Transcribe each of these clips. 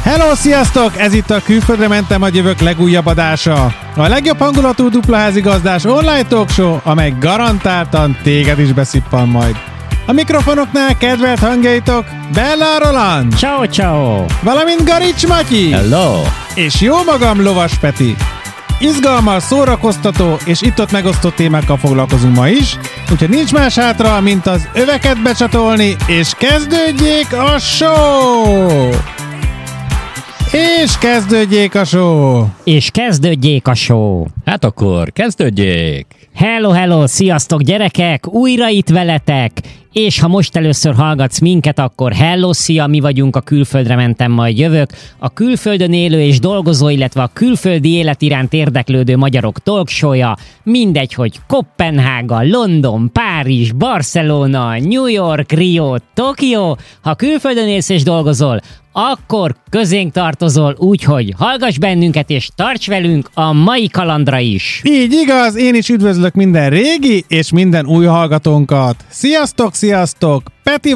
Hello, sziasztok! Ez itt a Külföldre mentem, a jövök legújabb adása. A legjobb hangulatú dupla házigazdás online talk show, amely garantáltan téged is beszippan majd. A mikrofonoknál kedvelt hangjaitok Bella Roland. Ciao, ciao! Valamint Garics Matyi. Hello! És jó magam, Lovas Peti. Izgalmas, szórakoztató és itt-ott megosztott témákkal foglalkozunk ma is, úgyhogy nincs más hátra, mint az öveket becsatolni, és kezdődjék a show! És kezdődjék a show! És kezdődjék a show! Hát akkor kezdődjék! Hello, hello, sziasztok gyerekek! Újra itt veletek! És ha most először hallgatsz minket, akkor hello, szia, mi vagyunk a Külföldre mentem, majd jövök. A külföldön élő és dolgozó, illetve a külföldi élet iránt érdeklődő magyarok talkshowja. Mindegy, hogy Koppenhága, London, Párizs, Barcelona, New York, Rio, Tokió. Ha külföldön élsz és dolgozol, akkor közénk tartozol, úgyhogy hallgass bennünket és tarts velünk a mai kalandra is. Így igaz, én is üdvözlök minden régi és minden új hallgatónkat. Sziasztok, sziasztok! Peti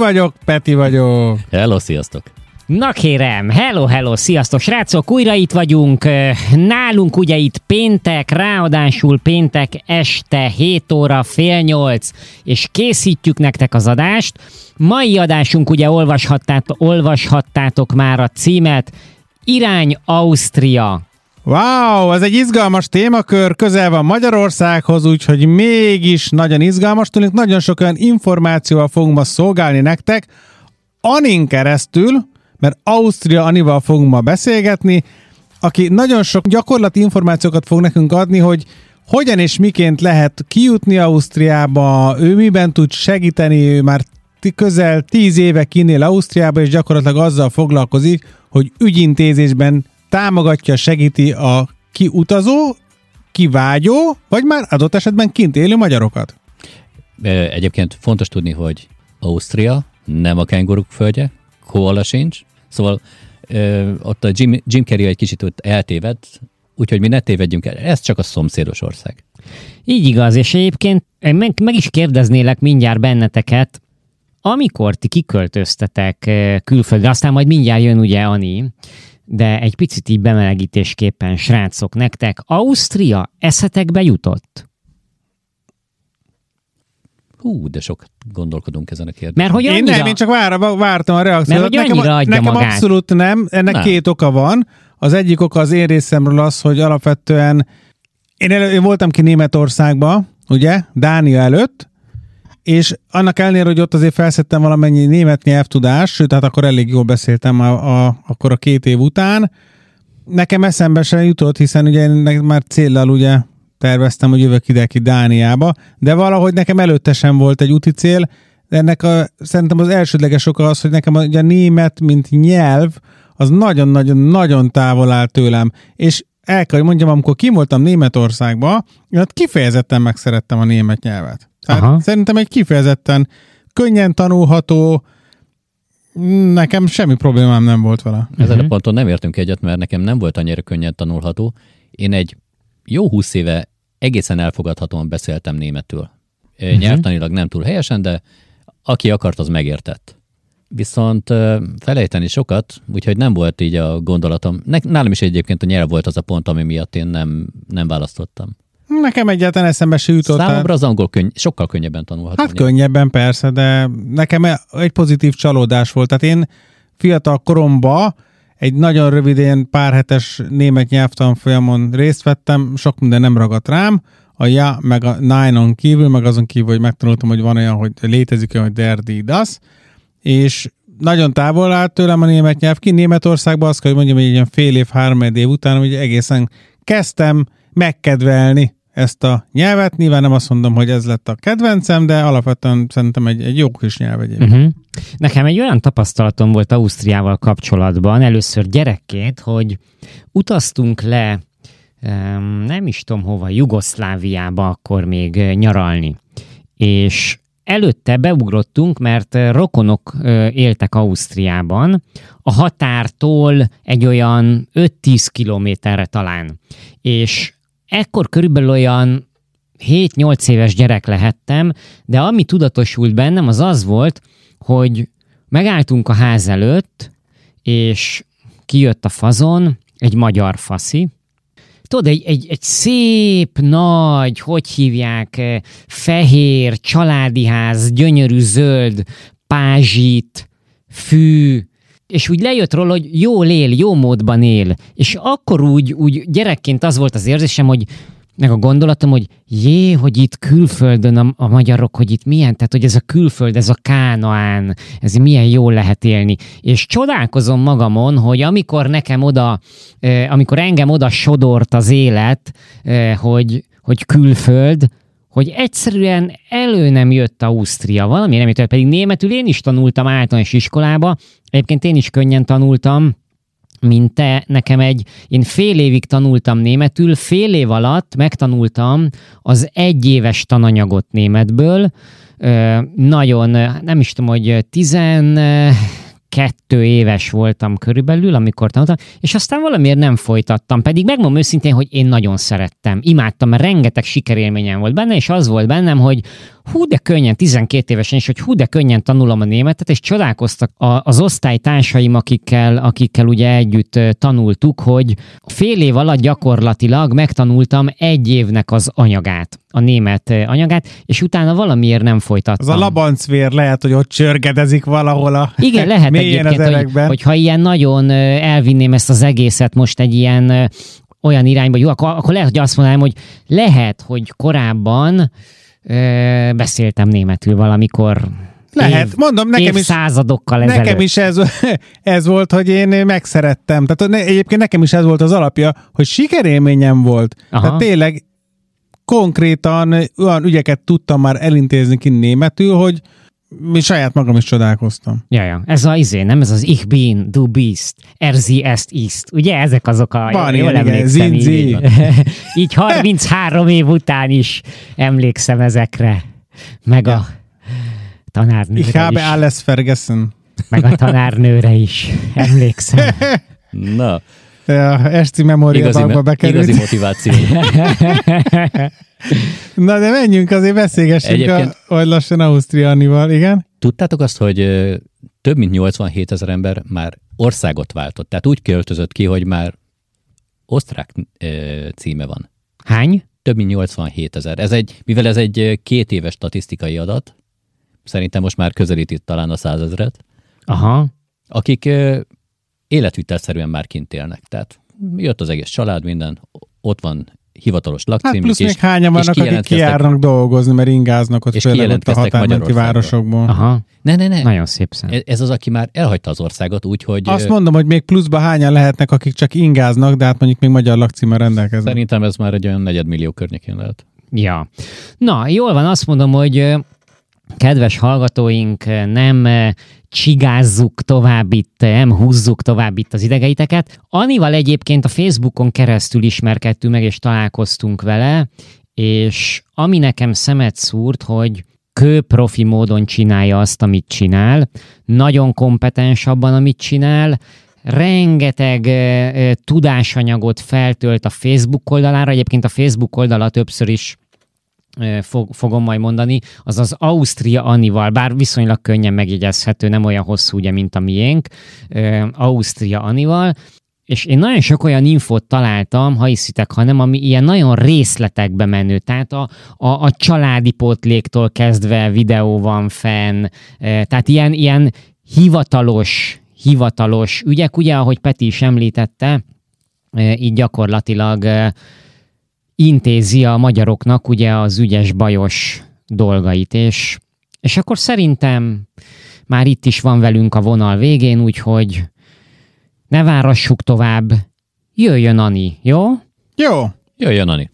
vagyok. Hello, sziasztok! Na kérem, hello, hello, sziasztok srácok, újra itt vagyunk, nálunk ugye itt péntek, ráadásul péntek este 7 óra fél 8, és készítjük nektek az adást. Mai adásunk ugye olvashattátok már a címet, Irány Ausztria. Wow, ez egy izgalmas témakör, közel van Magyarországhoz, úgyhogy mégis nagyon izgalmas tőlünk, nagyon sok olyan információval fogunk ma szolgálni nektek, Anin keresztül, mert Ausztria Anival fogunk ma beszélgetni, aki nagyon sok gyakorlati információkat fog nekünk adni, hogy hogyan és miként lehet kijutni Ausztriába, ő miben tud segíteni, ő már közel 10 éve kinél Ausztriába, és gyakorlatilag azzal foglalkozik, hogy ügyintézésben támogatja, segíti a kiutazó, kivágyó, vagy már adott esetben kint élő magyarokat. Egyébként fontos tudni, hogy Ausztria nem a kenguruk földje, koala sincs, szóval ott a Jim Carrey egy kicsit ott eltévedt, úgyhogy mi ne tévedjünk el, ez csak a szomszédos ország. Így igaz, és egyébként meg is kérdeznélek mindjárt benneteket, amikor ti kiköltöztetek külföldre, aztán majd mindjárt jön ugye Ani, de egy picit így bemelegítésképpen, srácok, nektek Ausztria eszetekbe jutott? De sok gondolkodunk ezen a kérdésen. Mert hogy annyira... Én csak vártam a reakciót. Nekem abszolút nem. Ennek nem. 2 oka van. Az egyik oka az én részemről az, hogy alapvetően én voltam ki Németországba, ugye, Dánia előtt, és annak ellenére, hogy ott azért felszedtem valamennyi német nyelvtudást, sőt, hát akkor elég jól beszéltem akkor a 2 év után. Nekem eszembe sem jutott, hiszen ugye én már céllal ugye terveztem, hogy jövök ide ki Dániába, de valahogy nekem előtte sem volt egy úti cél, de ennek szerintem az elsődleges oka az, hogy nekem ugye a német, mint nyelv, az nagyon-nagyon-nagyon távol áll tőlem. És el kell, hogy mondjam, amikor kim voltam Németországba, én ott kifejezetten megszerettem a német nyelvet. Tehát szerintem egy kifejezetten könnyen tanulható, nekem semmi problémám nem volt vele. Ezen a ponton nem értünk egyet, mert nekem nem volt annyira könnyen tanulható. Én egy jó 20 éve egészen elfogadhatóan beszéltem németül. Nyelvtanilag nem túl helyesen, de aki akart, az megértett. Viszont felejteni sokat, úgyhogy nem volt így a gondolatom. Nálam is egyébként a nyelv volt az a pont, ami miatt én nem választottam. Nekem egyáltalán eszembe se jutott. Számomra az angol sokkal könnyebben tanulható. Hát könnyebben persze, de nekem egy pozitív csalódás volt. Tehát én fiatal koromban egy nagyon rövid, ilyen pár hetes német nyelvtanfolyamon részt vettem, sok minden nem ragadt rám, a ja, meg a nine-on kívül, meg azon kívül, hogy megtanultam, hogy van olyan, hogy létezik olyan, hogy der, die, das, és nagyon távol állt tőlem a német nyelv. Ki Németországban azt kell, hogy mondjam, hogy egy ilyen fél év, 3 év után, hogy egészen kezdtem megkedvelni ezt a nyelvet. Nyilván nem azt mondom, hogy ez lett a kedvencem, de alapvetően szerintem egy jó kis nyelv egyébként. Nekem egy olyan tapasztalatom volt Ausztriával kapcsolatban, először gyerekként, hogy utaztunk le, nem is tudom hova, Jugoszláviába akkor még nyaralni. És előtte beugrottunk, mert rokonok éltek Ausztriában, a határtól egy olyan 5-10 kilométerre talán. És ekkor körülbelül olyan 7-8 éves gyerek lehettem, de ami tudatosult bennem, az az volt, hogy megálltunk a ház előtt, és kijött a fazon, egy magyar faszi. Tudod, egy szép, nagy, hogy hívják, fehér, családi ház, gyönyörű zöld, pázsit, fű, és úgy lejött róla, hogy jól él, jó módban él. És akkor úgy gyerekként az volt az érzésem, hogy meg a gondolatom, hogy hogy itt külföldön a magyarok, hogy itt milyen, tehát hogy ez a külföld, ez a Kánaán, ez milyen jól lehet élni. És csodálkozom magamon, hogy amikor engem oda sodort az élet, hogy külföld, hogy egyszerűen elő nem jött Ausztria, valami nem jött, pedig németül én is tanultam általános iskolába, egyébként én is könnyen tanultam, mint te, én fél évig tanultam németül, fél év alatt megtanultam az 1 éves tananyagot németből, nagyon, nem is tudom, hogy 12 éves voltam körülbelül, amikor tanultam, és aztán valamiért nem folytattam, pedig megmondom őszintén, hogy én nagyon szerettem, imádtam, mert rengeteg sikerélményem volt benne, és az volt bennem, hogy de könnyen, 12 évesen is, hogy de könnyen tanulom a németet, és csodálkoztak az osztálytársaim, akikkel ugye együtt tanultuk, hogy fél év alatt gyakorlatilag megtanultam 1 évnek az anyagát, a német anyagát, és utána valamiért nem folytattam. Az a labancvér lehet, hogy ott csörgedezik valahol igen, lehet egyébként, hogy ha ilyen nagyon elvinném ezt az egészet most egy ilyen olyan irányba, jó, akkor lehet, hogy azt mondanám, hogy lehet, hogy korábban beszéltem németül valamikor. Lehet, mondom, nekem is századokkal ezelőtt. Nekem is ez volt, hogy én megszerettem. Tehát egyébként nekem is ez volt az alapja, hogy sikerélményem volt. Aha. Tehát tényleg konkrétan olyan ügyeket tudtam már elintézni ki németül, hogy saját magam is csodálkoztam. Ja. Ez nem ez az Ich bin, du bist, sie ist. Ugye ezek azok a... Van ilyen, Zinzi. Így 33 év után is emlékszem ezekre. Meg a tanárnőre Ich habe alles vergessen. Meg a tanárnőre is emlékszem. Na. Esti memóriabankba bekerült. Igazi motiváció. Na de menjünk, azért beszélgessünk hogy lassan Ausztria Annival, igen? Tudtátok azt, hogy több mint 87 000 ember már országot váltott, tehát úgy költözött ki, hogy már osztrák címe van. Hány? Több mint 87 000. Mivel ez egy 2 éves statisztikai adat, szerintem most már közelíti talán a 100 000-et. Aha. Akik életvitelszerűen már kint élnek. Tehát jött az egész család, minden, ott van hivatalos lakcímük. Hát plusz még hányan vannak, akik kijárnak dolgozni, mert ingáznak ott főleg ott a határmenti városokból. Aha. Ne. Nagyon szép szám. Ez az, aki már elhagyta az országot, úgyhogy... Azt mondom, hogy még pluszban hányan lehetnek, akik csak ingáznak, de hát mondjuk még magyar lakcímmel rendelkeznek. Szerintem ez már egy olyan 4 millió környékén lehet. Ja. Na, jól van, azt mondom, hogy kedves hallgatóink, nem csigázzuk tovább itt, nem húzzuk tovább itt az idegeiteket. Annival egyébként a Facebookon keresztül ismerkedtünk meg, és találkoztunk vele, és ami nekem szemet szúrt, hogy kőprofi módon csinálja azt, amit csinál, nagyon kompetens abban, amit csinál, rengeteg tudásanyagot feltölt a Facebook oldalára, egyébként a Facebook oldala többször is fogom majd mondani, az az Ausztria Annival, bár viszonylag könnyen megjegyezhető, nem olyan hosszú, ugye, mint a miénk, Ausztria Annival, és én nagyon sok olyan infót találtam, ha hiszitek, hanem ami ilyen nagyon részletekbe menő, tehát a családi pótléktól kezdve videó van fenn, tehát ilyen hivatalos ügyek, ugye, ahogy Peti is említette, így gyakorlatilag intézi a magyaroknak ugye az ügyes-bajos dolgait, és akkor szerintem már itt is van velünk a vonal végén, úgyhogy ne várassuk tovább, jöjjön Ani, jó? Jó. Jöjjön Ani.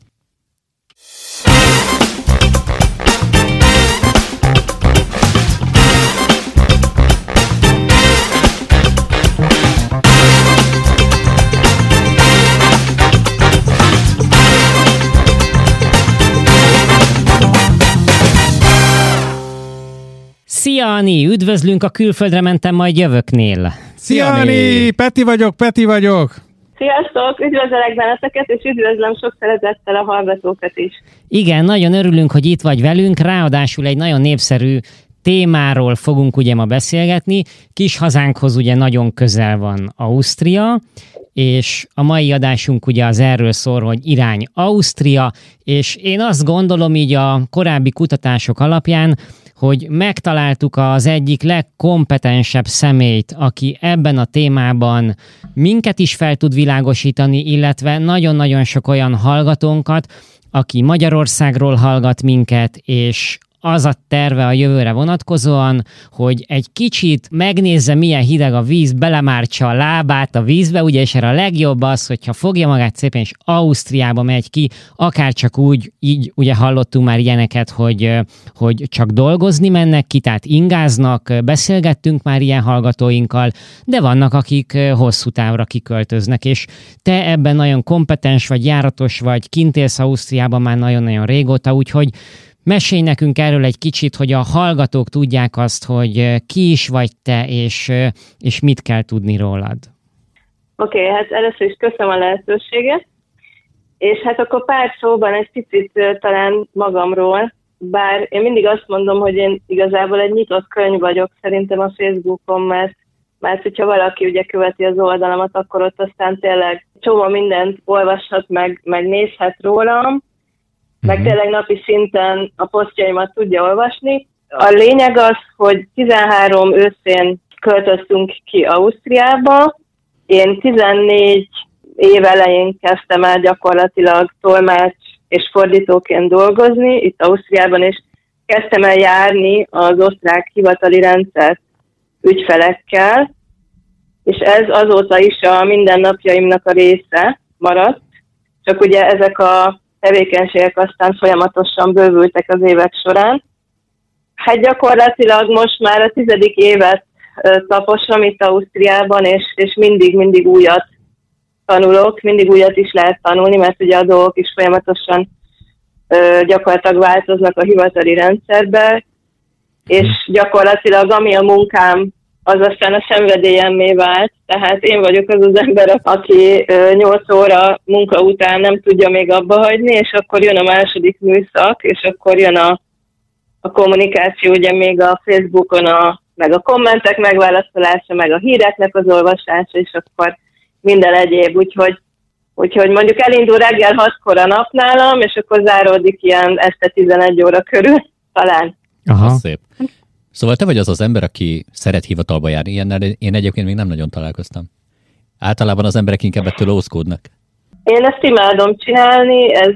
Szia, Ani! Üdvözlünk a Külföldre mentem, majd jövöknél. Szia, Ani! Peti vagyok! Sziasztok! Üdvözlök benneteket, és üdvözlöm sok szeretettel a hallgatókat is. Igen, nagyon örülünk, hogy itt vagy velünk, ráadásul egy nagyon népszerű témáról fogunk ugye ma beszélgetni. Kis hazánkhoz ugye nagyon közel van Ausztria, és a mai adásunk ugye az erről szól, hogy irány Ausztria, és én azt gondolom így a korábbi kutatások alapján, hogy megtaláltuk az egyik legkompetensebb személyt, aki ebben a témában minket is fel tud világosítani, illetve nagyon-nagyon sok olyan hallgatónkat, aki Magyarországról hallgat minket, és az a terve a jövőre vonatkozóan, hogy egy kicsit megnézze, milyen hideg a víz, belemártsa a lábát a vízbe, ugye, és erre a legjobb az, hogyha fogja magát szépen, és Ausztriába megy ki, akár csak úgy, így ugye hallottunk már ilyeneket, hogy csak dolgozni mennek ki, tehát ingáznak, beszélgettünk már ilyen hallgatóinkkal, de vannak, akik hosszú távra kiköltöznek, és te ebben nagyon kompetens vagy, járatos vagy, kint élsz Ausztriában már nagyon-nagyon régóta, úgyhogy mesélj nekünk erről egy kicsit, hogy a hallgatók tudják azt, hogy ki is vagy te, és mit kell tudni rólad. Oké, hát először is köszönöm a lehetőséget, és hát akkor pár szóban egy picit talán magamról, bár én mindig azt mondom, hogy én igazából egy nyitott könyv vagyok szerintem a Facebookon, mert hogyha valaki ugye követi az oldalamat, akkor ott aztán tényleg csomó mindent olvashat, meg nézhet rólam, meg tényleg napi szinten a posztjaimat tudja olvasni. A lényeg az, hogy 13 őszén költöztünk ki Ausztriába. Én 14 év elején kezdtem el gyakorlatilag tolmács és fordítóként dolgozni itt Ausztriában, és kezdtem el járni az osztrák hivatali rendszert ügyfelekkel, és ez azóta is a mindennapjaimnak a része maradt, csak ugye ezek a tevékenységek aztán folyamatosan bővültek az évek során. Hát gyakorlatilag most már a 10. évet taposom itt Ausztriában, és mindig újat tanulok, mindig újat is lehet tanulni, mert ugye a dolgok is folyamatosan gyakorlatilag változnak a hivatali rendszerben, és gyakorlatilag ami a munkám, az aztán a szenvedélyemmé vált. Tehát én vagyok az az ember, aki 8 óra munka után nem tudja még abba hagyni, és akkor jön a második műszak, és akkor jön a kommunikáció, ugye még a Facebookon, meg a kommentek megválaszolása, meg a híreknek az olvasása, és akkor minden egyéb. Úgyhogy mondjuk elindul reggel 6-kor a nap nálam, és akkor záródik ilyen este 11 óra körül, talán. Aha. Szép. Szóval te vagy az az ember, aki szeret hivatalba járni. Ilyennel én egyébként még nem nagyon találkoztam. Általában az emberek inkább ettől ózkódnak. Én ezt imádom csinálni, ez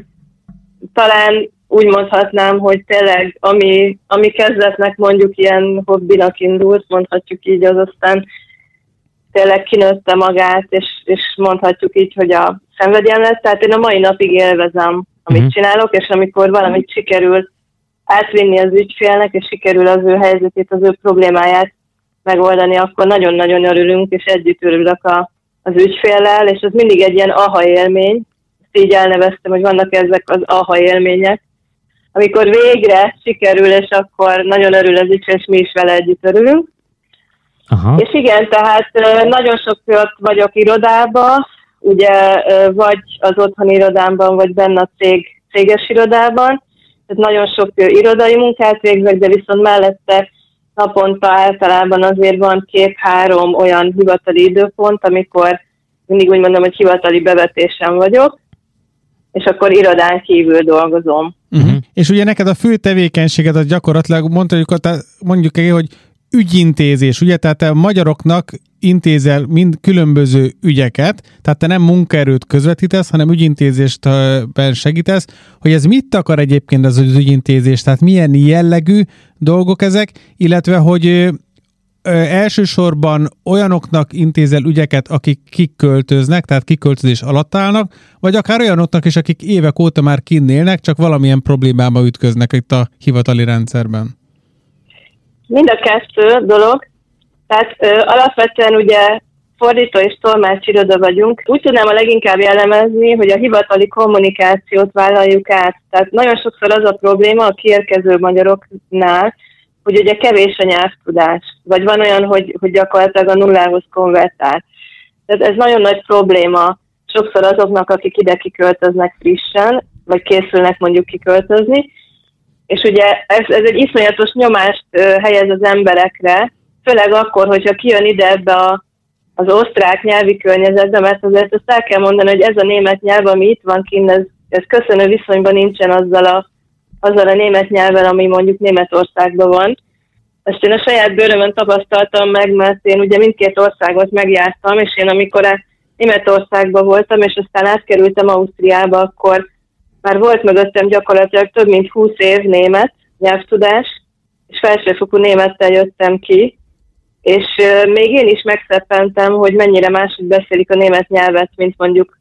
talán úgy mondhatnám, hogy tényleg ami kezdetnek mondjuk ilyen hobbinak indult, mondhatjuk így, az aztán tényleg kinőtte magát, és mondhatjuk így, hogy a szenvedélyem lett. Tehát én a mai napig élvezem, amit csinálok, és amikor valamit sikerül átvinni az ügyfélnek, és sikerül az ő helyzetét, az ő problémáját megoldani, akkor nagyon-nagyon örülünk, és együtt örülök az ügyféllel, és az mindig egy ilyen aha élmény. Ezt így elneveztem, hogy vannak ezek az aha élmények, amikor végre sikerül, és akkor nagyon örül az ügyfél, és mi is vele együtt örülünk. Aha. És igen, tehát nagyon sokszor vagyok irodában, ugye vagy az otthoni irodámban, vagy benne a céges irodában. Tehát nagyon sok irodai munkát végzek, de viszont mellette naponta általában azért van 2-3 olyan hivatali időpont, amikor mindig úgy mondom, hogy hivatali bevetésen vagyok, és akkor irodán kívül dolgozom. És ugye neked a fő tevékenységed az gyakorlatilag mondjuk hogy ügyintézés, ugye? Tehát te a magyaroknak intézel mind különböző ügyeket, tehát te nem munkaerőt közvetítesz, hanem ügyintézésben segítesz, hogy ez mit akar egyébként az ügyintézés, tehát milyen jellegű dolgok ezek, illetve hogy elsősorban olyanoknak intézel ügyeket, akik kiköltöznek, tehát kiköltözés alatt állnak, vagy akár olyanoknak is, akik évek óta már kinn élnek, csak valamilyen problémába ütköznek itt a hivatali rendszerben. Mind a kettő dolog. Tehát alapvetően ugye fordító és tolmács iroda vagyunk. Úgy tudnám a leginkább jellemezni, hogy a hivatali kommunikációt vállaljuk át. Tehát nagyon sokszor az a probléma a kiérkező magyaroknál, hogy ugye kevés a nyelvtudás. Vagy van olyan, hogy gyakorlatilag a nullához konvertál. Tehát ez nagyon nagy probléma sokszor azoknak, akik ide kiköltöznek frissen, vagy készülnek mondjuk kiköltözni. És ugye ez egy iszonyatos nyomást helyez az emberekre, főleg akkor, hogyha kijön ide ebbe az osztrák nyelvi környezetbe, mert azért azt el kell mondani, hogy ez a német nyelv, ami itt van kint, ez köszönő viszonyban nincsen azzal a német nyelven, ami mondjuk Németországban van. Ezt én a saját bőrömön tapasztaltam meg, mert én ugye mindkét országot megjártam, és én amikor Németországban voltam, és aztán átkerültem Ausztriába, akkor már volt mögöttem gyakorlatilag több mint 20 év német nyelvtudás, és felsőfokú némettel jöttem ki, és még én is megszeppentem, hogy mennyire máshogy beszélik a német nyelvet, mint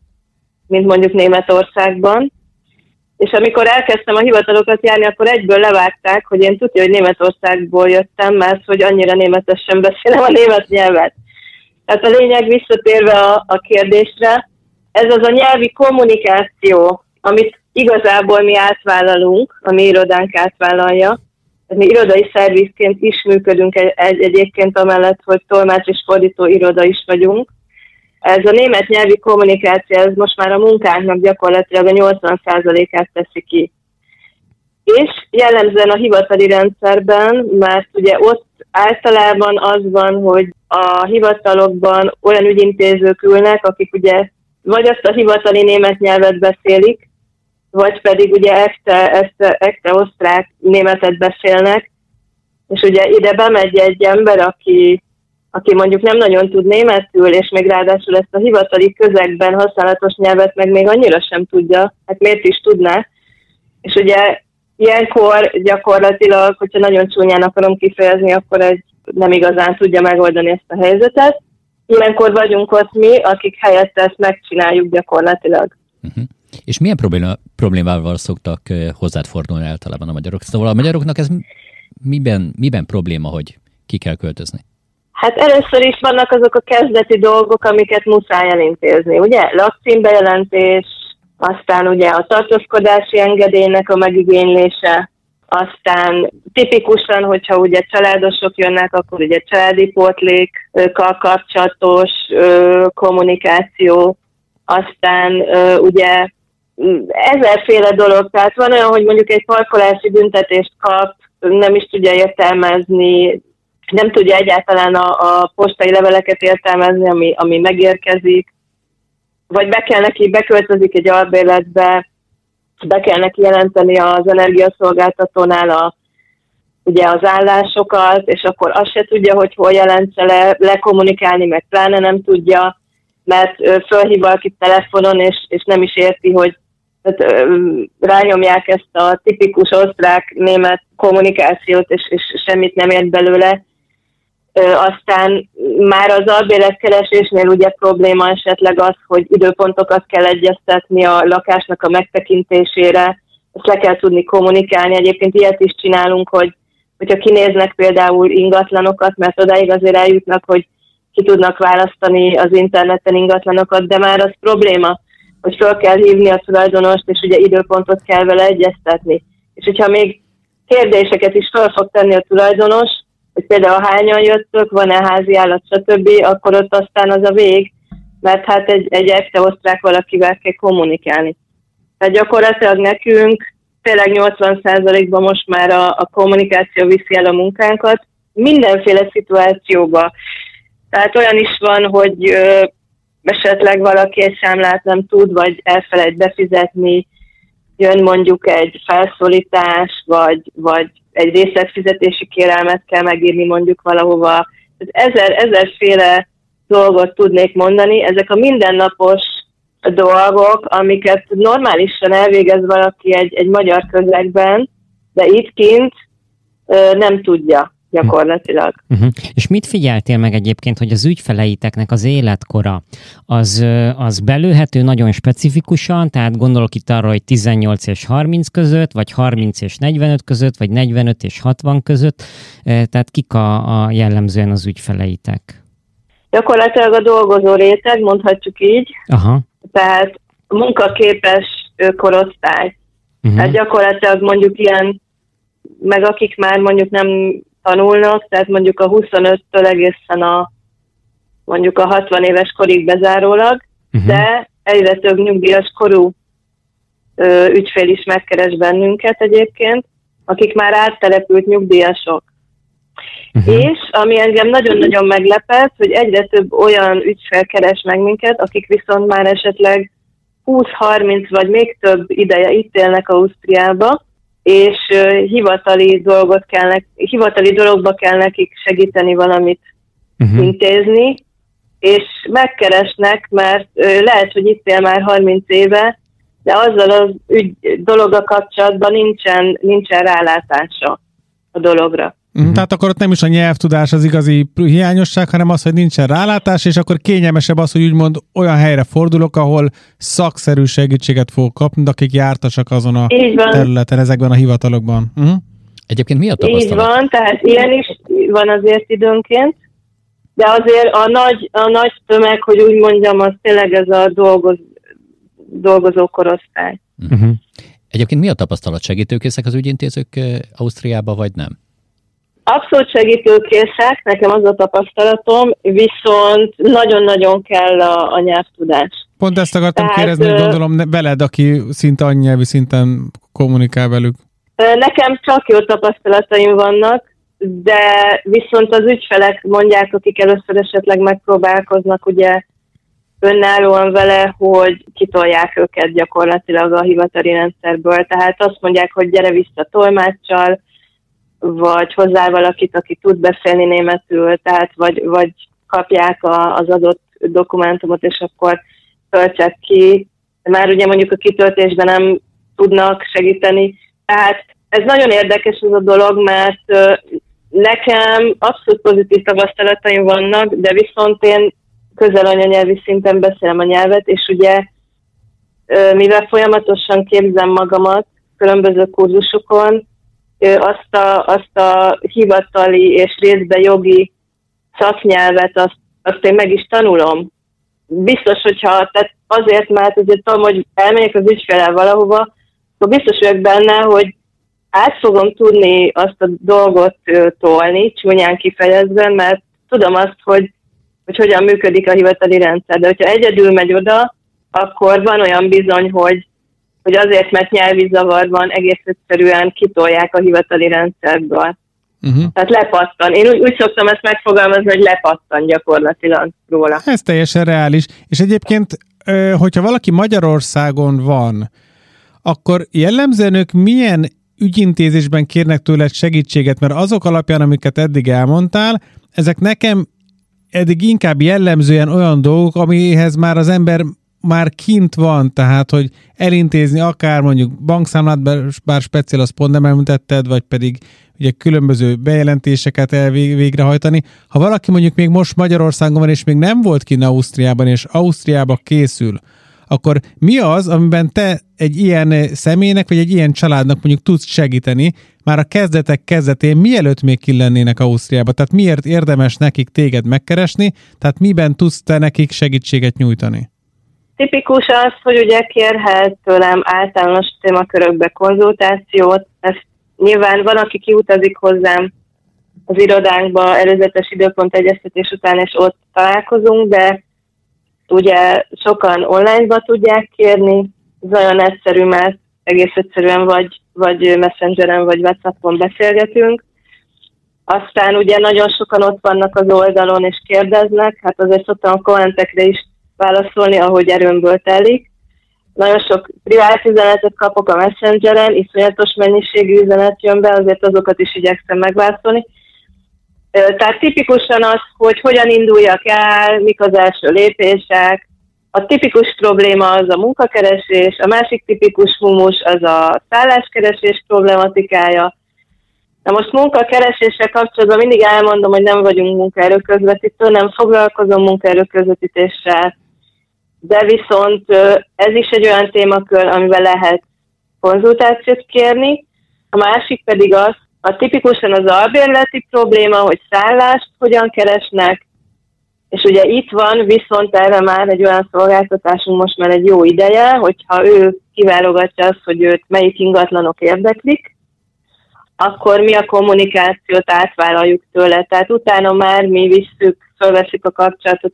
mondjuk Németországban. És amikor elkezdtem a hivatalokat járni, akkor egyből levágták, hogy én tudja, hogy Németországból jöttem, mert hogy annyira németesen beszélem a német nyelvet. Tehát a lényeg, visszatérve a kérdésre, ez az a nyelvi kommunikáció, amit igazából mi átvállalunk, a mi irodánk átvállalja. Mi irodai szervizként is működünk egyébként amellett, hogy tolmács és fordító iroda is vagyunk. Ez a német nyelvi kommunikáció, ez most már a munkánknak gyakorlatilag a 80%-át teszi ki. És jellemzően a hivatali rendszerben, mert ugye ott általában az van, hogy a hivatalokban olyan ügyintézők ülnek, akik ugye vagy azt a hivatali német nyelvet beszélik, vagy pedig ugye ekte osztrák németet beszélnek, és ugye ide bemegy egy ember, aki mondjuk nem nagyon tud németül, és még ráadásul ezt a hivatali közegben használatos nyelvet meg még annyira sem tudja, hát miért is tudná. És ugye ilyenkor gyakorlatilag, hogyha nagyon csúnyán akarom kifejezni, akkor nem igazán tudja megoldani ezt a helyzetet. Ilyenkor vagyunk ott mi, akik helyette ezt megcsináljuk gyakorlatilag. Uh-huh. És milyen problémával szoktak hozzád fordulni általában a magyarok? Szóval a magyaroknak ez miben probléma, hogy ki kell költözni? Hát először is vannak azok a kezdeti dolgok, amiket muszáj elintézni, ugye? Lakcímbejelentés, aztán ugye a tartózkodási engedélynek a megigénylése, aztán tipikusan, hogyha ugye családosok jönnek, akkor ugye családi pótlékkal kapcsolatos kommunikáció, aztán ugye ezerféle dolog, tehát van olyan, hogy mondjuk egy parkolási büntetést kap, nem is tudja értelmezni, nem tudja egyáltalán a postai leveleket értelmezni, ami megérkezik, vagy beköltözik egy albérletbe, be kell neki jelenteni az energiaszolgáltatónál ugye az állásokat, és akkor azt se tudja, hogy hol jelentse lekommunikálni, meg pláne nem tudja, mert fölhív valaki telefonon, és nem is érti, hogy rányomják ezt a tipikus osztrák-német kommunikációt, és semmit nem ért belőle. Aztán már az albérletkeresésnél ugye probléma esetleg az, hogy időpontokat kell egyeztetni a lakásnak a megtekintésére, ezt le kell tudni kommunikálni. Egyébként ilyet is csinálunk, hogyha kinéznek például ingatlanokat, mert odáig azért eljutnak, hogy ki tudnak választani az interneten ingatlanokat, de már az probléma, hogy fel kell hívni a tulajdonost, és ugye időpontot kell vele egyeztetni. És hogyha még kérdéseket is fel fog tenni a tulajdonos, hogy például hányan jöttök, van-e házi állat, stb., akkor ott aztán az a vég, mert hát egy ekte osztrák valakivel kell kommunikálni. Tehát gyakorlatilag nekünk tényleg 80%-ban most már a kommunikáció viszi el a munkánkat, mindenféle szituációban. Tehát olyan is van, hogy esetleg valaki egy számlát nem tud, vagy elfelejt befizetni, jön mondjuk egy felszólítás, vagy egy részletfizetési kérelmet kell megírni mondjuk valahova. Ezerféle dolgot tudnék mondani. Ezek a mindennapos dolgok, amiket normálisan elvégez valaki egy magyar közegben, de itt kint nem tudja gyakorlatilag. Uh-huh. És mit figyeltél meg egyébként, hogy az ügyfeleiteknek az életkora az belőhető nagyon specifikusan, tehát gondolok itt arra, hogy 18 és 30 között, vagy 30 és 45 között, vagy 45 és 60 között, tehát kik a jellemzően az ügyfeleitek? Gyakorlatilag a dolgozó réteg, mondhatjuk így. Aha. Tehát munkaképes korosztály. Uh-huh. Tehát gyakorlatilag mondjuk ilyen, meg akik már mondjuk nem tanulnak, tehát mondjuk a 25-től egészen mondjuk a 60 éves korig bezárólag, de egyre több nyugdíjas korú ügyfél is megkeres bennünket egyébként, akik már áttelepült nyugdíjasok. És ami engem nagyon-nagyon meglepett, hogy egyre több olyan ügyfél keres meg minket, akik viszont már esetleg 20-30 vagy még több ideje itt élnek Ausztriába, és hivatali dologba kell nekik segíteni valamit intézni, és megkeresnek, mert lehet, hogy itt él már 30 éve, de azzal az dologgal kapcsolatban nincsen rálátása a dologra. Tehát akkor ott nem is a nyelvtudás az igazi hiányosság, hanem az, hogy nincsen rálátás, és akkor kényelmesebb az, hogy úgymond olyan helyre fordulok, ahol szakszerű segítséget fogok kapni, de akik jártasak azon a területen, ezekben a hivatalokban. Egyébként mi a tapasztalat? Így van, tehát ilyen is van azért időnként, de azért a nagy tömeg, hogy úgy mondjam, az tényleg ez a dolgozó korosztály. Egyébként mi a tapasztalat? Segítőkészek az ügyintézők Ausztriába, vagy nem? Abszolút segítőkészek, nekem az a tapasztalatom, viszont nagyon-nagyon kell a nyelvtudás. Pont ezt akartam kérdezni, hogy gondolom veled, aki szinte anyanyelvi szinten kommunikál velük. Nekem csak jó tapasztalataim vannak, de viszont az ügyfelek mondják, akik először esetleg megpróbálkoznak ugye önállóan vele, hogy kitolják őket gyakorlatilag a hivatali rendszerből. Tehát azt mondják, hogy gyere vissza tolmáccsal, vagy hozzá valakit, aki tud beszélni németül, tehát vagy kapják az adott dokumentumot, és akkor töltsek ki. Már ugye mondjuk a kitöltésben nem tudnak segíteni. Tehát ez nagyon érdekes ez a dolog, mert nekem abszolút pozitív tapasztalataim vannak, de viszont én közel anyanyelvi szinten beszélem a nyelvet, és ugye mivel folyamatosan képzem magamat különböző kurzusokon, azt a hivatali és részben jogi szaknyelvet, azt én meg is tanulom. Biztos, tehát azért, mert azért tudom, hogy elmegyek az ügyféllel valahova, akkor biztos vagyok benne, hogy át fogom tudni azt a dolgot tolni, csúnyán kifejezve, mert tudom azt, hogy hogyan működik a hivatali rendszer. De hogyha egyedül megy oda, akkor van olyan bizony, hogy azért, mert nyelvi zavar van, egész egyszerűen kitolják a hivatali rendszerből. Tehát lepattan. Én úgy szoktam ezt megfogalmazni, hogy lepattan gyakorlatilag róla. Ez teljesen reális. És egyébként, hogyha valaki Magyarországon van, akkor jellemzően ők milyen ügyintézésben kérnek tőled segítséget? Mert azok alapján, amiket eddig elmondtál, ezek nekem eddig inkább jellemzően olyan dolgok, amihez már az ember már kint van, tehát, hogy elintézni akár mondjuk bankszámlát, bár speciál azt pont nem említetted, vagy pedig ugye különböző bejelentéseket végrehajtani. Ha valaki mondjuk még most Magyarországon van, és még nem volt kint Ausztriában, és Ausztriába készül, akkor mi az, amiben te egy ilyen személynek, vagy egy ilyen családnak mondjuk tudsz segíteni, már a kezdetek kezdetén, mielőtt még kint lennének Ausztriába? Tehát miért érdemes nekik téged megkeresni? Tehát miben tudsz te nekik segítséget nyújtani? Tipikus az, hogy ugye kérhet tőlem általános témakörökbe konzultációt. Ez nyilván van, aki kiutazik hozzám az irodánkba előzetes időpontegyeztetés után, és ott találkozunk, de ugye sokan online-ba tudják kérni. Ez nagyon egyszerű, mert egész egyszerűen vagy Messengeren, vagy WhatsAppon beszélgetünk. Aztán ugye nagyon sokan ott vannak az oldalon, és kérdeznek, hát azért szoktam a kommentekre is válaszolni, ahogy erőmből telik. Nagyon sok privát üzenetet kapok a Messengeren, iszonyatos mennyiségű üzenet jön be, azért azokat is igyekszem megválaszolni. Tehát tipikusan az, hogy hogyan induljak el, mik az első lépések. A tipikus probléma az a munkakeresés, a másik tipikus humus az a szálláskeresés problematikája. Na most munkakereséssel kapcsolatban mindig elmondom, hogy nem vagyunk munkaerőközvetítő, nem foglalkozom munkaerőközvetítéssel, de viszont ez is egy olyan témakör, amivel lehet konzultációt kérni. A másik pedig az, tipikusan az albérleti probléma, hogy szállást hogyan keresnek, és ugye itt van viszont erre már egy olyan szolgáltatásunk most már egy jó ideje, hogyha ő kiválogatja azt, hogy őt melyik ingatlanok érdeklik, akkor mi a kommunikációt átvállaljuk tőle. Tehát utána már mi fölveszük a kapcsolatot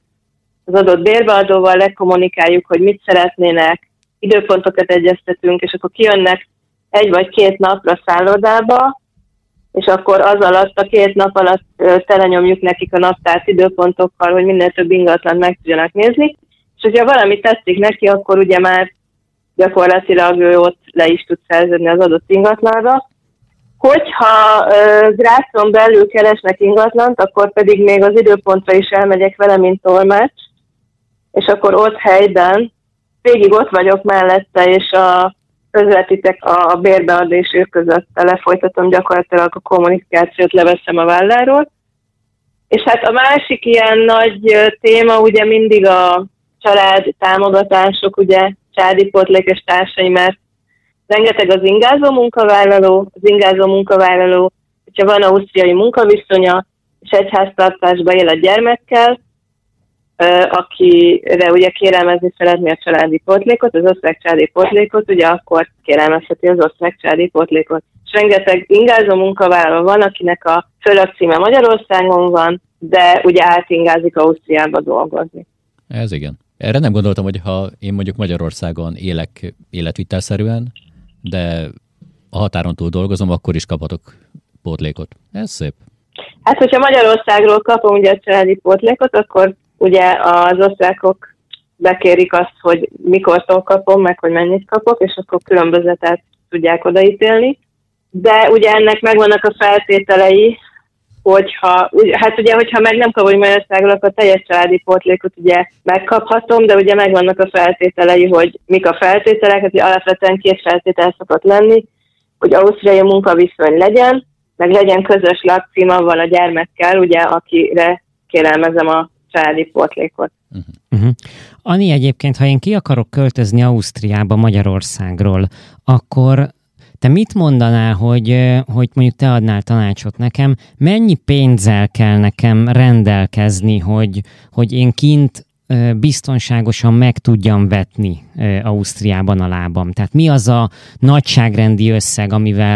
az adott bérbeadóval, lekommunikáljuk, hogy mit szeretnének, időpontokat egyeztetünk, és akkor kijönnek 1 vagy 2 napra szállodába, és akkor az alatt, a 2 nap alatt telenyomjuk nekik a naptárt időpontokkal, hogy minél több ingatlant meg tudjanak nézni, és hogyha valami tetszik neki, akkor ugye már gyakorlatilag ő ott le is tud szerződni az adott ingatlanra. Hogyha Grácon belül keresnek ingatlant, akkor pedig még az időpontra is elmegyek vele, mint tolmács, és akkor ott helyben végig ott vagyok mellette, és közvetítek a bérbeadás ők között, lefolytatom gyakorlatilag a kommunikációt, leveszem a válláról. És hát a másik ilyen nagy téma ugye mindig a család támogatások, ugye családi pótlék és társai, mert rengeteg az ingázó munkavállaló, hogyha van ausztriai munkaviszonya, és egyháztartásba él a gyermekkel, akire ugye kérelmezni szeretné a családi pótlékot, az osztrák családi pótlékot, ugye akkor kérelmezheti az osztrák családi pótlékot. És rengeteg ingázó munkavállaló van, akinek a főlakcíme Magyarországon van, de ugye átingázik Ausztriába dolgozni. Ez igen. Erre nem gondoltam, hogy ha én mondjuk Magyarországon élek életvitelszerűen, de a határon túl dolgozom, akkor is kaphatok pótlékot. Ez szép. Hát, hogyha Magyarországról kapom ugye a családi pótlékot, akkor ugye az osztrákok bekérik azt, hogy mikortól kapom, meg hogy mennyit kapok, és akkor különbözetet tudják odaítélni. De ugye ennek megvannak a feltételei, hogyha meg nem kapom Magyarországról, akkor a teljes családi pótlékot ugye megkaphatom, de ugye megvannak a feltételei, hogy mik a feltételek, hát alapvetően 2 feltétel szokott lenni, hogy ausztriai munkaviszony legyen, meg legyen közös lakcím avval a gyermekkel, ugye, akire kérelmezem a családi pótlékot. Ani, egyébként, ha én ki akarok költözni Ausztriába Magyarországról, akkor te mit mondanál, hogy mondjuk te adnál tanácsot nekem, mennyi pénzzel kell nekem rendelkezni, hogy én kint biztonságosan meg tudjam vetni Ausztriában a lábam? Tehát mi az a nagyságrendi összeg,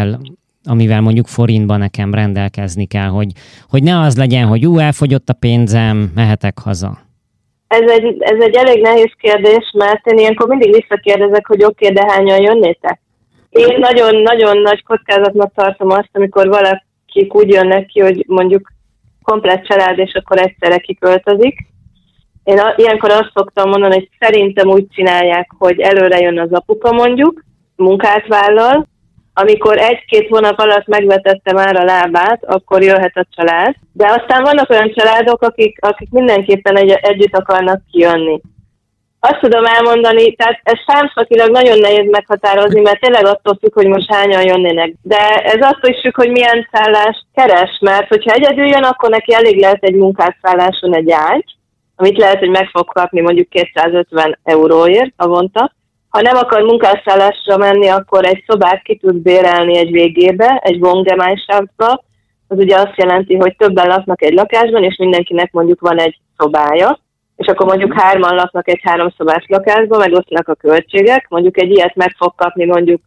amivel mondjuk forintban nekem rendelkezni kell, hogy ne az legyen, hogy elfogyott a pénzem, mehetek haza? Ez egy elég nehéz kérdés, mert én ilyenkor mindig visszakérdezek, hogy oké, de hányan jönnétek? Én nagyon-nagyon nagy kockázatnak tartom azt, amikor valakik úgy jönnek ki, hogy mondjuk komplett család, és akkor egyszerre kiköltözik. Én ilyenkor azt szoktam mondani, hogy szerintem úgy csinálják, hogy előre jön az apuka mondjuk, munkát vállal, amikor 1-2 hónap alatt megvetette már a lábát, akkor jöhet a család. De aztán vannak olyan családok, akik mindenképpen együtt akarnak kijönni. Azt tudom elmondani, tehát ez számszakilag nagyon nehéz meghatározni, mert tényleg attól függ, hogy most hányan jönnének. De ez attól is függ, hogy milyen szállást keres, mert hogyha egyedül jön, akkor neki elég lehet egy munkátszálláson egy ágy, amit lehet, hogy meg fog kapni mondjuk 250 euróért havonta. Ha nem akar munkásszállásra menni, akkor egy szobát ki tud bérelni egy végébe, egy Wohngemeinschaftsba. Az ugye azt jelenti, hogy többen laknak egy lakásban, és mindenkinek mondjuk van egy szobája, és akkor mondjuk 3-an laknak egy 3 szobás lakásban, megosztanak a költségek, mondjuk egy ilyet meg fog kapni mondjuk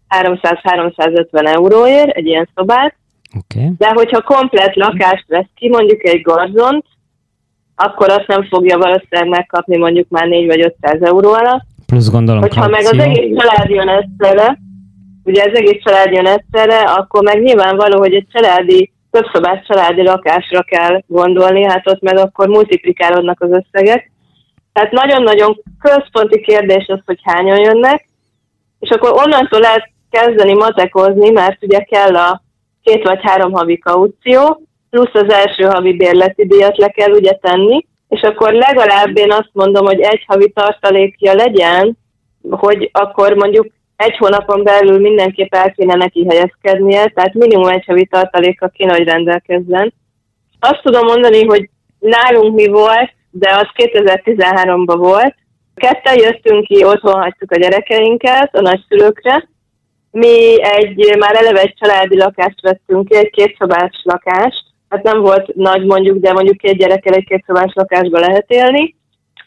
300-350 euróért, egy ilyen szobát. Okay. De hogyha komplett lakást vesz ki, mondjuk egy garzont, akkor azt nem fogja valószínűleg megkapni mondjuk már 4 vagy 500 euró alatt. Plusz gondolom hogyha meg az egész család jön egyszerre, ugye az egész család jön egyszerre, akkor meg nyilvánvaló, hogy egy többszobás családi lakásra kell gondolni, hát ott meg akkor multiplikálódnak az összegek. Tehát nagyon-nagyon központi kérdés az, hogy hányan jönnek, és akkor onnantól lehet kezdeni matekozni, mert ugye kell a 2 vagy 3 havi kaució, plusz az első havi bérleti díjat le kell ugye tenni, és akkor legalább én azt mondom, hogy 1 havi tartalékja legyen, hogy akkor mondjuk 1 hónapon belül mindenképp el kéne neki helyezkednie, tehát minimum 1 havi tartaléka kéne, hogy rendelkezzen. Azt tudom mondani, hogy nálunk mi volt, de az 2013-ban volt. 2 jöttünk ki, otthon hagytuk a gyerekeinket, a nagyszülőkre. Mi már eleve egy családi lakást vettünk ki, egy 2 szobás lakást. Hát nem volt nagy mondjuk, de mondjuk 2 gyerekkel egy 2 szobás lakásba lehet élni.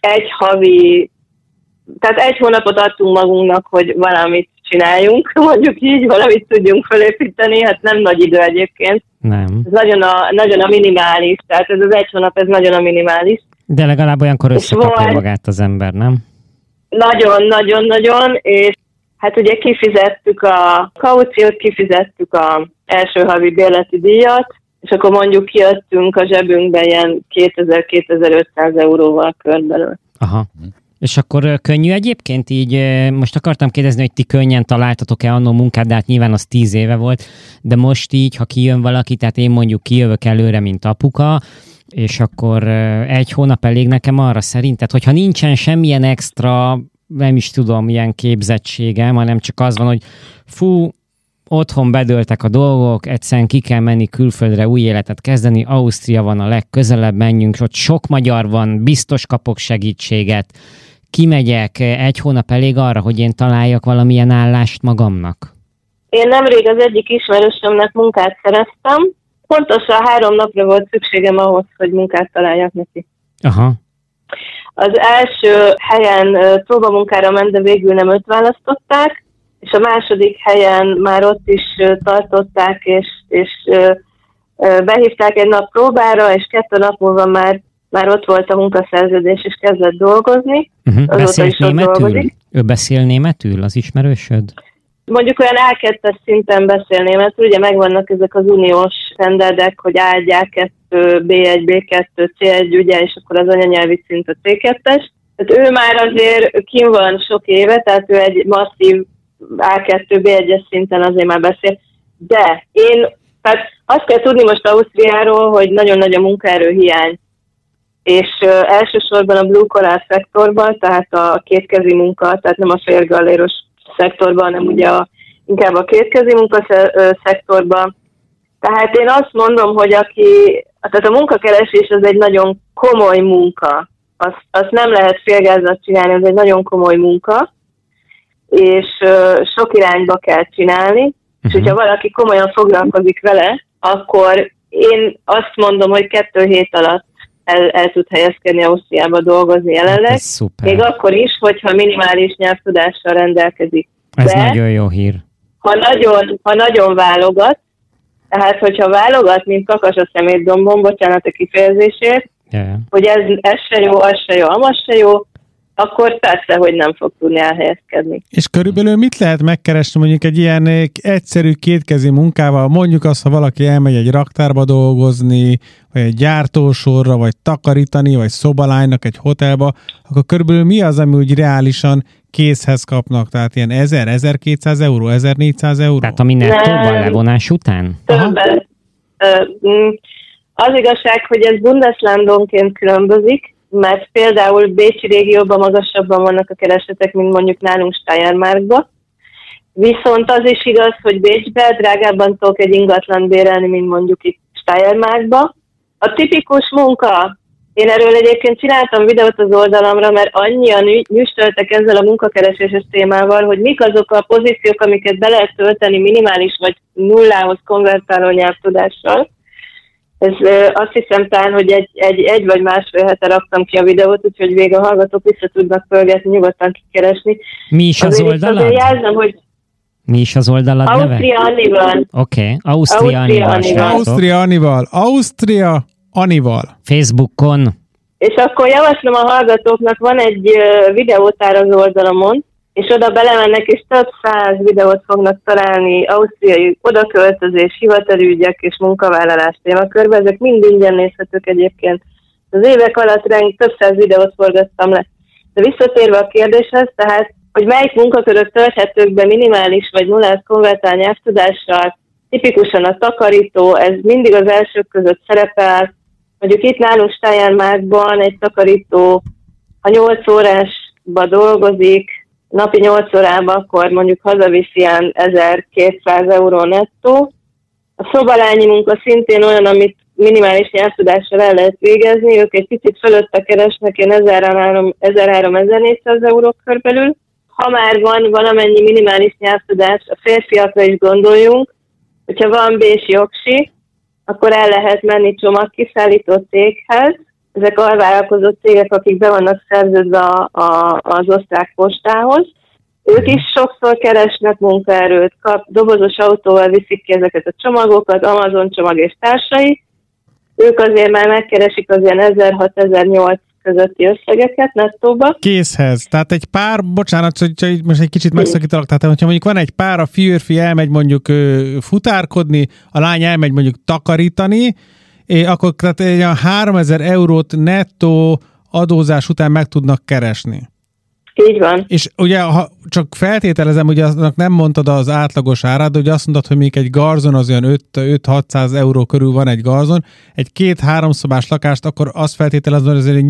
1 hónapot adtunk magunknak, hogy valamit csináljunk, mondjuk így, valamit tudjunk felépíteni, hát nem nagy idő egyébként. Nem. Ez nagyon a minimális, tehát ez az 1 hónap, ez nagyon a minimális. De legalább olyankor összekapja magát az ember, nem? Nagyon, és Hát ugye kifizettük a kauciót, kifizettük az első havi bérleti díjat, és akkor mondjuk kijöttünk a zsebünkbe ilyen 2000-2500 euróval körülbelül. Aha. És akkor könnyű egyébként így, most akartam kérdezni, hogy ti könnyen találtatok-e annó munkát, de hát nyilván az 10 éve volt, de most így, ha kijön valaki, tehát én mondjuk kijövök előre, mint apuka, és akkor 1 hónap elég nekem arra szerinted, hogyha nincsen semmilyen extra, nem is tudom, ilyen képzettségem, hanem csak az van, hogy otthon bedőltek a dolgok, egyszerűen ki kell menni külföldre új életet kezdeni, Ausztria van a legközelebb, menjünk, ott sok magyar van, biztos kapok segítséget, kimegyek, 1 hónap elég arra, hogy én találjak valamilyen állást magamnak? Én nemrég az egyik ismerősömnek munkát szereztem, pontosan 3 napra volt szükségem ahhoz, hogy munkát találjak neki. Aha. Az első helyen próbamunkára ment, de végül nem őt választották, és a második helyen már ott is tartották, és behívták egy nap próbára, és 2 nap múlva már ott volt a munkaszerződés, és kezdett dolgozni. Beszélt németül? Ő beszél németül, az ismerősöd? Mondjuk olyan A2-es szinten beszél németül, ugye megvannak ezek az uniós standardek, hogy A1, A2, B1, B2, C1, ugye, és akkor az anyanyelvi szint a C2-es. Tehát ő már azért kim van sok éve, tehát ő egy masszív A2, B1-es szinten azért már beszél. De tehát azt kell tudni most Ausztriáról, hogy nagyon nagy a munkaerőhiány. És elsősorban a blue collar szektorban, tehát a kétkezi munka, tehát nem a félgalléros szektorban, hanem ugye inkább a kétkezi munka szektorban. Tehát én azt mondom, hogy tehát a munkakeresés az egy nagyon komoly munka. Azt nem lehet félgázzal csinálni, ez egy nagyon komoly munka, és sok irányba kell csinálni, és hogyha valaki komolyan foglalkozik vele, akkor én azt mondom, hogy 2 hét alatt el tud helyezkedni Ausztriába dolgozni jelenleg. Még akkor is, hogyha minimális nyelvtudással rendelkezik. Ez nagyon jó hír. Ha nagyon válogat, tehát hogyha válogat, mint kakas a szemétdombon, bocsánat a kifejezésért, hogy ez se jó, az se jó, amaz se jó, akkor persze, hogy nem fog tudni elhelyezkedni. És körülbelül mit lehet megkeresni mondjuk egy ilyen egyszerű kétkezi munkával? Mondjuk azt, ha valaki elmegy egy raktárba dolgozni, vagy egy gyártósorra, vagy takarítani, vagy szobalánynak egy hotelba, akkor körülbelül mi az, ami úgy reálisan készhez kapnak? Tehát ilyen 1000-1200 euró, 1400 euró? Tehát ami nettóban levonás után? Többet. Az igazság, hogy ez Bundeslandonként különbözik, mert például Bécsi régióban magasabban vannak a keresetek, mint mondjuk nálunk Steiermarkban. Viszont az is igaz, hogy Bécsben drágábban tudok egy ingatlan bérelni, mint mondjuk itt Steiermarkban. A tipikus munka, én erről egyébként csináltam videót az oldalamra, mert annyian nyüstöltek ezzel a munkakereséses témával, hogy mik azok a pozíciók, amiket be lehet tölteni minimális vagy nullához konvertáló nyelvtudással. Ez azt hiszem talán, hogy egy vagy másfél hete raktam ki a videót, úgyhogy végig a hallgatók vissza tudnak pörgetni, nyugodtan kikeresni. Mi is az oldalad? Jelzem, hogy mi is az oldalad neve? Ausztria Anival. Oké, Ausztria Anival. Ausztria Anival. Facebookon. És akkor javaslom a hallgatóknak, van egy videótár az oldalamon, és oda belemennek, és több 100 videót fognak találni ausztriai odaköltözés, hivatali ügyek és munkavállalás témakörben. Ezek mind ingyen nézhetők egyébként. Az évek alatt több 100 videót forgattam le. De visszatérve a kérdéshez, tehát, hogy melyik munkakörök tölthetők be minimális vagy nullás konvertál nyelvtudással, tipikusan a takarító, ez mindig az elsők között szerepel. Mondjuk itt nálunk Steiermarkban egy takarító, ha 8 órásba dolgozik, napi 8 órában, akkor mondjuk hazaviszi ilyen 1200 euró nettó. A szobalányi munka szintén olyan, amit minimális nyelvtudással el lehet végezni, ők egy picit fölötte keresnek, ilyen 1300-1400 euró körülbelül. Ha már van valamennyi minimális nyelvtudás, a férfiakra is gondoljunk, hogyha van bési jogsi, akkor el lehet menni csomagkiszállító céghez. Ezek alvállalkozó cégek, akik be vannak szerződve az osztrák postához. Ők is sokszor keresnek munkaerőt, dobozos autóval viszik ki ezeket a csomagokat, Amazon csomag és társai. Ők azért már megkeresik az ilyen 1600-1800 közötti összegeket nettóba. Készhez. Tehát egy pár, bocsánat, hogy most egy kicsit megszakítalak, tehát hogyha mondjuk van egy pár, a férfi elmegy mondjuk futárkodni, a lány elmegy mondjuk takarítani, akkor tehát 3000 eurót nettó adózás után meg tudnak keresni. Így van. És ugye, ha csak feltételezem, hogy aznak nem mondtad az átlagos árát, de ugye azt mondtad, hogy még egy garzon az olyan 5-600 euró körül van egy garzon, egy 2-3 szobás lakást, akkor azt feltételezem, hogy azért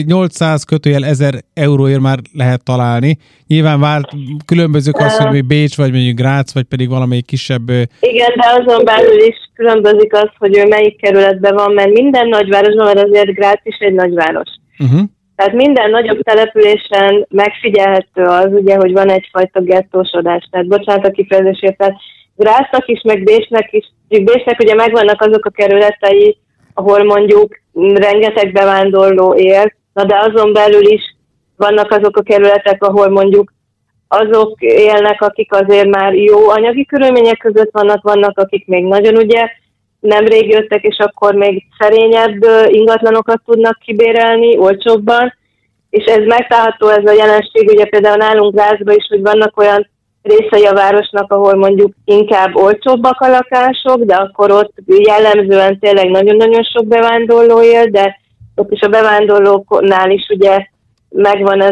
800-1000 euróért már lehet találni. Nyilván különbözők az, hogy még Bécs, vagy mondjuk Grác, vagy pedig valamelyik kisebb... Igen, de azon belül is különbözik az, hogy ő melyik kerületben van, mert minden nagyvárosban, mert azért Grác is egy nagyváros. Tehát minden nagyobb településen megfigyelhető az, ugye, hogy van egyfajta gettósodás. Tehát bocsánat a kifejezésért, tehát Grácsnak is, meg Bécsnek ugye megvannak azok a kerületei, ahol mondjuk rengeteg bevándorló él, na de azon belül is vannak azok a kerületek, ahol mondjuk azok élnek, akik azért már jó anyagi körülmények között vannak, akik még nagyon ugye nemrég jöttek, és akkor még szerényebb ingatlanokat tudnak kibérelni olcsóbban, és ez megtalálható ez a jelenség, ugye például nálunk Grácsban is, hogy vannak olyan részei a városnak, ahol mondjuk inkább olcsóbbak a lakások, de akkor ott jellemzően tényleg nagyon-nagyon sok bevándorló él, de ott is a bevándorlóknál is ugye megvan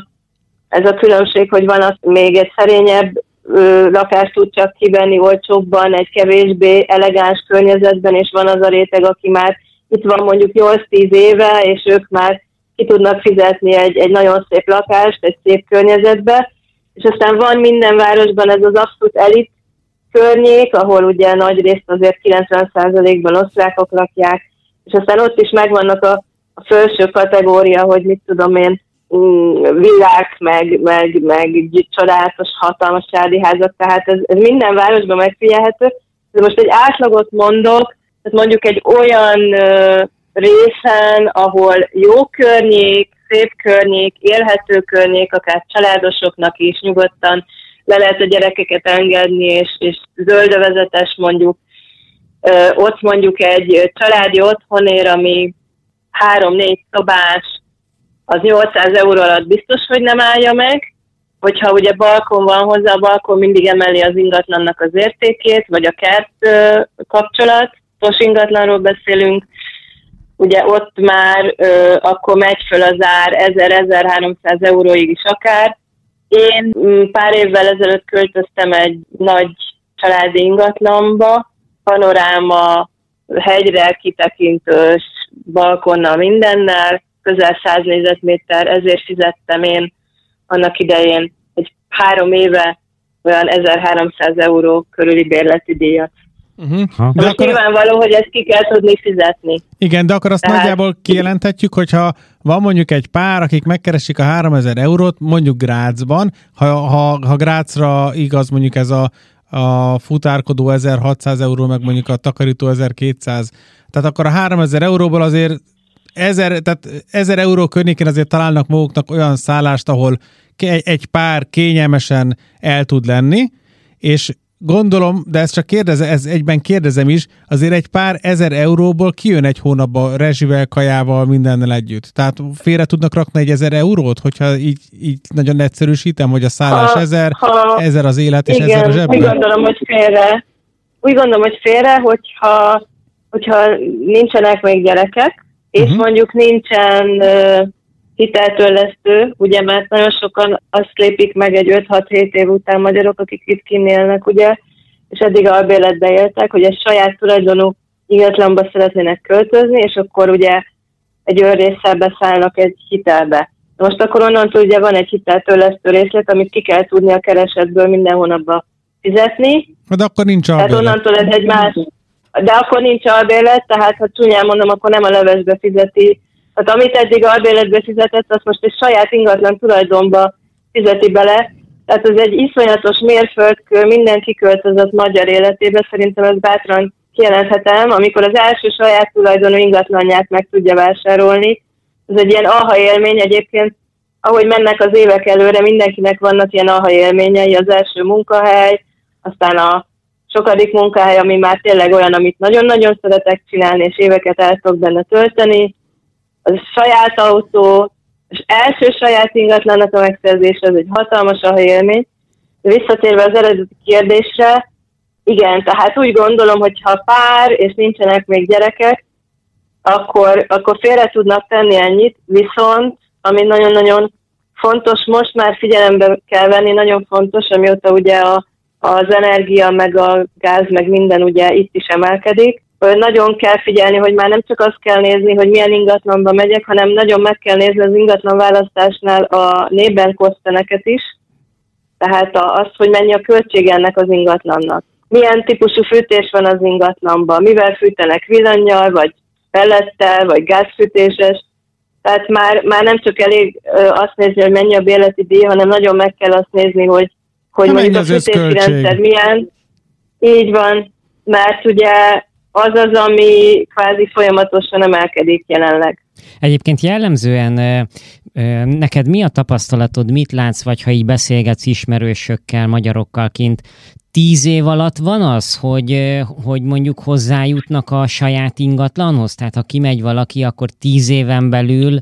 ez a különbség, hogy van az még egy szerényebb lakást tud csak kivenni olcsóbban, egy kevésbé elegáns környezetben, és van az a réteg, aki már itt van mondjuk 8-10 éve, és ők már ki tudnak fizetni egy nagyon szép lakást, egy szép környezetbe, és aztán van minden városban ez az abszolút elit környék, ahol ugye nagy részt azért 90%-ban osztrákok lakják, és aztán ott is megvannak a felső kategória, hogy mit tudom én, villák, meg csodálatos, hatalmas családi házak, tehát ez minden városban megfigyelhető. De most egy átlagot mondok, tehát mondjuk egy olyan részen, ahol jó környék, szép környék, élhető környék, akár családosoknak is nyugodtan le lehet a gyerekeket engedni, és zöldövezetes mondjuk, ott mondjuk egy családi otthonér, ami 3-4 szobás, az 800 euró alatt biztos, hogy nem állja meg, hogyha ugye balkon van hozzá, a balkon mindig emeli az ingatlannak az értékét, vagy a kert kapcsolatos ingatlanról beszélünk, ugye ott már akkor megy föl az ár 1000-1300 euróig is akár. Én pár évvel ezelőtt költöztem egy nagy családi ingatlanba, panoráma, hegyre kitekintős, balkonnal, mindennel, közel 100 négyzetméter, ezért fizettem én annak idején egy 3 éve olyan 1300 euró körüli bérleti díjat. De most nyilvánvaló, hogy ezt ki kell tudni fizetni. Igen, de akkor azt nagyjából kijelenthetjük, hogyha van mondjuk egy pár, akik megkeresik a 3000 eurót, mondjuk Grácsban, ha Grácsra igaz mondjuk ez a futárkodó 1600 euró, meg mondjuk a takarító 1200, tehát akkor a 3000 euróból azért 1000 euró környékén azért találnak maguknak olyan szállást, ahol egy pár kényelmesen el tud lenni, és gondolom, de ezt csak egyben kérdezem is, azért egy pár 1000 euróból kijön egy hónapba rezsivel, kajával, mindennel együtt. Tehát félre tudnak rakni egy 1000 eurót, hogyha így nagyon egyszerűsítem, hogy a szállás 1000 az élet, és 1000 a zsebben? Úgy gondolom, hogy félre, hogyha nincsenek még gyerekek, és mondjuk nincsen hiteltörlesztő, ugye, mert nagyon sokan azt lépik meg egy 5-6-7 év után magyarok, akik itt kinn élnek, ugye, és eddig albérletbe éltek, hogy egy saját tulajdonú ingatlanba szeretnének költözni, és akkor ugye egy őrrésszel beszállnak egy hitelbe. Most akkor onnantól ugye van egy hiteltörlesztő részlet, amit ki kell tudni a keresetből minden hónapban fizetni. De akkor nincs albérlet. Tehát onnantól ez egy más... De akkor nincs albérlet, tehát ha csúnyán mondom, akkor nem a levesbe fizeti. Tehát amit eddig albérletbe fizetett, azt most egy saját ingatlan tulajdonba fizeti bele. Tehát ez egy iszonyatos mérföldkő mindenki költözött magyar életébe, szerintem ezt bátran kijelenthetem, amikor az első saját tulajdonú ingatlanját meg tudja vásárolni. Ez egy ilyen aha élmény egyébként, ahogy mennek az évek előre, mindenkinek vannak ilyen aha élményei, az első munkahely, aztán a sokadik munkahely, ami már tényleg olyan, amit nagyon-nagyon szeretek csinálni, és éveket el tudok benne tölteni, az saját autó, és első saját ingatlannak a megszerzése, ez egy hatalmas élmény. Visszatérve az eredeti kérdésre, igen, tehát úgy gondolom, hogy ha pár és nincsenek még gyerekek, akkor félre tudnak tenni ennyit, viszont ami nagyon-nagyon fontos, most már figyelembe kell venni, nagyon fontos, amióta ugye az energia, meg a gáz, meg minden ugye itt is emelkedik. Nagyon kell figyelni, hogy már nem csak azt kell nézni, hogy milyen ingatlanba megyek, hanem nagyon meg kell nézni az ingatlan választásnál a nébenkoszteneket is, tehát az, hogy mennyi a költség ennek az ingatlannak. Milyen típusú fűtés van az ingatlanban, mivel fűtenek, villannyal, vagy pellettel, vagy gázfűtéses. Tehát már nem csak elég azt nézni, hogy mennyi a bérleti díj, hanem nagyon meg kell azt nézni, hogy mondjuk a fűtési rendszer milyen. Így van, mert ugye az, ami kvázi folyamatosan emelkedik jelenleg. Egyébként jellemzően neked mi a tapasztalatod, mit látsz, vagy ha így beszélgetsz ismerősökkel, magyarokkal kint, 10 év alatt van az, hogy mondjuk hozzájutnak a saját ingatlanhoz? Tehát ha kimegy valaki, akkor 10 éven belül,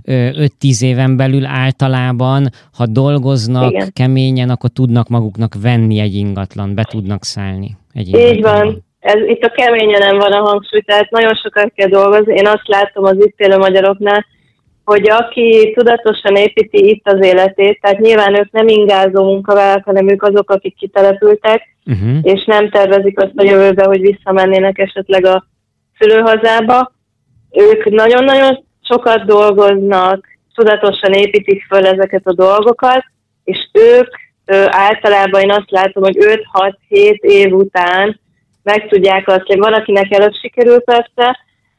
5-10 éven belül általában, ha dolgoznak igen, keményen, akkor tudnak maguknak venni egy ingatlan, be tudnak szállni egy ingatlanban. Így van. Itt a keményen van a hangsúly, tehát nagyon sokat kell dolgozni. Én azt látom az itt élő magyaroknál, hogy aki tudatosan építi itt az életét, tehát nyilván ők nem ingázó munkavállalók, hanem ők azok, akik kitelepültek, és nem tervezik azt a jövőbe, hogy visszamennének esetleg a szülőhazába. Ők nagyon-nagyon sokat dolgoznak, tudatosan építik föl ezeket a dolgokat, és ők általában én azt látom, hogy 5-6-7 év után meg tudják azt, hogy van, akinek előbb sikerül persze,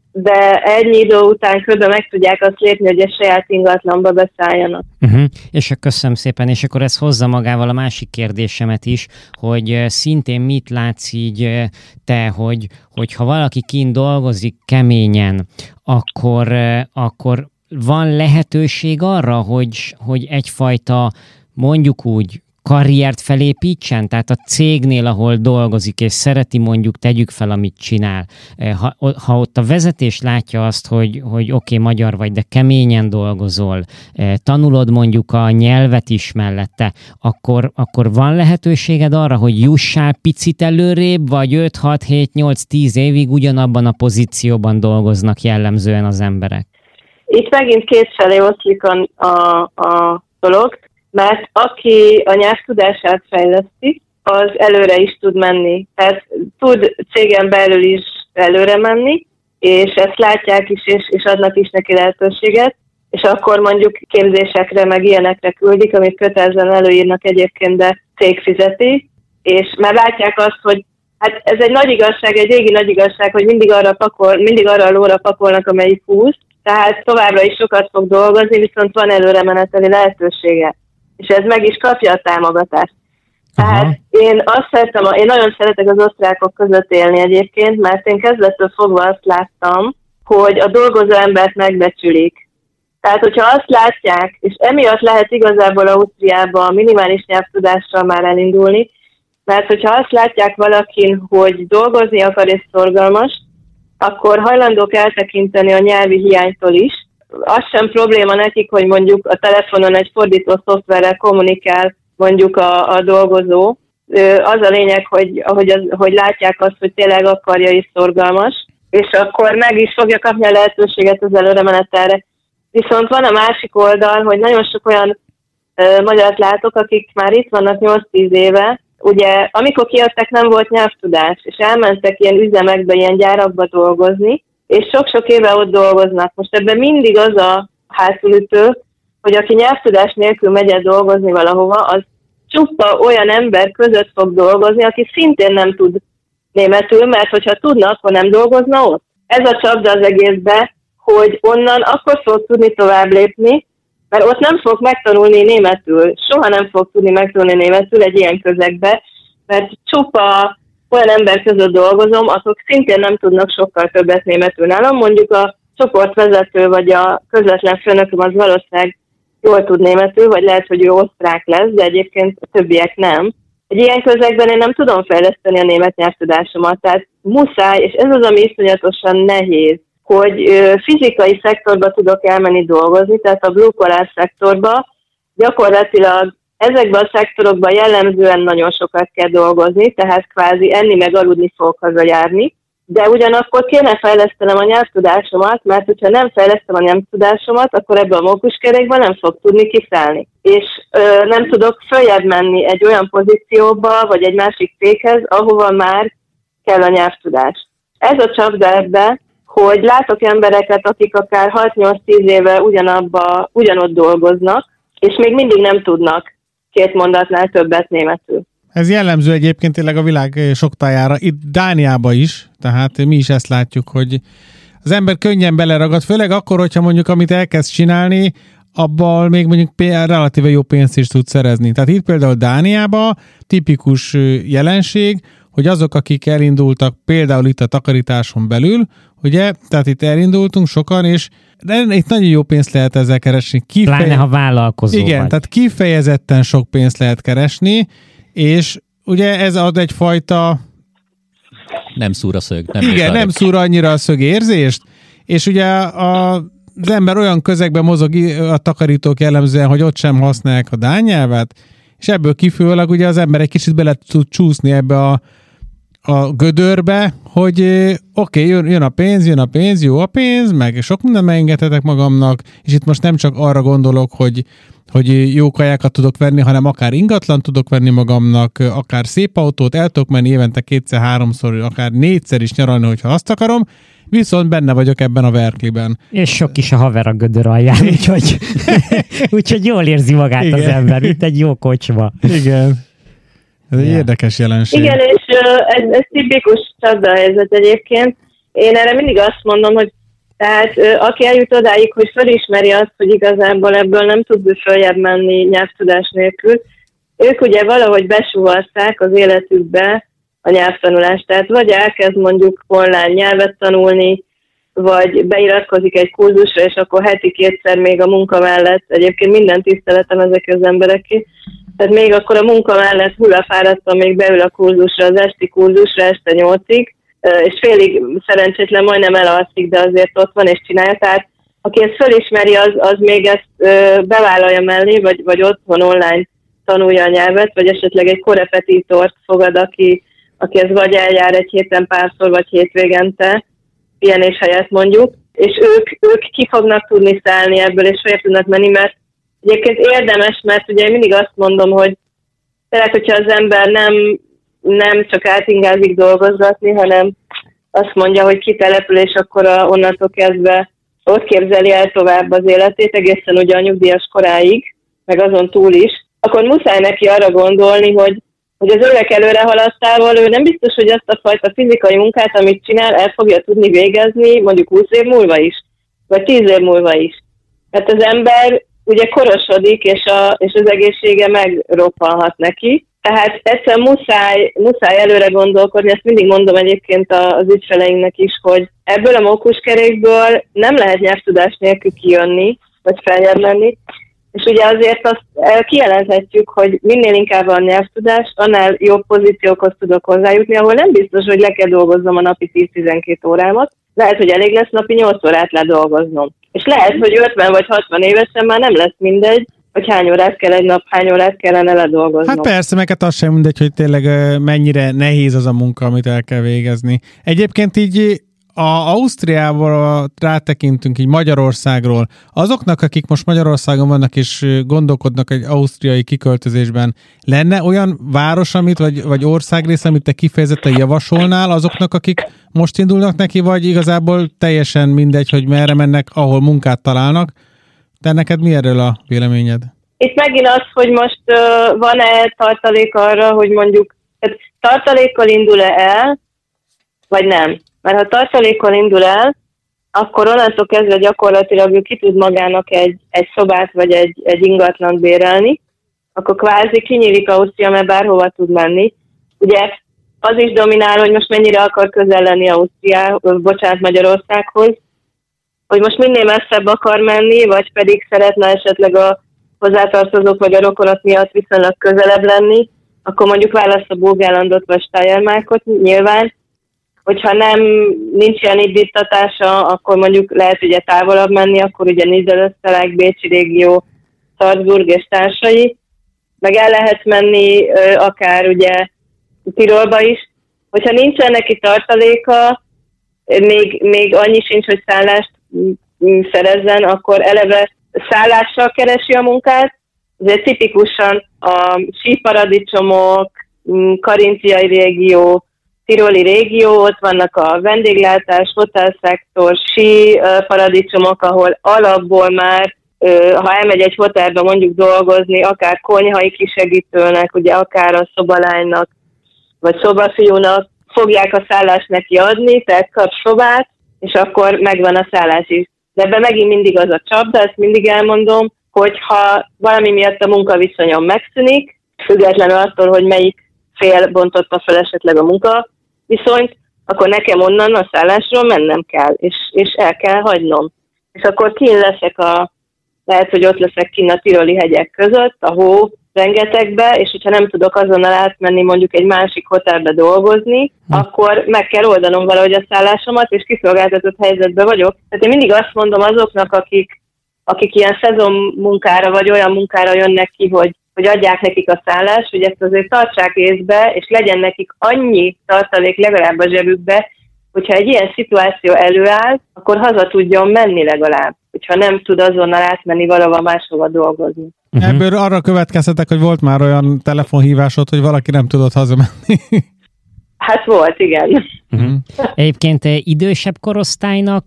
de ennyi idő után körben meg tudják azt lépni, hogy a saját ingatlanba beszálljanak. És köszönöm szépen, és akkor ez hozza magával a másik kérdésemet is, hogy szintén mit látsz így te, hogy ha valaki kint dolgozik keményen, akkor van lehetőség arra, hogy egyfajta mondjuk úgy karriert felépítsen, tehát a cégnél, ahol dolgozik, és szereti mondjuk, tegyük fel, amit csinál. Ha ott a vezetés látja azt, hogy oké, magyar vagy, de keményen dolgozol, tanulod mondjuk a nyelvet is mellette, akkor van lehetőséged arra, hogy jussál picit előrébb, vagy 5-6-7-8-10 évig ugyanabban a pozícióban dolgoznak jellemzően az emberek? Itt megint kétfelé oszlik a dolog, mert aki a nyelvtudását fejleszti, az előre is tud menni. Tehát tud cégen belül is előre menni, és ezt látják is, és adnak is neki lehetőséget, és akkor mondjuk képzésekre, meg ilyenekre küldik, amit kötelezően előírnak egyébként, de cég fizeti, és már látják azt, hogy hát ez egy nagy igazság, egy régi nagy igazság, hogy mindig arra a lóra pakolnak, amelyik húz, tehát továbbra is sokat fog dolgozni, viszont van előre meneteli lehetősége. És ez meg is kapja a támogatást. Tehát én nagyon szeretek az osztrákok között élni egyébként, mert én kezdettől fogva azt láttam, hogy a dolgozó embert megbecsülik. Tehát, hogyha azt látják, és emiatt lehet igazából Ausztriába a minimális nyelvtudással már elindulni, mert hogyha azt látják valakin, hogy dolgozni akar és szorgalmas, akkor hajlandók eltekinteni a nyelvi hiánytól is. Az sem probléma nekik, hogy mondjuk a telefonon egy fordító szoftverrel kommunikál mondjuk a dolgozó. Az a lényeg, hogy látják azt, hogy tényleg akarja és szorgalmas, és akkor meg is fogja kapni a lehetőséget az előremenetelre. Viszont van a másik oldal, hogy nagyon sok olyan magyart látok, akik már itt vannak 8-10 éve. Ugye, amikor kijöttek, nem volt nyelvtudás, és elmentek ilyen üzemekbe, ilyen gyárakba dolgozni, és sok-sok éve ott dolgoznak. Most ebben mindig az a hátulütő, hogy aki nyelvtudás nélkül megy el dolgozni valahova, az csupa olyan ember között fog dolgozni, aki szintén nem tud németül, mert hogyha tudna, akkor nem dolgozna ott. Ez a csapda az egészbe, hogy onnan akkor fog tudni tovább lépni, mert ott nem fog megtanulni németül. Soha nem fog tudni megtanulni németül egy ilyen közegbe, mert csupa olyan ember között dolgozom, azok szintén nem tudnak sokkal többet németül nálam. Mondjuk a csoportvezető vagy a közvetlen főnököm az valószínűleg jól tud németül, vagy lehet, hogy ő osztrák lesz, de egyébként a többiek nem. Egy ilyen közegben én nem tudom fejleszteni a német nyelvtudásomat, tehát muszáj, és ez az, ami iszonyatosan nehéz, hogy fizikai szektorba tudok elmenni dolgozni, tehát a blue-collar szektorba. Gyakorlatilag ezekben a szektorokban jellemzően nagyon sokat kell dolgozni, tehát kvázi enni meg aludni fogok hazajárni, de ugyanakkor kéne fejlesztenem a nyelvtudásomat, mert hogyha nem fejlesztem a nyelvtudásomat, akkor ebben a mókuskerékben nem fog tudni kiszállni. És nem tudok följebb menni egy olyan pozícióba, vagy egy másik céghez, ahova már kell a nyelvtudás. Ez a csapda ebbe, hogy látok embereket, akik akár 6-8-10 éve ugyanott dolgoznak, és még mindig nem tudnak 2 mondatnál többet németül. Ez jellemző egyébként tényleg a világ sok tájára, itt Dániában is, tehát mi is ezt látjuk, hogy az ember könnyen beleragad, főleg akkor, hogyha mondjuk amit elkezd csinálni, abban még mondjuk relatíve jó pénzt is tud szerezni. Tehát itt például Dániában tipikus jelenség, hogy azok, akik elindultak például itt a takarításon belül, ugye, tehát itt elindultunk sokan, és de itt nagyon jó pénzt lehet ezzel keresni. Pláne, ha vállalkozó igen, vagy. Tehát kifejezetten sok pénzt lehet keresni, és ugye ez ad egyfajta... Nem szúr a szög. Nem szúr annyira a szög érzést, és ugye az ember olyan közegben mozog a takarítók jellemzően, hogy ott sem használják a dán nyelvet, és ebből kifolyólag ugye az ember egy kicsit bele tud csúszni ebbe a gödörbe, hogy oké, jön a pénz, jó a pénz, meg sok minden megengedhetek magamnak, és itt most nem csak arra gondolok, hogy jó kajákat tudok venni, hanem akár ingatlan tudok venni magamnak, akár szép autót, el tudok menni évente 2-3-szor, akár 4-szer is nyaralni, hogyha azt akarom, viszont benne vagyok ebben a verkliben. És sok is a haver a gödör alján, úgyhogy jól érzi magát igen. Az ember, mint egy jó kocsma. Igen. Ez egy érdekes jelenség. Igen, és ez tipikus csapdahelyzet egyébként. Én erre mindig azt mondom, hogy tehát aki eljut odáig, hogy felismeri azt, hogy igazából ebből nem tud följebb menni nyelvtudás nélkül, ők ugye valahogy besúvalták az életükbe a nyelvtanulást. Tehát vagy elkezd mondjuk online nyelvet tanulni, vagy beiratkozik egy kurzusra, és akkor heti 2-szer még a munka mellett, egyébként minden tiszteletem ezek az embereké, tehát még akkor a munka mellett hullafáradtan még beül a kurzusra, az esti kurzusra este 8-ig, és félig szerencsétlen majdnem elalszik, de azért ott van és csinálja. Tehát aki ezt fölismeri, az még ezt bevállalja mellé, vagy otthon online tanulja a nyelvet, vagy esetleg egy korepetítort fogad, aki ez vagy eljár egy héten párszor, vagy hétvégente, pihenés helyett mondjuk, és ők ki fognak tudni szállni ebből, és fel tudnak menni, mert egyébként érdemes, mert ugye én mindig azt mondom, hogy tehát, hogyha az ember nem csak átingázik dolgozgatni, hanem azt mondja, hogy kitelepül, és akkor onnantól kezdve ott képzeli el tovább az életét, egészen ugye a nyugdíjas koráig, meg azon túl is, akkor muszáj neki arra gondolni, hogy az öreg előre haladtával ő nem biztos, hogy azt a fajta fizikai munkát, amit csinál, el fogja tudni végezni mondjuk 20 év múlva is, vagy 10 év múlva is. Mert az ember ugye korosodik, és az egészsége megroppanhat neki. Tehát egyszerűen muszáj előre gondolkodni, ezt mindig mondom egyébként az ügyfeleinknek is, hogy ebből a mókuskerékből nem lehet nyelvtudás nélkül kijönni, vagy feljebb menni, és ugye azért azt kijelenthetjük, hogy minél inkább van nyelvtudás, annál jobb pozíciókhoz tudok hozzájutni, ahol nem biztos, hogy le kell dolgoznom a napi 10-12 órámat, lehet, hogy elég lesz napi 8 órát ledolgoznom. És lehet, hogy 50 vagy 60 évesen már nem lesz mindegy, hogy hány órát kell egy nap, hány órát kellene ledolgoznom. Hát persze, meg az sem mindegy, hogy tényleg mennyire nehéz az a munka, amit el kell végezni. Egyébként így Ausztriából rátekintünk, így Magyarországról. Azoknak, akik most Magyarországon vannak és gondolkodnak egy ausztriai kiköltözésben, lenne olyan város, vagy országrész, amit te kifejezetten javasolnál azoknak, akik most indulnak neki, vagy igazából teljesen mindegy, hogy merre mennek, ahol munkát találnak? De neked mi erről a véleményed? Itt megint az, hogy most van-e tartalék arra, hogy mondjuk tartalékkal indul-e el, vagy nem. Mert ha tartalékkal indul el, akkor onnantól kezdve gyakorlatilag ő ki tud magának egy szobát vagy egy ingatlant bérelni, akkor kvázi kinyílik Ausztria, mert bárhova tud menni. Ugye az is dominál, hogy most mennyire akar közel lenni Magyarországhoz, hogy most minél messzebb akar menni, vagy pedig szeretne esetleg a hozzátartozók vagy a rokonok miatt viszonylag közelebb lenni, akkor mondjuk választ a Burgenlandot vagy Steiermarkot nyilván, hogyha nincs ilyen indítatása, akkor mondjuk lehet ugye távolabb menni, akkor ugye Niederösterreich, Bécsi régió, Salzburg és társai, meg el lehet menni akár ugye Tirolba is. Hogyha nincsen neki tartaléka, még annyi sincs, hogy szállást szerezzen, akkor eleve szállással keresi a munkát. Ezért tipikusan a síparadicsomok, karintiai régió, tiroli régió, ott vannak a vendéglátás, hotelszektor, sí paradicsomok, ahol alapból már, ha elmegy egy hotelbe mondjuk dolgozni, akár konyhai kisegítőnek, ugye akár a szobalánynak, vagy szobafiúnak fogják a szállást neki adni, tehát kap szobát, és akkor megvan a szállás is. De ebben megint mindig az a csapda, ezt mindig elmondom, hogyha valami miatt a munkaviszonyom megszűnik, függetlenül attól, hogy melyik fél bontotta fel esetleg a munkaviszonyt, akkor nekem onnan a szállásról mennem kell, és el kell hagynom. És akkor kín leszek lehet, hogy ott leszek kín a tiroli hegyek között, a hó rengetegbe, és hogyha nem tudok azonnal átmenni mondjuk egy másik hotelbe dolgozni, akkor meg kell oldanom valahogy a szállásomat, és kiszolgáltatott helyzetben vagyok. Tehát én mindig azt mondom azoknak, akik ilyen szezon munkára, vagy olyan munkára jönnek ki, hogy adják nekik a szállást, hogy ezt azért tartsák észbe, és legyen nekik annyi tartalék legalább a zsebükbe, hogyha egy ilyen szituáció előáll, akkor haza tudjon menni legalább, hogyha nem tud azonnal átmenni valahova máshova dolgozni. Ebből arra következtetek, hogy volt már olyan telefonhívásod, hogy valaki nem tudott hazamenni. Hát volt, igen. Egyébként idősebb korosztálynak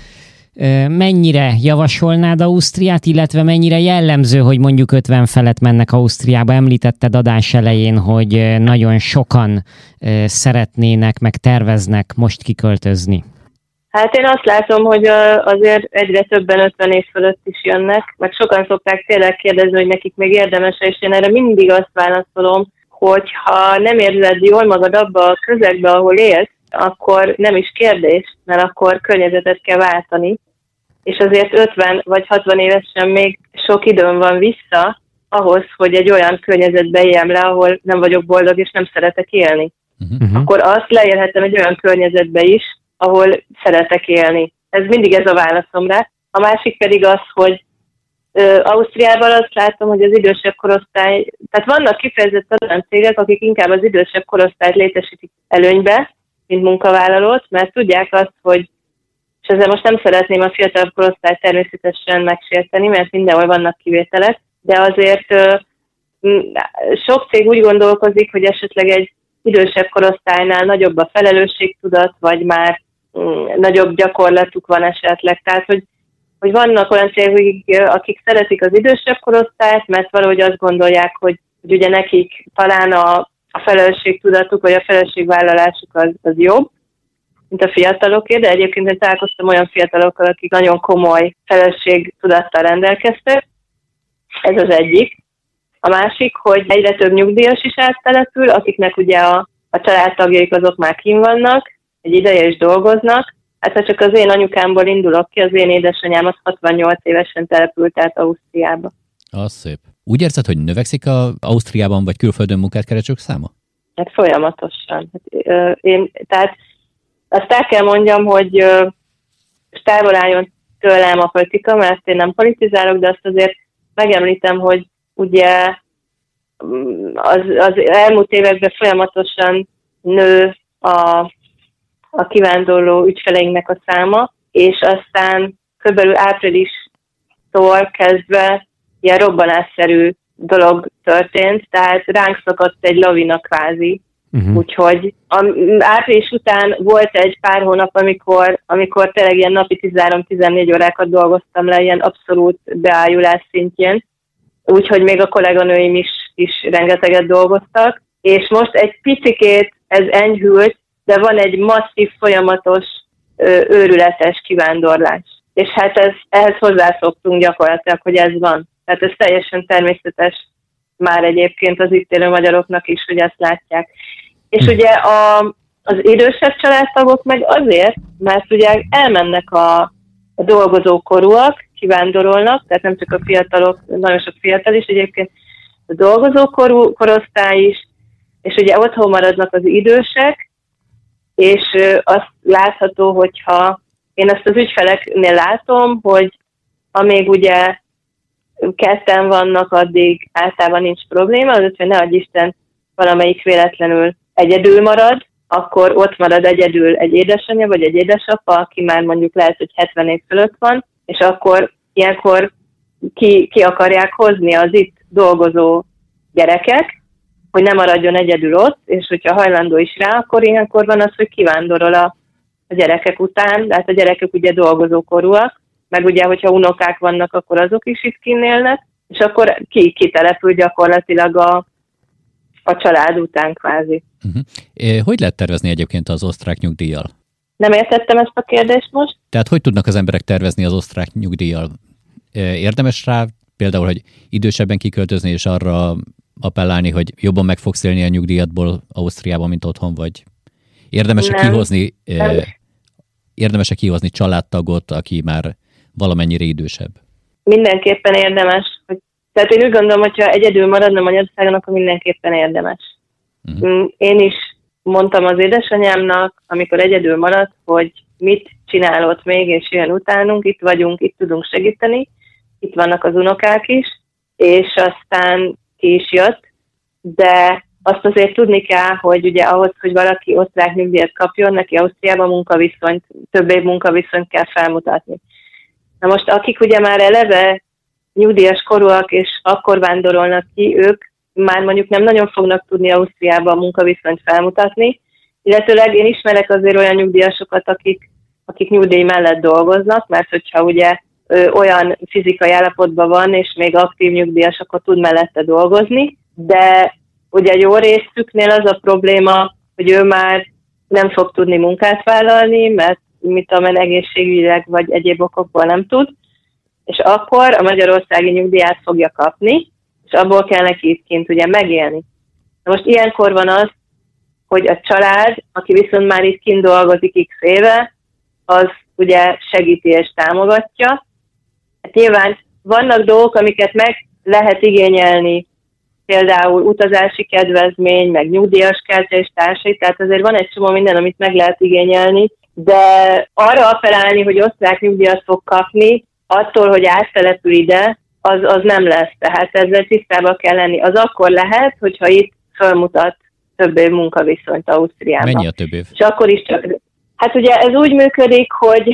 mennyire javasolnád Ausztriát, illetve mennyire jellemző, hogy mondjuk 50 felett mennek Ausztriába? Említetted adás elején, hogy nagyon sokan szeretnének, meg terveznek most kiköltözni. Hát én azt látom, hogy azért egyre többen 50 év fölött is jönnek, meg sokan szokták tényleg kérdezni, hogy nekik még érdemes, és én erre mindig azt válaszolom, hogy ha nem érzed jól magad abba a közegbe, ahol élsz, akkor nem is kérdés, mert akkor környezetet kell váltani. És azért 50 vagy 60 évesen még sok időm van vissza ahhoz, hogy egy olyan környezetbe éljem le, ahol nem vagyok boldog és nem szeretek élni. Akkor azt leélhetem egy olyan környezetbe is, ahol szeretek élni. Ez mindig ez a válaszom rá. A másik pedig az, hogy Ausztriában azt látom, hogy az idősebb korosztály, tehát vannak kifejezetten olyan cégek, akik inkább az idősebb korosztályt létesítik előnybe, mint munkavállalót, mert tudják azt, hogy, és ezzel most nem szeretném a fiatalabb korosztályt természetesen megsérteni, mert mindenhol vannak kivételek, de azért sok cég úgy gondolkozik, hogy esetleg egy idősebb korosztálynál nagyobb a felelősségtudat, vagy már nagyobb gyakorlatuk van esetleg. Tehát, hogy vannak olyan cégek, akik szeretik az idősebb korosztályt, mert valahogy azt gondolják, hogy ugye nekik talán a felelősségtudatuk, vagy a felelősségvállalásuk az jobb, mint a fiataloké, de egyébként én találkoztam olyan fiatalokkal, akik nagyon komoly felelősségtudattal rendelkeztek. Ez az egyik. A másik, hogy egyre több nyugdíjas is áttelepül, akiknek ugye a családtagjaik azok már kint vannak, egy ideje is dolgoznak. Hát ha csak az én anyukámból indulok ki, az én édesanyám az 68 évesen települt át Ausztriába. Az szép. Úgy érzed, hogy növekszik az Ausztriában vagy külföldön munkát keresők száma? Hát folyamatosan. Tehát azt el kell mondjam, hogy távol álljon tőlem a politika, mert én nem politizálok, de azt azért megemlítem, hogy ugye az elmúlt években folyamatosan nő a kivándorló ügyfeleinknek a száma, és aztán körülbelül áprilistól kezdve ilyen robbanásszerű dolog történt, tehát ránk szakadt egy lavina kvázi. Úgyhogy április után volt egy pár hónap, amikor tényleg ilyen napi 13-14 órákat dolgoztam le, ilyen abszolút beájulás szintjén. Úgyhogy még a kolléganőim is rengeteget dolgoztak. És most egy picikét ez enyhült, de van egy masszív, folyamatos, őrületes kivándorlás. És hát ehhez hozzászoktunk gyakorlatilag, hogy ez van. Tehát ez teljesen természetes már egyébként az itt élő magyaroknak is, hogy ezt látják. És ugye az idősebb családtagok meg azért, mert ugye elmennek a dolgozókorúak, kivándorolnak, tehát nem csak a fiatalok, nagyon sok fiatal is, egyébként a dolgozókorú korosztály is, és ugye otthon maradnak az idősek, és azt látható, hogyha én azt az ügyfeleknél látom, hogy amíg ugye ketten vannak, addig általában nincs probléma, az, hogy ne adj Isten, valamelyik véletlenül egyedül marad, akkor ott marad egyedül egy édesanyja vagy egy édesapa, aki már mondjuk lehet, hogy 70 év fölött van, és akkor ilyenkor ki akarják hozni az itt dolgozó gyerekek, hogy ne maradjon egyedül ott, és hogyha hajlandó is rá, akkor ilyenkor van az, hogy kivándorol a gyerekek után, tehát a gyerekek ugye dolgozókorúak, meg ugye, hogyha unokák vannak, akkor azok is itt kinélnek, és akkor kitelepül gyakorlatilag a család után kvázi. Hogy lehet tervezni egyébként az osztrák nyugdíjjal? Nem értettem ezt a kérdést most. Tehát hogy tudnak az emberek tervezni az osztrák nyugdíjjal? Érdemes rá például, hogy idősebben kiköltözni, és arra appellálni, hogy jobban meg fogsz élni a nyugdíjadból Ausztriában, mint otthon, vagy érdemes-e kihozni családtagot, aki már valamennyire idősebb? Mindenképpen érdemes. Tehát én úgy gondolom, hogyha egyedül maradna Magyarországon, akkor mindenképpen érdemes. Én is mondtam az édesanyámnak, amikor egyedül maradt, hogy mit csinálott még, és jön utánunk, itt vagyunk, itt tudunk segíteni, itt vannak az unokák is, és aztán ki is jött, de azt azért tudni kell, hogy ugye ahhoz, hogy valaki osztrák nyugdíjat kapjon, neki Ausztriában több év munkaviszonyt kell felmutatni. Na most akik ugye már eleve nyugdíjas korúak, és akkor vándorolnak ki, ők már mondjuk nem nagyon fognak tudni Ausztriában munkaviszonyt felmutatni, illetőleg én ismerek azért olyan nyugdíjasokat, akik nyugdíj mellett dolgoznak, mert hogyha ugye olyan fizikai állapotban van, és még aktív nyugdíjas, akkor tud mellette dolgozni, de ugye jó részüknél az a probléma, hogy ő már nem fog tudni munkát vállalni, mert egészségügyileg vagy egyéb okokból nem tud, és akkor a magyarországi nyugdíját fogja kapni, és abból kell neki itt kint ugye megélni. Na most ilyenkor van az, hogy a család, aki viszont már itt kint dolgozik x éve, az ugye segíti és támogatja. Hát nyilván vannak dolgok, amiket meg lehet igényelni, például utazási kedvezmény, meg nyugdíjas kártya és társai, tehát azért van egy csomó minden, amit meg lehet igényelni, de arra appellálni, hogy osztrák nyugdíjat fog kapni, attól, hogy áttelepül ide, az nem lesz. Tehát ezzel tisztában kell lenni. Az akkor lehet, hogyha itt felmutat több év munkaviszonyt Ausztriában. Mennyi a több év? És akkor is csak... Hát ugye ez úgy működik, hogy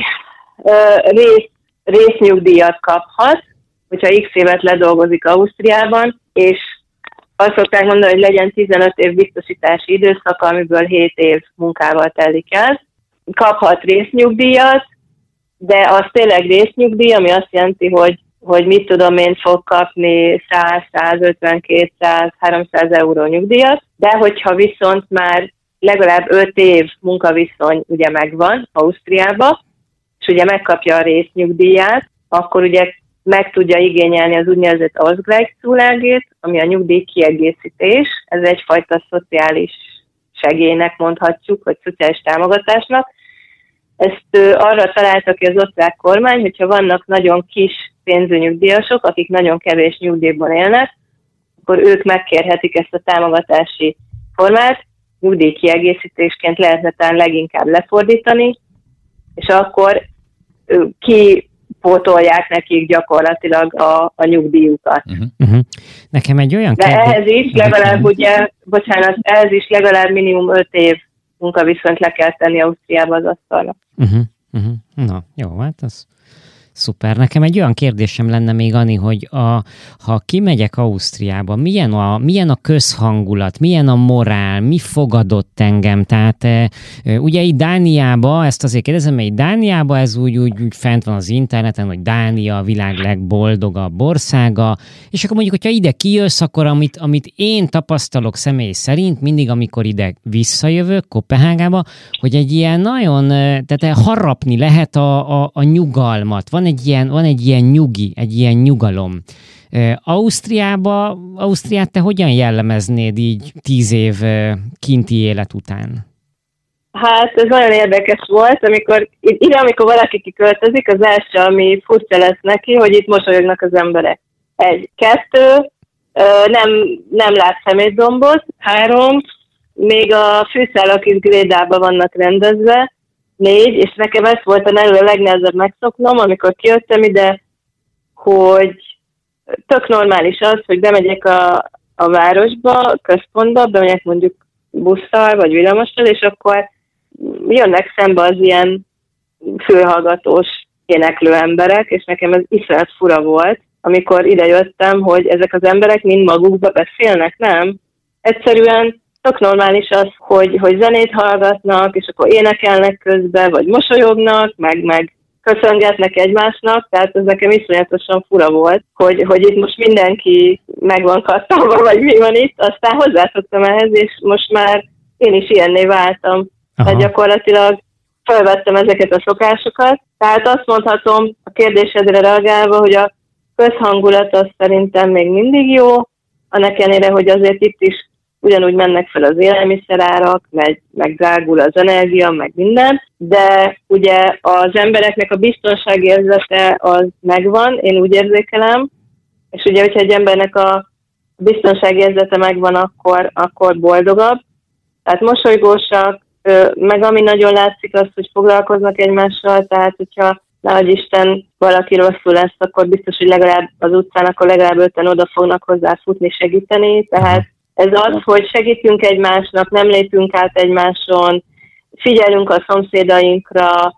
résznyugdíjat kaphat, hogyha x évet ledolgozik Ausztriában, és azt szokták mondani, hogy legyen 15 év biztosítási időszaka, amiből 7 év munkával telik el. Kaphat résznyugdíjat, de az tényleg résznyugdíj, ami azt jelenti, hogy mit tudom én, fog kapni 100, 150, 200, 300 euró nyugdíjat, de hogyha viszont már legalább 5 év munkaviszony ugye megvan Ausztriába, és ugye megkapja a résznyugdíját, akkor ugye meg tudja igényelni az úgynevezett Ausgleichszulagét, ami a nyugdíj kiegészítés. Ez egyfajta szociális segélynek mondhatjuk, vagy szociális támogatásnak. Ezt arra találta ki az osztrák kormány, hogyha vannak nagyon kis pénzű nyugdíjasok, akik nagyon kevés nyugdíjban élnek, akkor ők megkérhetik ezt a támogatási formát, nyugdíj kiegészítésként lehetne talán leginkább lefordítani, és akkor kipótolják nekik gyakorlatilag a nyugdíjukat. Nekem egy olyan de ehhez is legalább minimum 5 év munkaviszonyt le kell tenni Ausztriába az asztalnak. Na, jó, hát az szuper. Nekem egy olyan kérdésem lenne még, Ani, hogy ha kimegyek Ausztriába, milyen a közhangulat, milyen a morál, mi fogadott engem? Tehát ugye itt Dániába, ezt azért kérdezem, mert itt Dániába ez úgy fent van az interneten, hogy Dánia a világ legboldogabb országa, és akkor mondjuk, hogyha ide kijössz, akkor amit én tapasztalok személy szerint, mindig, amikor ide visszajövök Koppenhágába, hogy egy ilyen nagyon, tehát harapni lehet a nyugalmat. Van egy ilyen nyugi, egy ilyen nyugalom. Ausztriát te hogyan jellemeznéd így 10 év kinti élet után? Hát ez nagyon érdekes volt, amikor valaki kiköltözik, az első, ami furcsa lesz neki, hogy itt mosolyognak az emberek. 1, 2, nem lát szemétdombot, 3, még a fűszálak is grédában vannak rendezve, 4, és nekem ez volt a legnehezebb megszoknom, amikor kijöttem ide, hogy tök normális az, hogy bemegyek a városba, központba, bemegyek mondjuk busszal vagy villamossal, és akkor jönnek szembe az ilyen fülhallgatós éneklő emberek, és nekem ez iszonyat fura volt, amikor idejöttem, hogy ezek az emberek mind magukba beszélnek, nem? Egyszerűen tök normális az, hogy zenét hallgatnak, és akkor énekelnek közben, vagy mosolyognak, meg köszöngetnek egymásnak, tehát ez nekem iszonyatosan fura volt, hogy itt most mindenki meg van kattanva, vagy mi van itt, aztán hozzászoktam ehhez, és most már én is ilyenné váltam. Tehát gyakorlatilag felvettem ezeket a szokásokat, tehát azt mondhatom a kérdésedre reagálva, hogy a közhangulat az szerintem még mindig jó, annak ellenére, hogy azért itt is ugyanúgy mennek fel az élelmiszerárak, meg drágul az energia, meg minden, de ugye az embereknek a biztonságérzete az megvan, én úgy érzékelem, és ugye, hogyha egy embernek a biztonságérzete megvan, akkor boldogabb, tehát mosolygósak, meg ami nagyon látszik az, hogy foglalkoznak egymással, tehát hogyha nehogy Isten valaki rosszul lesz, akkor biztos, hogy legalább az utcán, akkor legalább 5-en oda fognak hozzá futni, segíteni, tehát ez az, hogy segítünk egymásnak, nem lépünk át egymáson, figyelünk a szomszédainkra,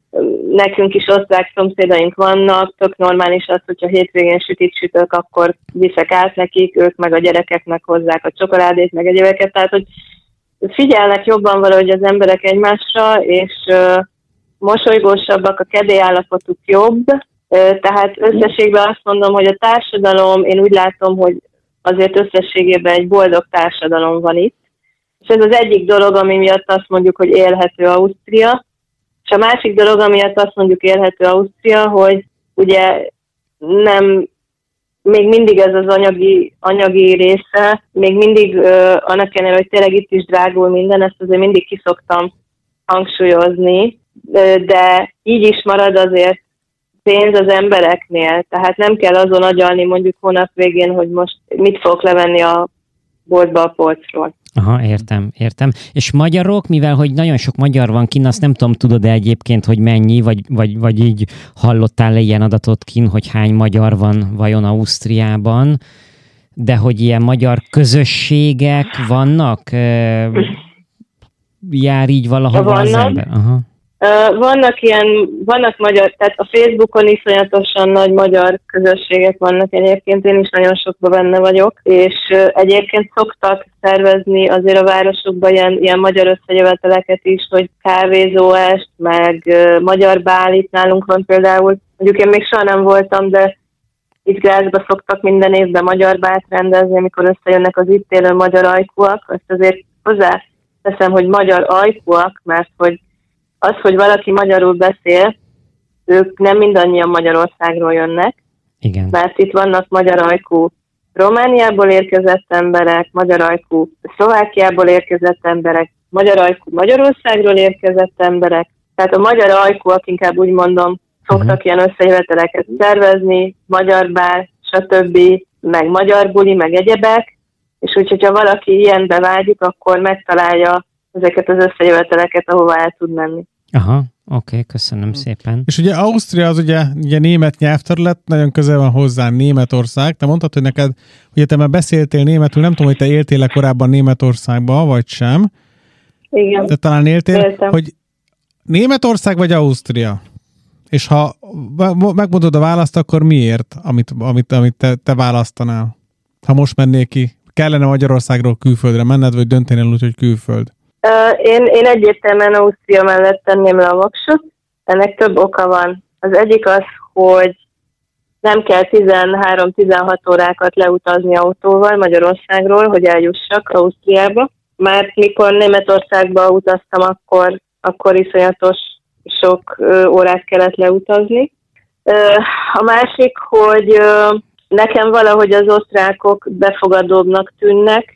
nekünk is osztrák szomszédaink vannak, tök normális az, hogyha hétvégén sütit sütök, akkor viszek át nekik, ők meg a gyerekeknek hozzák a csokoládét, meg egyébeket, tehát hogy figyelnek jobban valahogy az emberek egymásra, és mosolygósabbak, a kedélyállapotuk jobb, tehát összességben azt mondom, hogy a társadalom, én úgy látom, hogy azért összességében egy boldog társadalom van itt, és ez az egyik dolog, ami miatt azt mondjuk, hogy élhető Ausztria, és a másik dolog, ami miatt azt mondjuk élhető Ausztria, hogy ugye nem, még mindig ez az anyagi része, még mindig annak ellenére, hogy tényleg itt is drágul minden, ezt azért mindig kiszoktam hangsúlyozni, de így is marad azért pénz az embereknél, tehát nem kell azon agyalni mondjuk hónap végén, hogy most mit fogok levenni a boltba a polcról. Aha, értem. És magyarok, mivel hogy nagyon sok magyar van kinn, azt nem tudom, tudod-e egyébként, hogy mennyi, vagy így hallottál-e ilyen adatot kinn, hogy hány magyar van vajon Ausztriában, de hogy ilyen magyar közösségek vannak? Jár így valahova az ember? Aha. Vannak magyar, tehát a Facebookon iszonyatosan nagy magyar közösségek vannak egyébként, én is nagyon sokban benne vagyok, és egyébként szoktak szervezni azért a városokban ilyen magyar összejöveteleket is, hogy kávézóest, meg magyar bál itt nálunk van például. Mondjuk én még soha nem voltam, de itt Grazba szoktak minden évben magyar bált rendezni, amikor összejönnek az itt élő magyar ajkúak, azt azért hozzáteszem, hogy magyar ajkúak, mert hogy valaki magyarul beszél, ők nem mindannyian Magyarországról jönnek, igen. Mert itt vannak magyar ajkú Romániából érkezett emberek, magyar ajkú Szlovákiából érkezett emberek, magyar ajkú Magyarországról érkezett emberek, tehát a magyar ajkúak, inkább úgy mondom, szoktak ilyen összejöveteleket szervezni, magyar bál, stb., meg magyar buli, meg egyebek, és úgyhogy ha valaki ilyenbe vágyik, akkor megtalálja ezeket az összejöveteleket, ahova el tud menni. Aha, oké, köszönöm szépen. És ugye Ausztria az ugye német nyelvterület, nagyon közel van hozzá Németország. Te mondtad, hogy neked, ugye te már beszéltél németül, nem tudom, hogy te éltél korábban Németországban, vagy sem. Igen. Te talán éltél, hogy Németország vagy Ausztria? És ha megmondod a választ, akkor miért, amit te választanál? Ha most mennél ki, kellene Magyarországról külföldre menned, vagy döntenél úgy, hogy külföld? Én egyértelműen Ausztria mellett tenném le a voksot. Ennek több oka van. Az egyik az, hogy nem kell 13-16 órákat leutazni autóval Magyarországról, hogy eljussak Ausztriába. Mert mikor Németországba utaztam, akkor iszonyatos sok órát kellett leutazni. A másik, hogy nekem valahogy az osztrákok befogadóbbnak tűnnek.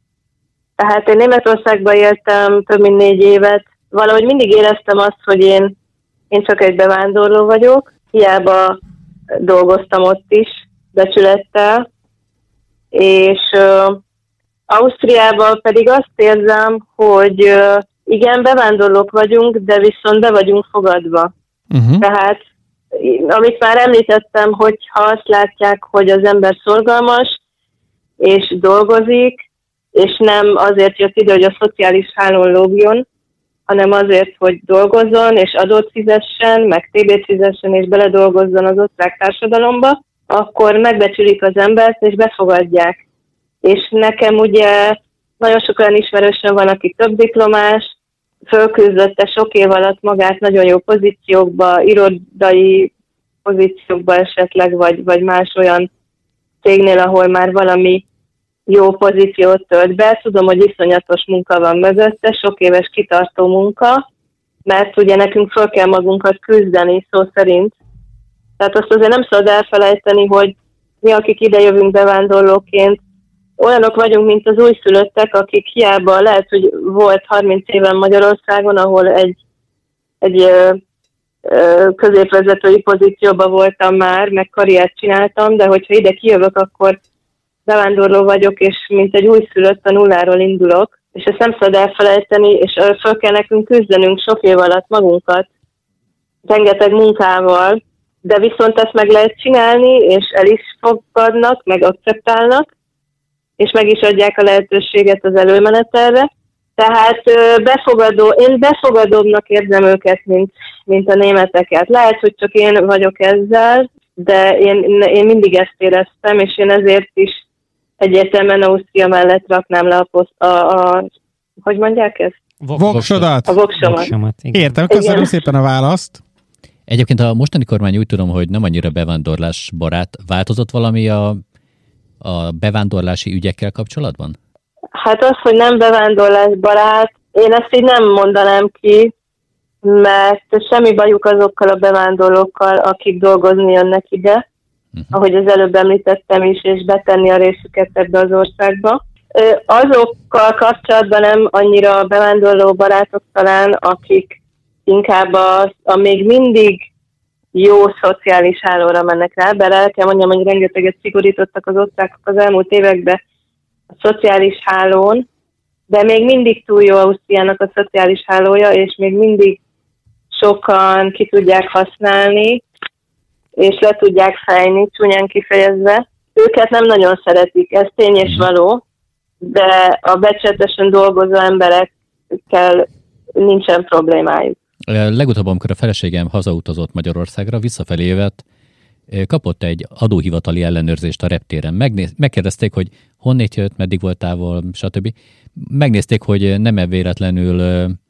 Tehát én Németországban éltem több mint 4 évet. Valahogy mindig éreztem azt, hogy én csak egy bevándorló vagyok. Hiába dolgoztam ott is becsülettel. És Ausztriában pedig azt érzem, hogy igen, bevándorlók vagyunk, de viszont be vagyunk fogadva. Tehát, amit már említettem, hogy ha azt látják, hogy az ember szorgalmas, és dolgozik, és nem azért jött ide, hogy a szociális hálón lógjon, hanem azért, hogy dolgozzon, és adót fizessen, meg TB-t fizessen, és beledolgozzon az osztrák társadalomba, akkor megbecsülik az embert, és befogadják. És nekem ugye nagyon sok olyan ismerősöm van, aki több diplomás, fölküzdötte sok év alatt magát nagyon jó pozíciókba, irodai pozíciókba esetleg, vagy más olyan cégnél, ahol már valami jó pozíciót tölt be. Tudom, hogy iszonyatos munka van mögötte, sok éves kitartó munka, mert ugye nekünk föl kell magunkat küzdeni, szó szerint. Tehát azt azért nem szabad elfelejteni, hogy mi, akik idejövünk bevándorlóként, olyanok vagyunk, mint az újszülöttek, akik hiába lehet, hogy volt 30 éven Magyarországon, ahol egy középvezetői pozícióban voltam már, meg karriert csináltam, de hogyha ide kijövök, akkor bevándorló vagyok, és mint egy újszülött a nulláról indulok, és ezt nem szabad elfelejteni, és föl kell nekünk küzdenünk sok év alatt magunkat, rengeteg munkával, de viszont ezt meg lehet csinálni, és el is fogadnak, meg akceptálnak, és meg is adják a lehetőséget az előmenetelre. Tehát én befogadóbbnak érzem őket, mint a németeket. Lehet, hogy csak én vagyok ezzel, de én mindig ezt éreztem, és én ezért is egyértelműen Ausztria mellett raknám le hogy mondják ezt? Voksodat. A voksomat. Értem, köszönöm szépen a választ. Egyébként a mostani kormány úgy tudom, hogy nem annyira bevándorlásbarát. Változott valami a bevándorlási ügyekkel kapcsolatban? Hát az, hogy nem bevándorlásbarát, én ezt így nem mondanám ki, mert semmi bajuk azokkal a bevándorlókkal, akik dolgozni jönnek ide, ahogy az előbb említettem is, és betenni a részüket ebbe az országba. Azokkal kapcsolatban nem annyira a bevándorló barátok talán, akik inkább a még mindig jó szociális hálóra mennek rá, bár el kell mondjam, hogy rengeteget szigorítottak az osztrákok az elmúlt években a szociális hálón, de még mindig túl jó Ausztriának a szociális hálója, és még mindig sokan ki tudják használni, és le tudják fejni, csúnyán kifejezve. Őket nem nagyon szeretik, ez tény és való, de a becsületesen dolgozó emberekkel nincsen problémájuk. Legutóbb, amikor a feleségem hazautazott Magyarországra, visszafelé jövett, kapott egy adóhivatali ellenőrzést a reptéren. Megkérdezték, hogy honnét jött, meddig volt távol, stb. Megnézték, hogy nem-e véletlenül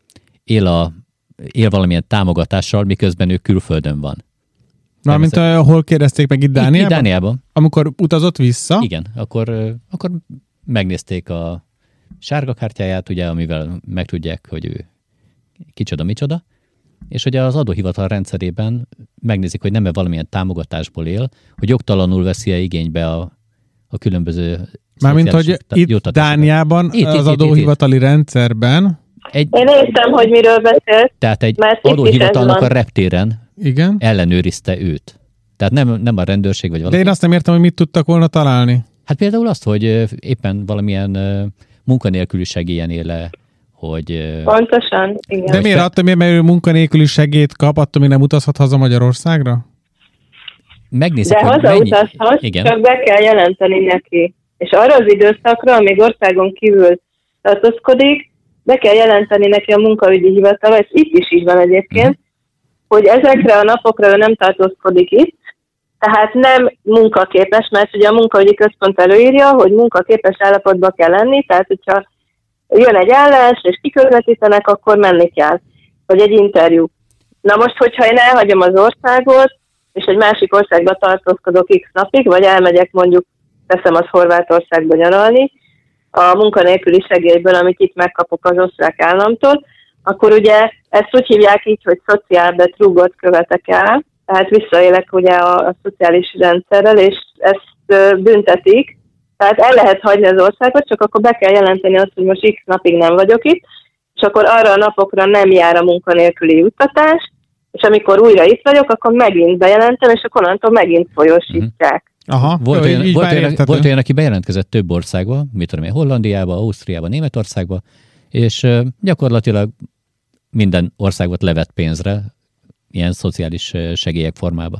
él valamilyen támogatással, miközben ő külföldön van. Mármint hol kérdezték meg, itt Dániában? Itt Dániában. Amikor utazott vissza? Igen, akkor megnézték a sárga kártyáját, ugye, amivel megtudják, hogy ő kicsoda-micsoda, és hogy az adóhivatal rendszerében megnézik, hogy nem-e valamilyen támogatásból él, hogy jogtalanul veszi-e igénybe a különböző... Mármint, hogy itt Dániában az adóhivatali rendszerben... Én értem, hogy miről beszélt. Tehát egy adóhivatalnak a reptéren ellenőrizte őt. Tehát nem a rendőrség vagy valami. De én azt nem értem, hogy mit tudtak volna találni. Hát például azt, hogy éppen valamilyen munkanélküli segélyen éle, hogy... Pontosan, igen. De miért attól, mert ő munkanélküli segélyt kap, attól még nem utazhat haza Magyarországra? Megnézzük, de hazautazhat, csak be kell jelenteni neki. És arra az időszakra, amíg országon kívül tartózkodik, be kell jelenteni neki a munkaügyi hivatal, ez itt is így van egyébként, hogy ezekre a napokra ő nem tartózkodik itt, tehát nem munkaképes, mert ugye a munkaügyi központ előírja, hogy munkaképes állapotban kell lenni, tehát hogyha jön egy állás, és kiközvetítenek, akkor menni kell, vagy egy interjú. Na most, hogyha én elhagyom az országot, és egy másik országba tartózkodok x napig, vagy elmegyek mondjuk, teszem az Horvátországba nyaralni, a munkanélküli segélyből, amit itt megkapok az osztrák államtól, akkor ugye ezt úgy hívják így, hogy szociálbetrúgot követek el, tehát visszaélek ugye a szociális rendszerrel, és ezt büntetik, tehát el lehet hagyni az országot, csak akkor be kell jelenteni azt, hogy most x napig nem vagyok itt, és akkor arra a napokra nem jár a munkanélküli juttatás, és amikor újra itt vagyok, akkor megint bejelentem, és akkor onnantól megint folyósítják. Aha, volt olyan, aki bejelentkezett több országba, mit tudom én, Hollandiába, Ausztriába, Németországba, és gyakorlatilag minden országot levett pénzre, ilyen szociális segélyek formába.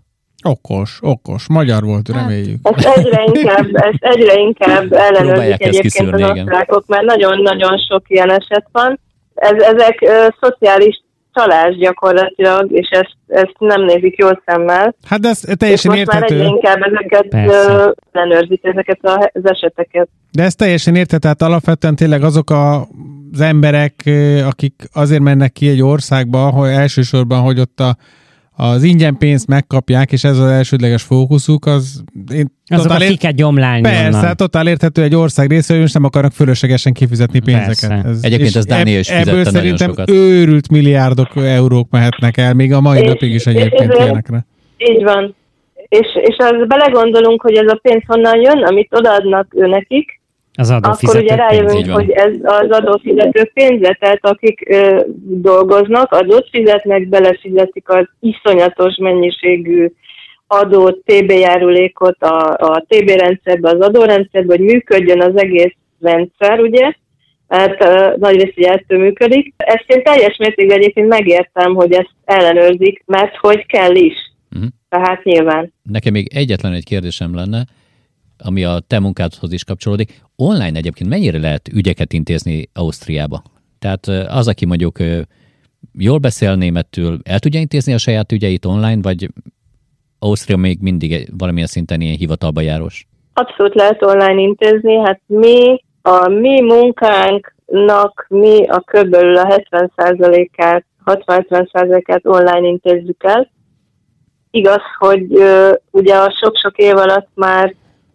Okos. Magyar volt, reméljük. Ezt egyre inkább ellenőrzik egyébként az osztrákok, mert nagyon-nagyon sok ilyen eset van. Ezek szociális csalás gyakorlatilag, és ezt nem nézik jól szemmel. Hát de ez teljesen érthető. És most már egyre inkább ezeket ellenőrzik, ezeket az eseteket. De ez teljesen érthető, tehát alapvetően tényleg azok az emberek, akik azért mennek ki egy országba, hogy elsősorban, hogy ott az ingyen pénzt megkapják, és ez az elsődleges fókuszuk, azok akiket gyomlálni. Persze, totál érthető egy ország része, hogy most nem akarnak fölösségesen kifizetni pénzeket. Egyébként ez Dánia is fizette nagyon sokat. Ebből szerintem őrült milliárdok eurók mehetnek el, még a mai napig is egyébként ilyenekre. Így van. És az belegondolunk, hogy ez a pénz honnan jön, amit odaadnak nekik, akkor ugye rájövünk, hogy ez az adófizetők pénze, tehát akik dolgoznak, adót fizetnek, belefizetik az iszonyatos mennyiségű adót, TB járulékot a TB rendszerbe, az adórendszerbe, hogy működjön az egész rendszer, ugye? Hát nagy rész ettől működik. Ezt én teljes mértékben egyébként megértem, hogy ezt ellenőrzik, mert hogy kell is. Tehát nyilván. Nekem még egyetlen egy kérdésem lenne, ami a te munkádhoz is kapcsolódik. Online egyébként mennyire lehet ügyeket intézni Ausztriába? Tehát az, aki mondjuk jól beszél németül, el tudja intézni a saját ügyeit online, vagy Ausztria még mindig valamilyen szinten ilyen hivatalba járós? Abszolút lehet online intézni. Hát a mi munkánknak a körülbelül a 70%-át, 60-70%-át online intézzük el. Igaz, hogy ugye a sok-sok év alatt már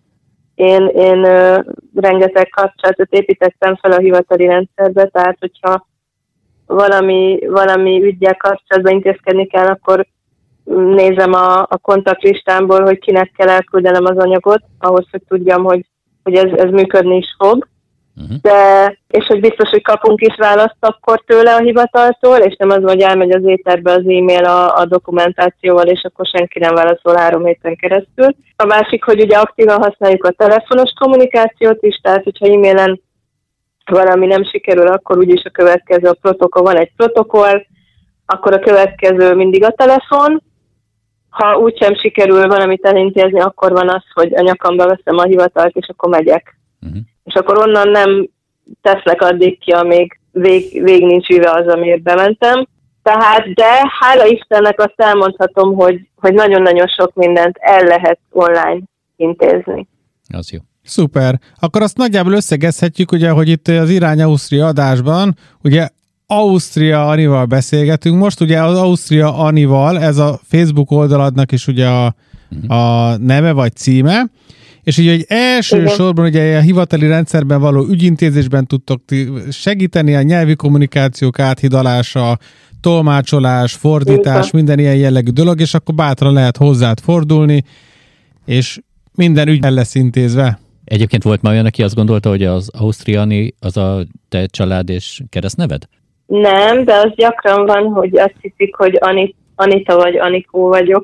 én rengeteg kapcsolatot építettem fel a hivatali rendszerbe, tehát hogyha valami üggyel kapcsolatban intézkedni kell, akkor nézem a kontaktlistámból, hogy kinek kell elküldenem az anyagot, ahhoz, hogy tudjam, hogy ez működni is fog. És hogy biztos, hogy kapunk is választ akkor tőle a hivataltól, és nem az, hogy elmegy az éterbe az e-mail a dokumentációval, és akkor senki nem válaszol 3 héten keresztül. A másik, hogy ugye aktívan használjuk a telefonos kommunikációt is, tehát hogyha e-mailen valami nem sikerül, akkor úgyis a következő a protokoll, van egy protokoll, akkor a következő mindig a telefon. Ha úgysem sikerül valamit elintézni, akkor van az, hogy a nyakamba veszem a hivatalt, és akkor megyek. És akkor onnan nem tesznek addig ki, amíg vég nincs üve az, amiért bementem. Tehát, de hála Istennek azt elmondhatom, hogy nagyon-nagyon sok mindent el lehet online intézni. Az jó. Szuper. Akkor azt nagyjából összegezhetjük, ugye, hogy itt az Irány Ausztria adásban, ugye Ausztria Anival beszélgetünk most, ugye az Ausztria Anival, ez a Facebook oldaladnak is ugye a neve vagy címe, és ugye elsősorban ugye a hivatali rendszerben való ügyintézésben tudtok segíteni, a nyelvi kommunikációk áthidalása, tolmácsolás, fordítás, minden ilyen jellegű dolog, és akkor bátran lehet hozzád fordulni, és minden ügy el lesz intézve. Egyébként volt már olyan, aki azt gondolta, hogy az Ausztriani az a te család és keresztneved? Nem, de az gyakran van, hogy azt hiszik, hogy Anita vagy Anikó vagyok.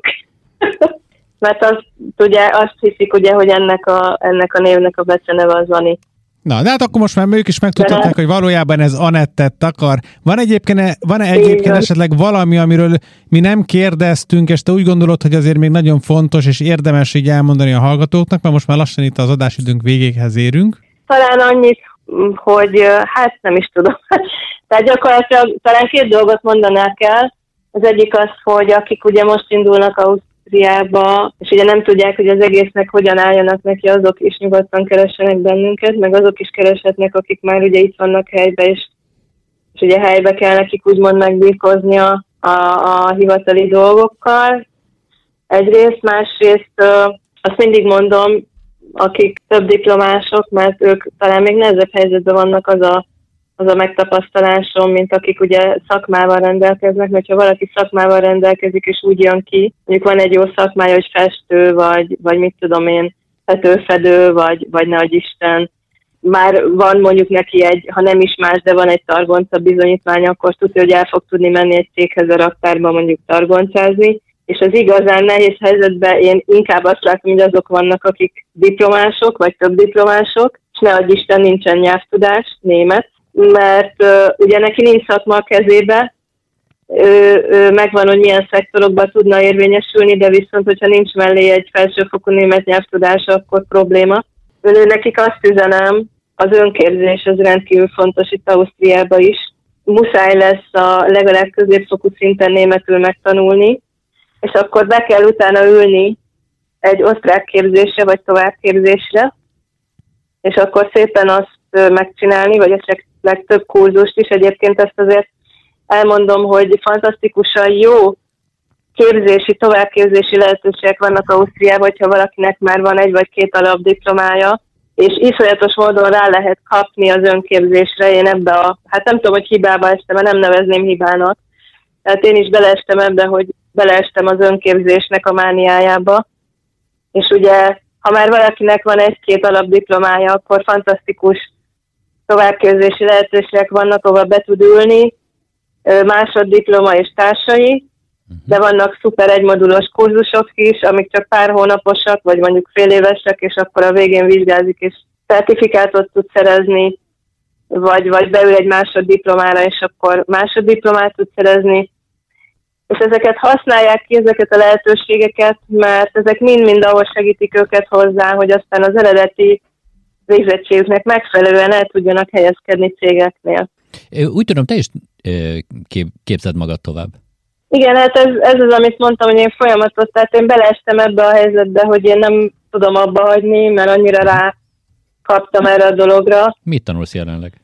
Mert azt hiszik, ugye, hogy ennek a névnek a beceneve az Ani. Na, de hát akkor most már ők is megtudhatják, hogy valójában ez Anettet akar. Van-e egyébként esetleg valami, amiről mi nem kérdeztünk, és te úgy gondolod, hogy azért még nagyon fontos, és érdemes így elmondani a hallgatóknak, mert most már lassan itt az adásidőnk végéhez érünk? Talán annyit, hogy hát nem is tudom. Tehát gyakorlatilag talán 2 dolgot mondanák el. Az egyik az, hogy akik ugye most indulnak Ausztriába, és ugye nem tudják, hogy az egésznek hogyan álljanak neki, azok is nyugodtan keressenek bennünket, meg azok is kereshetnek, akik már ugye itt vannak helyben, és ugye helybe kell nekik úgymond megbírkozni a hivatali dolgokkal. Egyrészt, másrészt azt mindig mondom, akik több diplomások, mert ők talán még nehezebb helyzetben vannak, az a megtapasztalásom, mint akik ugye szakmával rendelkeznek, mert ha valaki szakmával rendelkezik, és úgy jön ki, mondjuk van egy jó szakmája, hogy festő, vagy mit tudom én, tetőfedő, vagy nagy Isten, már van mondjuk neki ha nem is más, de van egy targonca bizonyítványa, akkor tudja, hogy el fog tudni menni egy céghez a raktárba mondjuk targoncázni, és az igazán nehéz helyzetben én inkább azt látom, hogy azok vannak, akik diplomások, vagy több diplomások, és ne adj Isten, nincsen nyelvtudás, német, mert ugye neki nincs szakma a kezébe, megvan, hogy milyen szektorokban tudna érvényesülni, de viszont, hogyha nincs mellé egy felsőfokú német nyelvtudása, akkor probléma. Nekik azt üzenem, az önképzés az rendkívül fontos itt Ausztriában is. Muszáj lesz a legalább középfokú szinten németül megtanulni, és akkor be kell utána ülni egy osztrák képzésre, vagy továbbképzésre, és akkor szépen azt megcsinálni, vagy esetleg több kurzust is. Egyébként ezt azért elmondom, hogy fantasztikusan jó képzési, továbbképzési lehetőségek vannak Ausztriában, hogyha valakinek már van 1 vagy 2 alapdiplomája, és iszonyatos módon rá lehet kapni az önképzésre. Én ebbe hát nem tudom, hogy hibába estem, mert nem nevezném hibának. Tehát én is beleestem ebbe, hogy beleestem az önképzésnek a mániájába. És ugye, ha már valakinek van 1-2 alapdiplomája, akkor fantasztikus továbbképzési lehetőségek vannak, ahol be tud ülni, másoddiploma és társai, de vannak szuper egymodulos kurzusok is, amik csak pár hónaposak, vagy mondjuk fél évesek, és akkor a végén vizsgázik, és certifikátot tud szerezni, vagy beül egy másoddiplomára, és akkor másoddiplomát tud szerezni. És ezeket használják ki, ezeket a lehetőségeket, mert ezek mind-mind ahol segítik őket hozzá, hogy aztán az eredeti végzettségüknek megfelelően el tudjanak helyezkedni cégeknél. Úgy tudom, te is képzeld magad tovább. Igen, hát ez az, amit mondtam, hogy én folyamatos, tehát én beleestem ebbe a helyzetbe, hogy én nem tudom abba hagyni, mert annyira rá kaptam erre a dologra. Mit tanulsz jelenleg?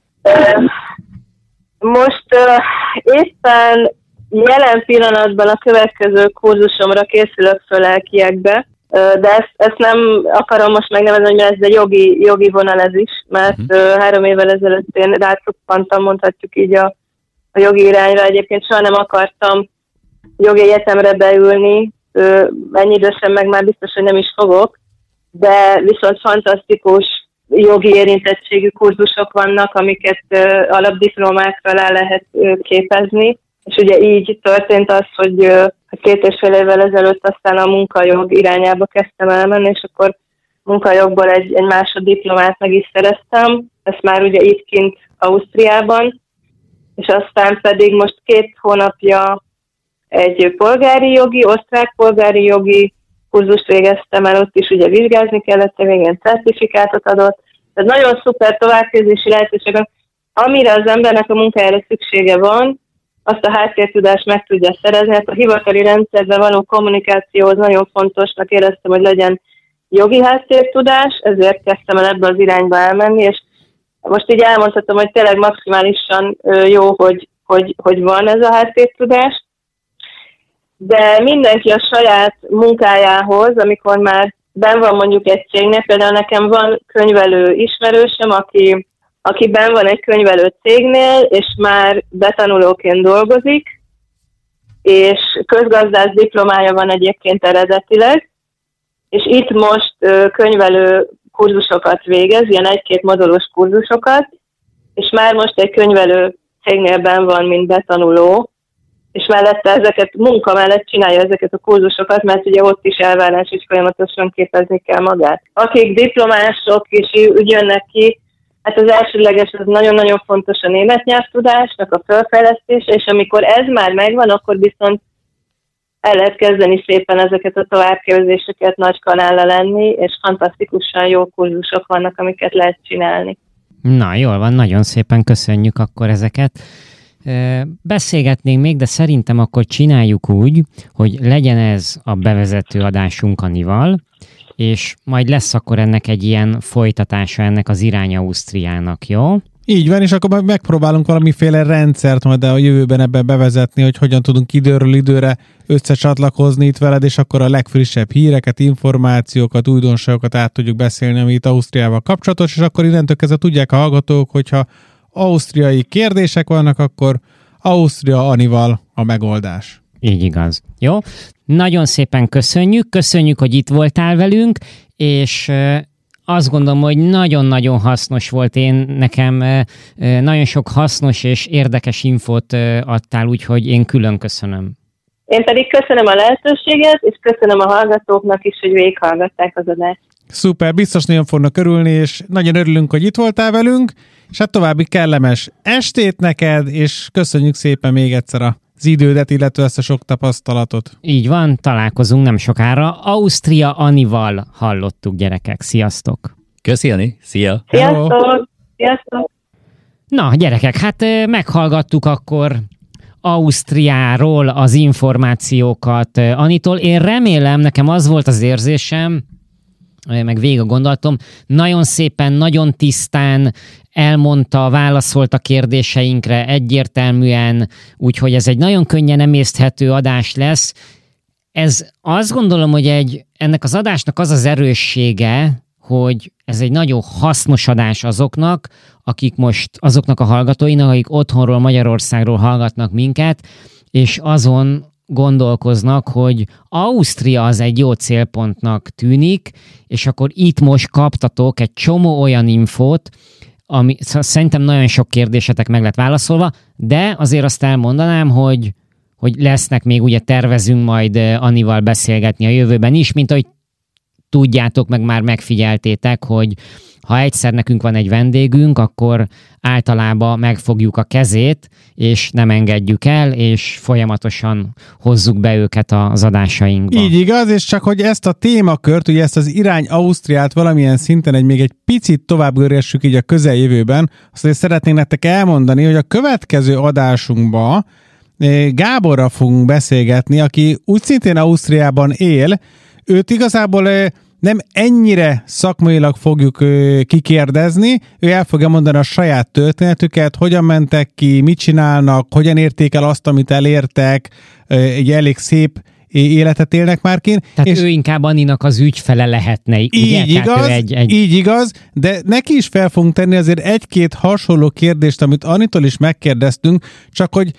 Most éppen jelen pillanatban a következő kurzusomra készülök föl lelkiekbe, de ezt nem akarom most megnevezni, mert ez egy jogi vonal ez is, mert 3 évvel ezelőtt én rácuppantam, mondhatjuk így a jogi irányra. Egyébként soha nem akartam jogi egyetemre beülni, ennyi idősen meg már biztos, hogy nem is fogok, de viszont fantasztikus jogi érintettségű kurzusok vannak, amiket alapdiplomákra rá lehet képezni, és ugye így történt az, hogy 2,5 évvel ezelőtt aztán a munkajog irányába kezdtem elmenni, és akkor munkajogból egy másoddiplomát meg is szereztem, ezt már ugye itt kint Ausztriában, és aztán pedig most 2 hónapja egy osztrák polgári jogi kurzust végeztem el, ott is ugye vizsgázni kellett, végén certifikátot adott. Tehát nagyon szuper továbbképzési lehetőség, amire az embernek a munkájára szüksége van, azt a háttértudást meg tudja szerezni. Hát a hivatali rendszerben való kommunikációhoz nagyon fontosnak éreztem, hogy legyen jogi háttértudás, ezért kezdtem el ebbe az irányba elmenni, és most így elmondhatom, hogy tényleg maximálisan jó, hogy van ez a háttértudás, de mindenki a saját munkájához, amikor már benn van mondjuk egy cégnél, például nekem van könyvelő ismerősöm, aki benn van egy könyvelő cégnél, és már betanulóként dolgozik, és közgazdász diplomája van egyébként eredetileg, és itt most könyvelő kurzusokat végez, ilyen 1-2 modulus kurzusokat, és már most egy könyvelő cégnél benn van, mint betanuló, és mellette munka mellett csinálja ezeket a kurzusokat, mert ugye ott is elvárás, hogy folyamatosan képezni kell magát. Akik diplomások és úgy jönnek ki, hát az elsődleges, az nagyon-nagyon fontos a német nyelvtudásnak a felfejlesztése, és amikor ez már megvan, akkor viszont el lehet kezdeni szépen ezeket a továbbképzéseket nagy kanállal lenni, és fantasztikusan jó kurzusok vannak, amiket lehet csinálni. Na, jól van, nagyon szépen köszönjük akkor ezeket. Beszélgetnénk még, de szerintem akkor csináljuk úgy, hogy legyen ez a bevezető adásunk Anival, és majd lesz akkor ennek egy ilyen folytatása ennek az Irány Ausztriának, jó? Így van, és akkor megpróbálunk valamiféle rendszert majd a jövőben ebben bevezetni, hogy hogyan tudunk időről időre összecsatlakozni itt veled, és akkor a legfrissebb híreket, információkat, újdonságokat át tudjuk beszélni, ami itt Ausztriával kapcsolatos, és akkor innentől kezdve tudják a hallgatók, hogyha ausztriai kérdések vannak, akkor Ausztria Anival a megoldás. Így igaz. Jó? Nagyon szépen köszönjük, hogy itt voltál velünk, és azt gondolom, hogy nagyon-nagyon hasznos volt. Nekem nagyon sok hasznos és érdekes infót adtál, úgyhogy én külön köszönöm. Én pedig köszönöm a lehetőséget, és köszönöm a hallgatóknak is, hogy végighallgatták az adást. Szuper, biztos nagyon fognak örülni, és nagyon örülünk, hogy itt voltál velünk, és hát további kellemes estét neked, és köszönjük szépen még egyszer az idődet, illetve ezt a sok tapasztalatot. Így van, találkozunk nem sokára. Ausztria Anival hallottuk, gyerekek. Sziasztok! Köszi, Ani! Szia! Sziasztok! Sziasztok! Na, gyerekek, hát meghallgattuk akkor Ausztriáról az információkat Anitól. Én remélem, nekem az volt az érzésem, meg végig gondoltam, nagyon szépen, nagyon tisztán elmondta, válaszolt a kérdéseinkre egyértelműen, úgyhogy ez egy nagyon könnyen emészthető adás lesz. Ez azt gondolom, hogy ennek az adásnak az az erőssége, hogy ez egy nagyon hasznos adás azoknak a hallgatóinak, akik otthonról, Magyarországról hallgatnak minket, és azon gondolkoznak, hogy Ausztria az egy jó célpontnak tűnik, és akkor itt most kaptatok egy csomó olyan infót, ami szerintem nagyon sok kérdésetek meg lett válaszolva, de azért azt elmondanám, hogy lesznek még, ugye tervezünk majd Anival beszélgetni a jövőben is, mint ahogy tudjátok, meg már megfigyeltétek, hogy ha egyszer nekünk van egy vendégünk, akkor általában megfogjuk a kezét, és nem engedjük el, és folyamatosan hozzuk be őket az adásainkba. Így igaz, és csak hogy ezt a témakört, ugye ezt az irány Ausztriát valamilyen szinten még egy picit tovább görgessük így a közeljövőben, azt azért szeretnénk nektek elmondani, hogy a következő adásunkban Gáborral fogunk beszélgetni, aki úgy szintén Ausztriában él. Őt igazából nem ennyire szakmailag fogjuk kikérdezni, ő el fogja mondani a saját történetüket, hogyan mentek ki, mit csinálnak, hogyan érték el azt, amit elértek, egy elég szép életet élnek már kint. Tehát és ő inkább Anninak az ügyfele lehetne, ugye? Így igaz, de neki is fel fogunk tenni azért egy-két hasonló kérdést, amit Annitól is megkérdeztünk, csak hogy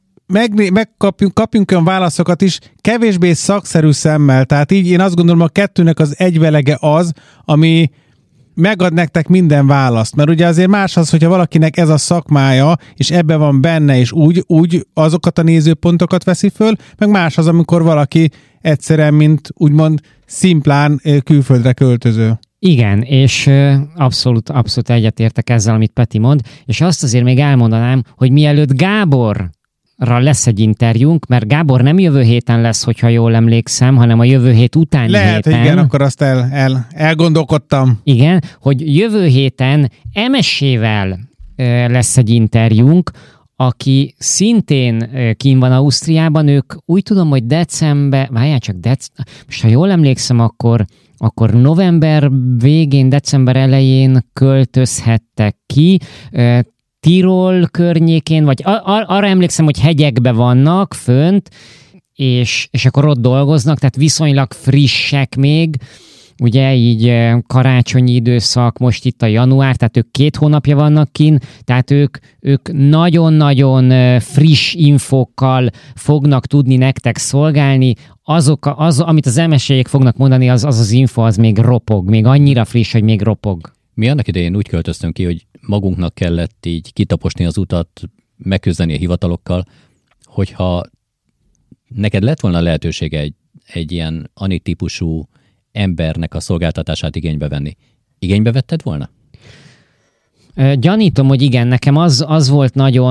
kapjunk olyan válaszokat is kevésbé szakszerű szemmel. Tehát így én azt gondolom, a kettőnek az egyvelege az, ami megad nektek minden választ. Mert ugye azért más az, hogyha valakinek ez a szakmája, és ebbe van benne, és úgy azokat a nézőpontokat veszi föl, meg más az, amikor valaki egyszerűen, mint úgymond szimplán külföldre költöző. Igen, és abszolút egyetértek ezzel, amit Peti mond, és azt azért még elmondanám, hogy mielőtt Gáborra lesz egy interjúnk, mert Gábor nem jövő héten lesz, hogyha jól emlékszem, hanem a jövő hét utáni lehet, héten. Igen, akkor azt elgondolkodtam. Igen, hogy jövő héten Emesével lesz egy interjúnk, aki szintén kín van Ausztriában, ők úgy tudom, hogy most ha jól emlékszem, akkor november végén, december elején költözhettek ki, Tirol környékén, vagy arra emlékszem, hogy hegyekbe vannak fönt, és akkor ott dolgoznak, tehát viszonylag frissek még, ugye így karácsonyi időszak, most itt a január, tehát ők 2 hónapja vannak kin, tehát ők nagyon-nagyon friss infókkal fognak tudni nektek szolgálni, amit az emesélyek fognak mondani, az info, az még ropog, még annyira friss, hogy még ropog. Mi annak idején úgy költöztünk ki, hogy magunknak kellett így kitaposni az utat, megküzdeni a hivatalokkal, hogyha neked lett volna lehetősége egy ilyen Ani típusú embernek a szolgáltatását igénybe venni, igénybe vetted volna? Gyanítom, hogy igen, nekem az volt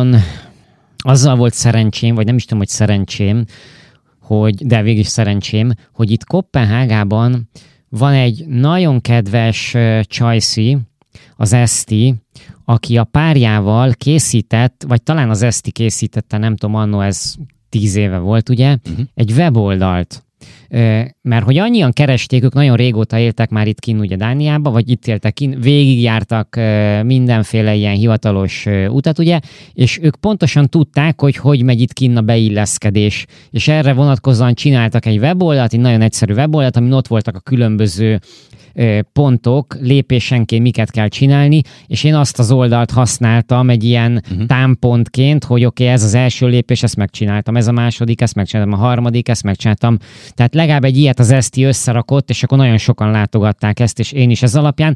azzal volt szerencsém, vagy nem is tudom, hogy szerencsém, de végig szerencsém, hogy itt Koppenhágában van egy nagyon kedves csajszi, az Eszti, aki a párjával készített, vagy talán az Eszti készítette, nem tudom, annó ez 10 éve volt, ugye, egy weboldalt. Mert hogy annyian keresték, ők nagyon régóta éltek már itt kint, ugye Dániában, vagy itt éltek kint, végigjártak mindenféle ilyen hivatalos utat, ugye, és ők pontosan tudták, hogy megy itt kint a beilleszkedés, és erre vonatkozóan csináltak egy weboldalt, egy nagyon egyszerű weboldalt, amin ott voltak a különböző pontok, lépésenként miket kell csinálni, és én azt az oldalt használtam egy ilyen támpontként, hogy oké, ez az első lépés, ezt megcsináltam, ez a második, ezt megcsináltam, a harmadik, ezt megcsináltam. Tehát legalább egy ilyet az Eszti összerakott, és akkor nagyon sokan látogatták ezt, és én is ez alapján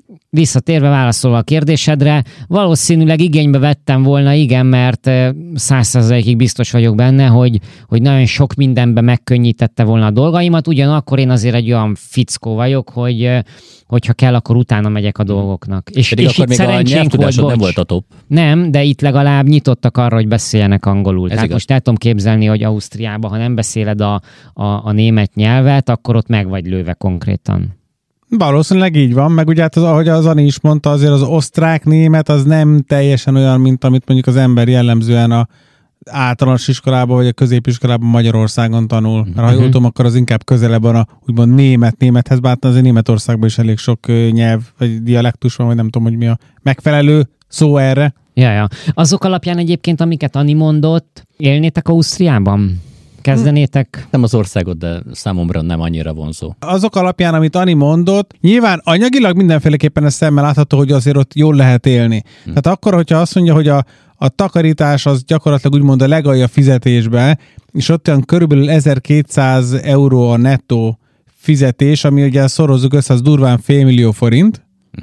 visszatérve válaszolva a kérdésedre, valószínűleg igénybe vettem volna, igen, mert 100%-ig biztos vagyok benne, hogy nagyon sok mindenben megkönnyítette volna a dolgaimat, ugyanakkor én azért egy olyan fickó vagyok, hogyha kell, akkor utána megyek a dolgoknak. És akkor még a nyelvtudásod nem volt a top. Nem, de itt legalább nyitottak arra, hogy beszéljenek angolul. Tehát igaz. Most el tudom képzelni, hogy Ausztriában, ha nem beszéled a német nyelvet, akkor ott meg vagy lőve konkrétan. Valószínűleg így van, meg ugye hát ahogy az Ani is mondta, azért az osztrák-német az nem teljesen olyan, mint amit mondjuk az ember jellemzően a általános iskolában vagy a középiskolában Magyarországon tanul. Mert ha jól tudom, akkor az inkább közelebb van a úgymond némethez, bár azért Németországban is elég sok nyelv vagy dialektus van, vagy nem tudom, hogy mi a megfelelő szó erre. Ja. Azok alapján egyébként, amiket Ani mondott, élnétek Ausztriában? Kezdenétek? Nem az országot, de számomra nem annyira vonzó. Azok alapján, amit Ani mondott, nyilván anyagilag mindenféleképpen ez szemmel látható, hogy azért ott jól lehet élni. Tehát akkor, hogyha azt mondja, hogy a takarítás az gyakorlatilag úgymond a legaljabb fizetésbe, és ott olyan körülbelül 1200 euró a nettó fizetés, ami ugye szorozzuk össze, az durván fél millió forint,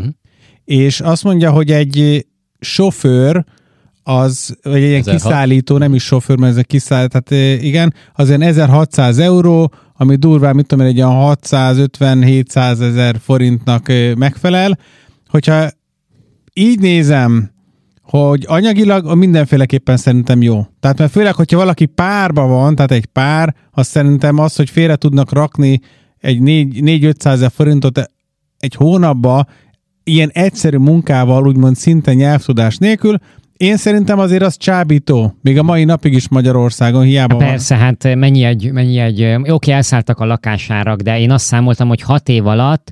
és azt mondja, hogy egy sofőr az, vagy egy ilyen kiszállító, nem is sofőr, mert ez egy kiszállító, tehát igen, az ilyen 1600 euró, ami durván, mit tudom én, egy olyan 650-700 ezer forintnak megfelel. Hogyha így nézem, hogy anyagilag mindenféleképpen szerintem jó. Tehát mert főleg, hogyha valaki párba van, tehát egy pár, az szerintem az, hogy félre tudnak rakni egy 4-500 ezer forintot egy hónapba, ilyen egyszerű munkával, úgymond szinte nyelvtudás nélkül, én szerintem azért az csábító. Még a mai napig is Magyarországon hiába van. Persze, hát mennyi egy oké, elszálltak a lakásárak, de én azt számoltam, hogy 6 év alatt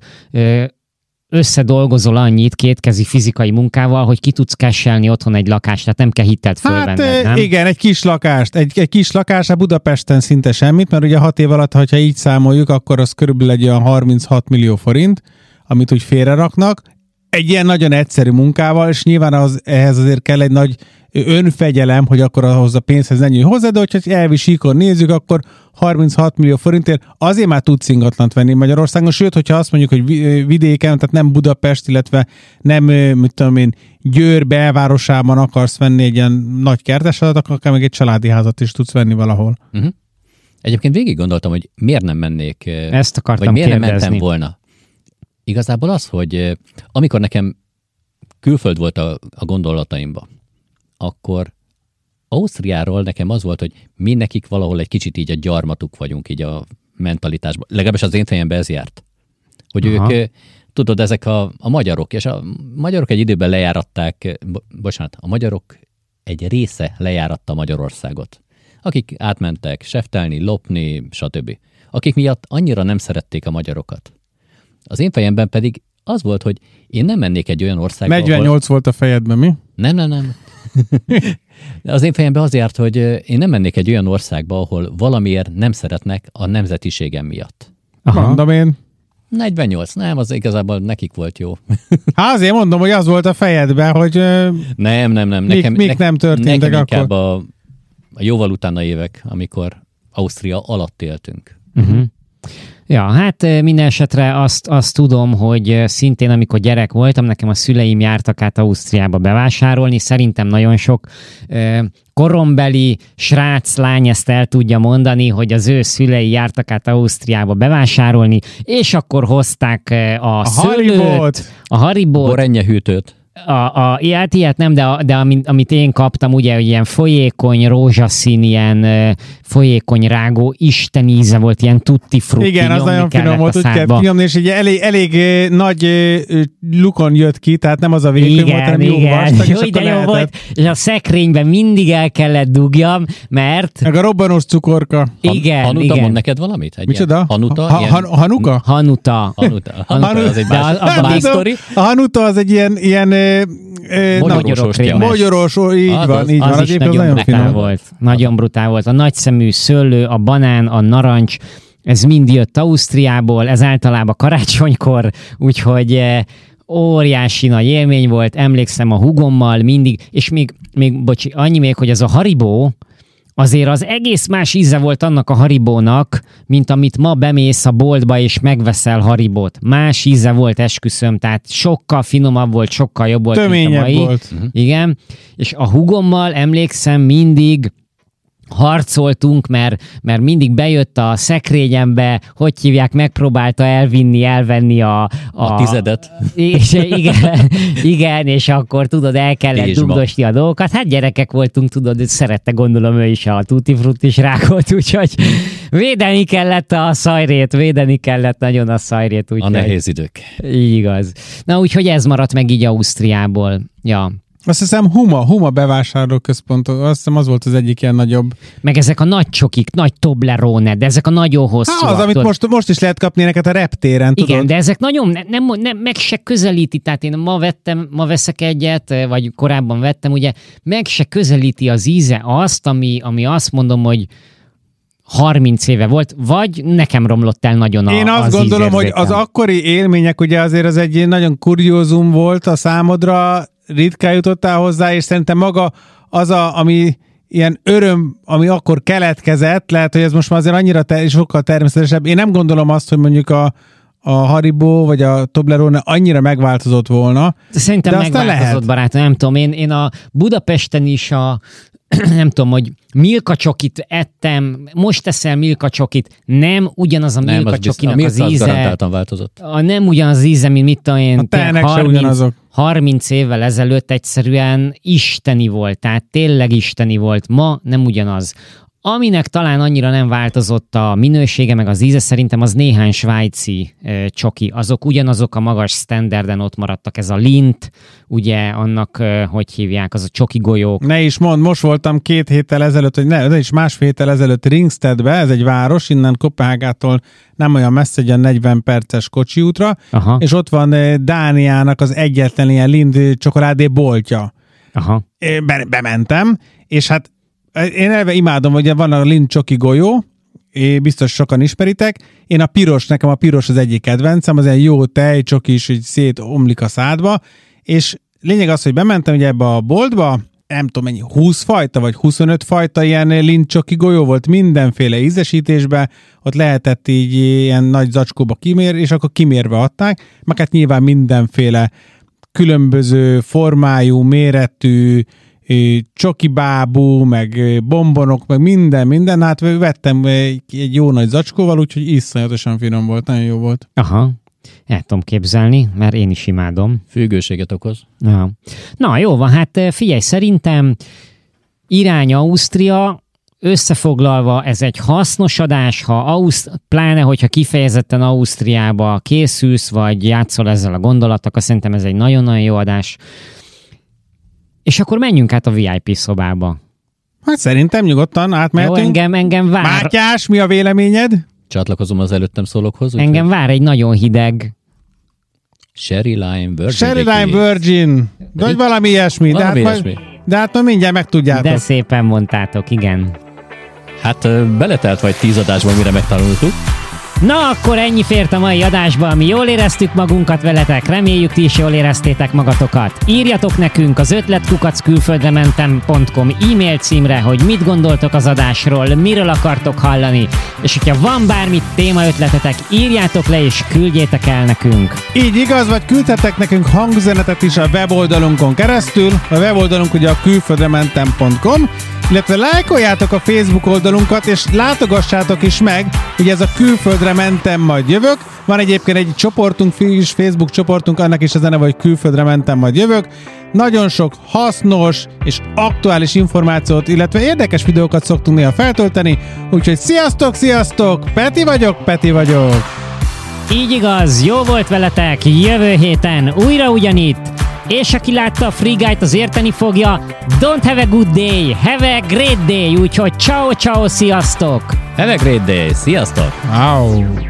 összedolgozol annyit kétkezi fizikai munkával, hogy ki tudsz cashelni otthon egy lakást, tehát nem kell hitelt fölvenned, nem? Igen, egy kis lakást. Egy kis lakás a Budapesten szinte semmit, mert ugye 6 év alatt, ha így számoljuk, akkor az körülbelül egy olyan 36 millió forint, amit úgy félreraknak. Egy ilyen nagyon egyszerű munkával, és nyilván ehhez azért kell egy nagy önfegyelem, hogy akkor ahhoz a pénzhez ne nyújj hozzá, de hogyha elvi síkon nézzük, akkor 36 millió forintért azért már tudsz ingatlant venni Magyarországon, sőt, hogyha azt mondjuk, hogy vidéken, tehát nem Budapest, illetve nem, mit tudom én, Győr belvárosában akarsz venni egy ilyen nagy kertesadat, akkor akár meg egy családi házat is tudsz venni valahol. Egyébként végig gondoltam, hogy miért nem mennék, ezt akartam vagy miért kérdezni. nem mentem volna. Igazából az, hogy amikor nekem külföld volt a gondolataimba, akkor Ausztriáról nekem az volt, hogy mi nekik valahol egy kicsit így a gyarmatuk vagyunk így a mentalitásban. Legalábbis az én fejemben ez járt. Hogy ők, tudod, ezek a magyarok, és a magyarok egy időben lejáratták, a magyarok egy része lejáratta Magyarországot. Akik átmentek seftelni, lopni, stb. Akik miatt annyira nem szerették a magyarokat. Az én fejemben pedig az volt, hogy én nem mennék egy olyan országba, 48 ahol... volt a fejedben, mi? Nem. Az én fejemben az járt, hogy én nem mennék egy olyan országba, ahol valamiért nem szeretnek a nemzetiségem miatt. Mondom én. 48, nem, az igazából nekik volt jó. Hát azért mondom, hogy az volt a fejedben, hogy nem. Mik nem történtek nekem akkor? Inkább a jóval utána évek, amikor Ausztria alatt éltünk. Ja, hát minden esetre azt tudom, hogy szintén amikor gyerek voltam, nekem a szüleim jártak át Ausztriába bevásárolni, szerintem nagyon sok korombeli srác, lány ezt el tudja mondani, hogy az ő szülei jártak át Ausztriába bevásárolni, és akkor hozták a szőlőt, a Haribót, Borennye-hűtőt. Hát ilyet nem, de amit én kaptam, ugye, hogy ilyen folyékony, rózsaszín, ilyen folyékony rágó, isten íze volt, ilyen tutti frutti. Igen, az nagyon finom volt, úgy kell finomni, és egy elég nagy lukon jött ki, tehát nem az a vékony volt, hanem jó vastag, és akkor jó volt, és a szekrényben mindig el kellett dugjam, mert... Meg a robbanós cukorka. Igen, Hanuta mond neked valamit? Micsoda? Hanuta? Hanuka? Hanuta. Az egy más sztori. A Hanuta az egy ilyen mogyoros, így van. Az is nagyon brutál volt. Nagyon brutál volt. A nagyszemű szőlő, a banán, a narancs, ez mind jött Ausztriából, ez általában karácsonykor, úgyhogy óriási nagy élmény volt, emlékszem a hugommal mindig, és még annyi még, hogy ez a Haribo, azért az egész más íze volt annak a Haribónak, mint amit ma bemész a boltba és megveszel Haribót. Más íze volt, esküszöm, tehát sokkal finomabb volt, sokkal jobb volt, töményebb mint a mai. Volt. Igen, és a húgommal emlékszem mindig harcoltunk, mert mindig bejött a szekrényembe, hogy hívják, megpróbálta elvenni a tizedet. És igen, és akkor tudod, el kellett dugdosni a dolgokat. Hát gyerekek voltunk, tudod, szerette gondolom ő is a Tutti Frutti rákot, úgyhogy védeni kellett a szajrét, nagyon a szajrét. A nehéz idők. Így igaz. Na úgyhogy ez maradt meg így Ausztriából. Ja. Azt hiszem Huma bevásárlóközpont, azt hiszem az volt az egyik ilyen nagyobb. Meg ezek a nagy csokik, nagy Toblerone, de ezek a nagyon hosszú. Az, amit most is lehet kapni neked a reptéren, tudod? Igen, de ezek nagyon, nem meg se közelíti, tehát én ma veszek egyet, vagy korábban vettem, ugye, meg se közelíti az íze azt, ami azt mondom, hogy 30 éve volt, vagy nekem romlott el nagyon Én azt gondolom, hogy az akkori élmények, ugye azért az egy nagyon kuriózum volt a számodra, ritkán jutottál hozzá, és szerintem maga az, ami ilyen öröm, ami akkor keletkezett, lehet, hogy ez most már azért annyira sokkal természetesebb. Én nem gondolom azt, hogy mondjuk a Haribo vagy a Toblerone annyira megváltozott volna. Szerintem megváltozott, barátom, nem tudom. Én a Budapesten is nem tudom, hogy Milka csokit ettem, most eszel Milka csokit, nem ugyanaz a Milka csokinak az íze. Garantáltan változott. Nem ugyanaz az íze, mint mit tudom én. A tehenek se ugyanazok. 30 évvel ezelőtt egyszerűen isteni volt, tehát tényleg isteni volt. Ma nem ugyanaz. Aminek talán annyira nem változott a minősége, meg az íze, szerintem az néhány svájci csoki. Azok ugyanazok a magas standarden ott maradtak. Ez a Lindt, ugye annak, hogy hívják, az a csoki golyók. Ne is mondd, most voltam 2 héttel ezelőtt, vagy ne is másfél héttel ezelőtt Ringstedbe, ez egy város, innen Koppenhágától nem olyan messze, egy 40 perces kocsi útra, aha, és ott van Dániának az egyetlen ilyen Lindt csokoládé boltja. Aha. Bementem, és hát én elve imádom, hogy van a Lindt csoki golyó, biztos sokan ismeritek. Nekem a piros az egyik kedvencem, az egy jó tejcsokis, így szétomlik a szádba, és lényeg az, hogy bementem ugye ebbe a boltba, nem tudom mennyi, 20 fajta, vagy 25 fajta ilyen Lindt csoki golyó volt mindenféle ízesítésben, ott lehetett így ilyen nagy zacskóba kimérni, és akkor kimérve adták, meg hát nyilván mindenféle különböző formájú, méretű, csokibábú, meg bombonok, meg minden. Hát vettem egy jó nagy zacskóval, úgyhogy iszonyatosan finom volt, nagyon jó volt. Aha, el tudom képzelni, mert én is imádom. Függőséget okoz. Ja. Na, jó van, hát figyelj, szerintem irány Ausztria, összefoglalva ez egy hasznos adás, pláne, hogyha kifejezetten Ausztriába készülsz, vagy játszol ezzel a gondolattal, akkor szerintem ez egy nagyon-nagyon jó adás. És akkor menjünk át a VIP szobába. Hát szerintem nyugodtan átmehetünk. Jó, engem vár. Mátyás, mi a véleményed? Csatlakozom az előttem szólókhoz. Engem vár egy nagyon hideg. Sherry Lime Virgin. De vagy valami ilyesmi. De hát majd mindjárt megtudjátok. De szépen mondtátok, igen. Hát beletelt vagy 10 adásban, mire megtanultuk. Na, akkor ennyi fért a mai adásba, mi jól éreztük magunkat veletek, reméljük ti is jól éreztétek magatokat. Írjatok nekünk az ötletkukackkülföldrementem.com e-mail címre, hogy mit gondoltok az adásról, miről akartok hallani, és hogyha van bármi témaötletetek, írjátok le és küldjétek el nekünk. Így igaz, vagy küldhetek nekünk hangüzenetet is a weboldalunkon keresztül, a weboldalunk ugye a külföldrementem.com, illetve lájkoljátok a Facebook oldalunkat, és látogassátok is meg, hogy ez a Külföldre mentem, majd jövök. Van egyébként egy csoportunk, Facebook csoportunk, annak is a neve, hogy Külföldre mentem, majd jövök. Nagyon sok hasznos és aktuális információt, illetve érdekes videókat szoktunk néha feltölteni, úgyhogy sziasztok! Peti vagyok! Így igaz, jó volt veletek, jövő héten újra ugyanitt. És aki látta a Free Guy-t, az érteni fogja. Don't have a good day, have a great day. Úgyhogy ciao, sziasztok! Have a great day, sziasztok! Wow.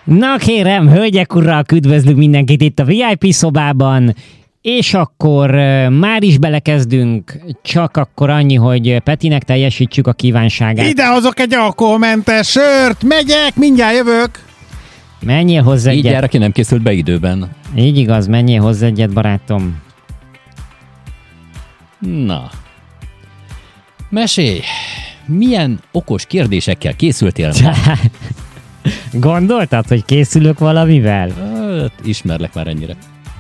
Na kérem, hölgyek, urak, üdvözlünk mindenkit itt a VIP szobában, és akkor már is belekezdünk, csak akkor annyi, hogy Petinek teljesítsük a kívánságát. Idehozok egy alkoholmentes sört, megyek, mindjárt jövök. Menjél hozzá egyet. Így jár, aki nem készült be időben. Így igaz, menjél hozzá egyet, barátom. Na. Mesélj, milyen okos kérdésekkel készültél ma? Gondoltad, hogy készülök valamivel? Ismerlek már ennyire.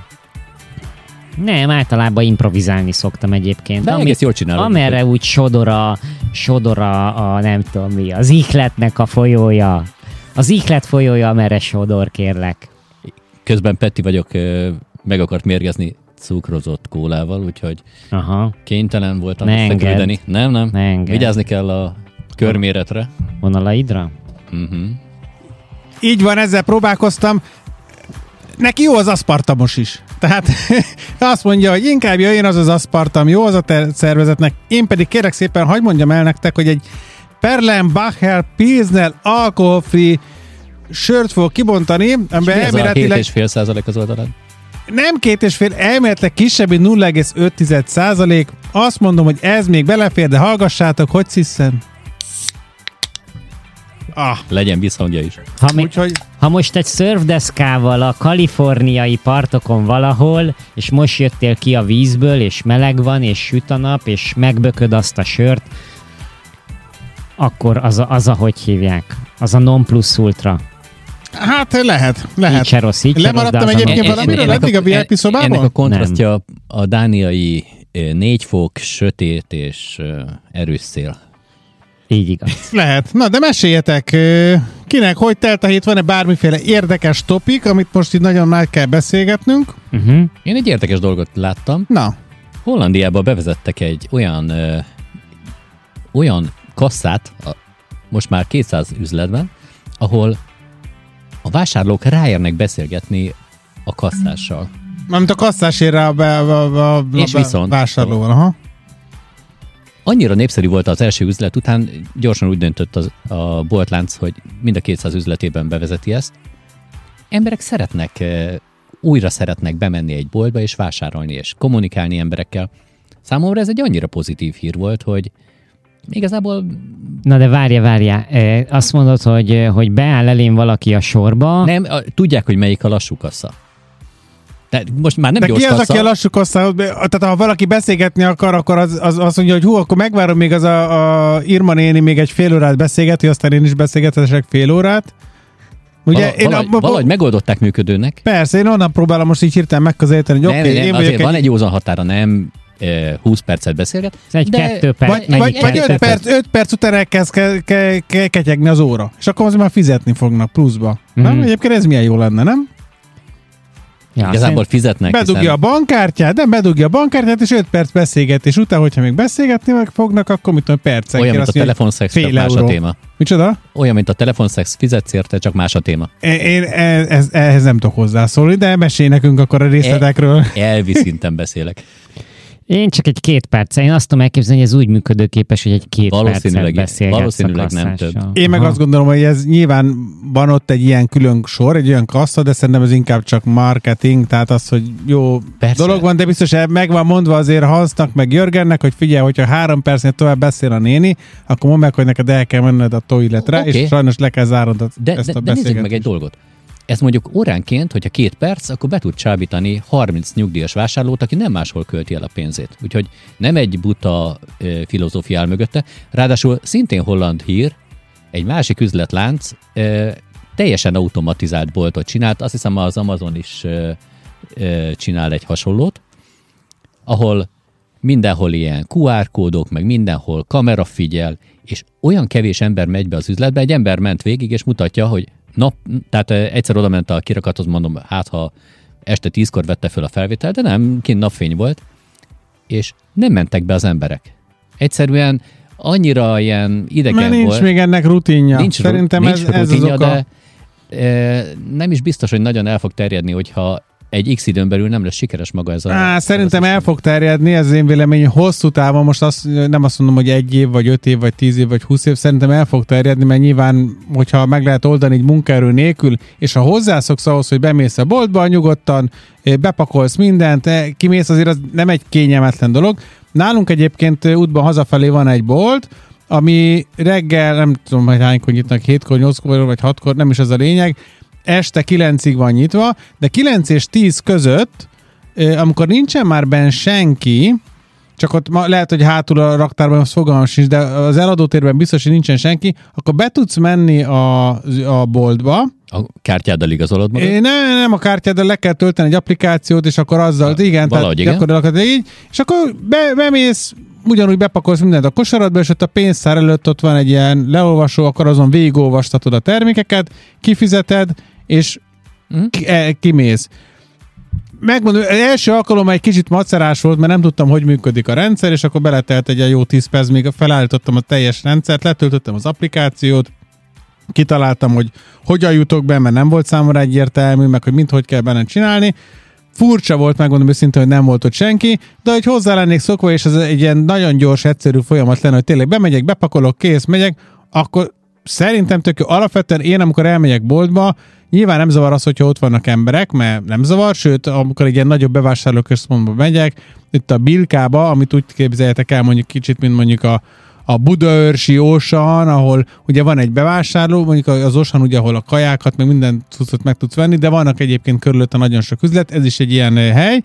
Nem, általában improvizálni szoktam egyébként. De egész jól csinálod. Amerre úgy sodor a nem tudom mi, az ihletnek a folyója. Az ihlet folyója, amerre sodor, kérlek. Közben Peti vagyok, meg akart mérgezni cukrozott kólával, úgyhogy kénytelen voltam összeküldeni. Nem. Vigyázni kell a körméretre. Vonalaidra? Így van, ezzel próbálkoztam. Neki jó az aszpartamos is. Tehát azt mondja, hogy inkább jöjjön az aszpartam, jó az a szervezetnek. Én pedig kérek szépen, hadd mondjam el nektek, hogy egy Perlenbacher Pilsner alkoholfree sört fog kibontani. Mi ez a 7,5% az oldalán? Nem 2,5, elméletileg kisebb, mint 0,5%. Azt mondom, hogy ez még belefér, de hallgassátok, hogy sziszen. Legyen visszhangja is. Ha most egy szörfdeszkával a kaliforniai partokon valahol, és most jöttél ki a vízből, és meleg van, és süt a nap, és megbököd azt a sört, akkor az a hogy hívják? Az a non plus ultra. Hát lehet. Így se rossz, Lemaradtam egyébként valamiről eddig a VIP szobában? Ennek a kontrasztja a dániai 4 fok, sötét és erős szél. Így igaz. Lehet. Na, de meséljetek, kinek hogy telt a hét, van-e bármiféle érdekes topik, amit most itt nagyon nagy kell beszélgetnünk? Én egy érdekes dolgot láttam. Na. Hollandiában bevezettek egy olyan kasszát, most már 200 üzletben, ahol a vásárlók ráérnek beszélgetni a kasszással. Mármint a kasszásére a vásárlóval, aha. Annyira népszerű volt az első üzlet után, gyorsan úgy döntött a boltlánc, hogy mind a 200 üzletében bevezeti ezt. Emberek újra szeretnek bemenni egy boltba és vásárolni és kommunikálni emberekkel. Számomra ez egy annyira pozitív hír volt, hogy igazából... Na de várja. Azt mondod, hogy beáll elém valaki a sorba. Nem, tudják, hogy melyik a lassú kassa. De most már nem gyors kassa. De ki az, aki a lassú kassa? Tehát ha valaki beszélgetni akar, akkor az mondja, hogy akkor megvárom még az a Irma néni még egy fél órát beszélgetni, aztán én is beszélgetesek fél órát. Ugye, valahogy megoldották működőnek. Persze, én onnan próbálom most így hirtelen megközelíteni, hogy oké, én vagyok van egy józan határa, nem 20 percet beszélget. Ez egy 2 perc. Vagy 5 perc után elkezd ketyegni az óra. És akkor azért már fizetni fognak pluszba. Nem? Egyébként ez milyen jó lenne, nem? Ja, igazából fizetnek. Bedugja a bankkártyát, és 5 perc beszélgetés után, hogyha még beszélgetni meg fognak, akkor mit tudom, percen. Olyan, mint a telefonszex, csak más a téma. Micsoda? Olyan, mint a telefonszex, fizetsz érte, csak más a téma. Én ehhez nem tudok hozzászólni, de mesélj nekünk akkor a részletekről. Elvi szinten beszélek. Én csak egy 2 perc. Én azt tudom elképzelni, hogy ez úgy működőképes, hogy egy 2 percet beszélgetsz. Valószínűleg nem több. Én meg azt gondolom, hogy ez nyilván van ott egy ilyen külön sor, egy olyan kassa, de szerintem ez inkább csak marketing, tehát az, hogy jó dolog van, de biztos meg van mondva azért Hansnak, meg Jörgennek, hogy figyelj, hogyha 3 percnél tovább beszél a néni, akkor mondd meg, hogy neked el kell menned a toiletre, és sajnos le kell zárnod ezt a beszélgetést. De nézzük meg egy dolgot. Ez mondjuk óránként, hogyha 2 perc, akkor be tud csábítani 30 nyugdíjas vásárlót, aki nem máshol költi el a pénzét. Úgyhogy nem egy buta filozófia áll mögötte. Ráadásul szintén holland hír, egy másik üzletlánc teljesen automatizált boltot csinált. Azt hiszem az Amazon is csinál egy hasonlót, ahol mindenhol ilyen QR kódok, meg mindenhol kamera figyel, és olyan kevés ember megy be az üzletbe, egy ember ment végig, és mutatja, hogy tehát egyszer oda ment a kirakathoz, mondom, hát ha este 10-kor vette föl a felvételt, de nem, kint napfény volt, és nem mentek be az emberek. Egyszerűen annyira ilyen idegen volt. Mert nincs még ennek rutinja. Szerintem nincs ez rutinja, az oka. De nem is biztos, hogy nagyon el fog terjedni, hogyha egy X időn belül nem lesz sikeres maga ez a... Szerintem el fog terjedni, ez az én vélemény, hosszú távon, most nem azt mondom, hogy 1 év, vagy 5 év, vagy 10 év, vagy 20 év, szerintem el fog terjedni, mert nyilván, hogyha meg lehet oldani egy munkaerő nélkül, és ha hozzászoksz ahhoz, hogy bemész a boltba, nyugodtan, bepakolsz mindent, kimész, azért az nem egy kényelmetlen dolog. Nálunk egyébként útban hazafelé van egy bolt, ami reggel, nem tudom, hogy hánykor nyitnak, 7-kor, 8-kor, vagy 6-kor, nem is ez a lényeg, este 9-ig van nyitva, de 9 és 10 között, amikor nincsen már benn senki, csak ott lehet, hogy hátul a raktárban az fogalmam sincs, de az eladótérben biztos, hogy nincsen senki, akkor be tudsz menni a boltba. A kártyáddal igazolod magad? Nem a kártyáddal, le kell tölteni egy applikációt, és akkor azzal, igen, tehát gyakorlatilag így, és akkor bemész, ugyanúgy bepakolsz mindent a kosaradba, és ott a pénztár előtt ott van egy ilyen leolvasó, akkor azon végigolvastatod a termékeket, kifizeted, és kimész. Megmondom, első alkalommal egy kicsit macerás volt, mert nem tudtam, hogy működik a rendszer, és akkor beletelt egy jó 10 perc, még felállítottam a teljes rendszert, letöltöttem az applikációt, kitaláltam, hogy hogyan jutok be, mert nem volt számomra egyértelmű, meg hogy hogy kell benne csinálni. Furcsa volt, megmondom őszintén, hogy nem volt ott senki, de hogy hozzá lennék szokva, és ez egy ilyen nagyon gyors, egyszerű folyamat lenne, hogy tényleg bemegyek, bepakolok, kész, megyek, akkor szerintem tök jó. Alapvetően én, amikor elmegyek boltba, nyilván nem zavar az, hogyha ott vannak emberek, mert nem zavar, sőt, amikor egy ilyen nagyobb bevásárlóközpontba megyek, itt a Bilkába, amit úgy képzeljetek el mondjuk kicsit, mint mondjuk a Budaörsi Ocean, ahol ugye van egy bevásárló, mondjuk az Ocean ugye, ahol a kajákat, meg minden cuccot meg tudsz venni, de vannak egyébként körülötte nagyon sok üzlet, ez is egy ilyen hely,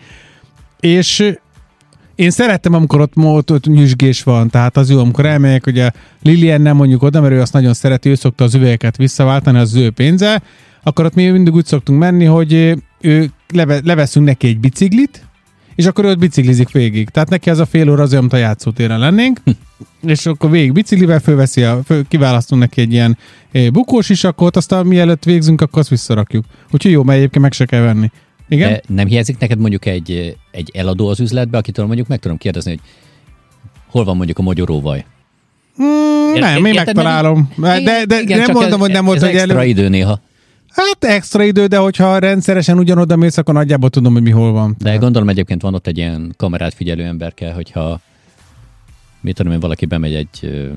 és én szerettem, amikor ott nyüzsgés van, tehát az jó, amikor elmegyek, ugye Lilian nem mondjuk oda, mert ő azt nagyon szereti, ő szokta az üvegeket visszaváltani, az ő pénze, akkor ott mi mindig úgy szoktunk menni, hogy leveszünk neki egy biciklit, és akkor ő ott biciklizik végig. Tehát neki az a fél óra azért, mint a játszótéren lennénk, és akkor végig biciklivel kiválasztunk neki egy ilyen bukós isakot, aztán mielőtt végzünk, akkor azt visszarakjuk. Úgyhogy jó, mert egyébként meg se kell venni. Igen? De nem hiányzik neked mondjuk egy eladó az üzletbe, akitől mondjuk meg tudom kérdezni, hogy hol van mondjuk a magyaróvaj? Nem, én megtalálom. De igen, nem mondom, hogy nem volt, hogy extra idő néha. Hát extra idő, de hogyha rendszeresen ugyanoda mész, akkor nagyjából tudom, hogy mi hol van. De gondolom egyébként van ott egy ilyen kamerát figyelő emberke, hogyha mit tudom én, valaki bemegy egy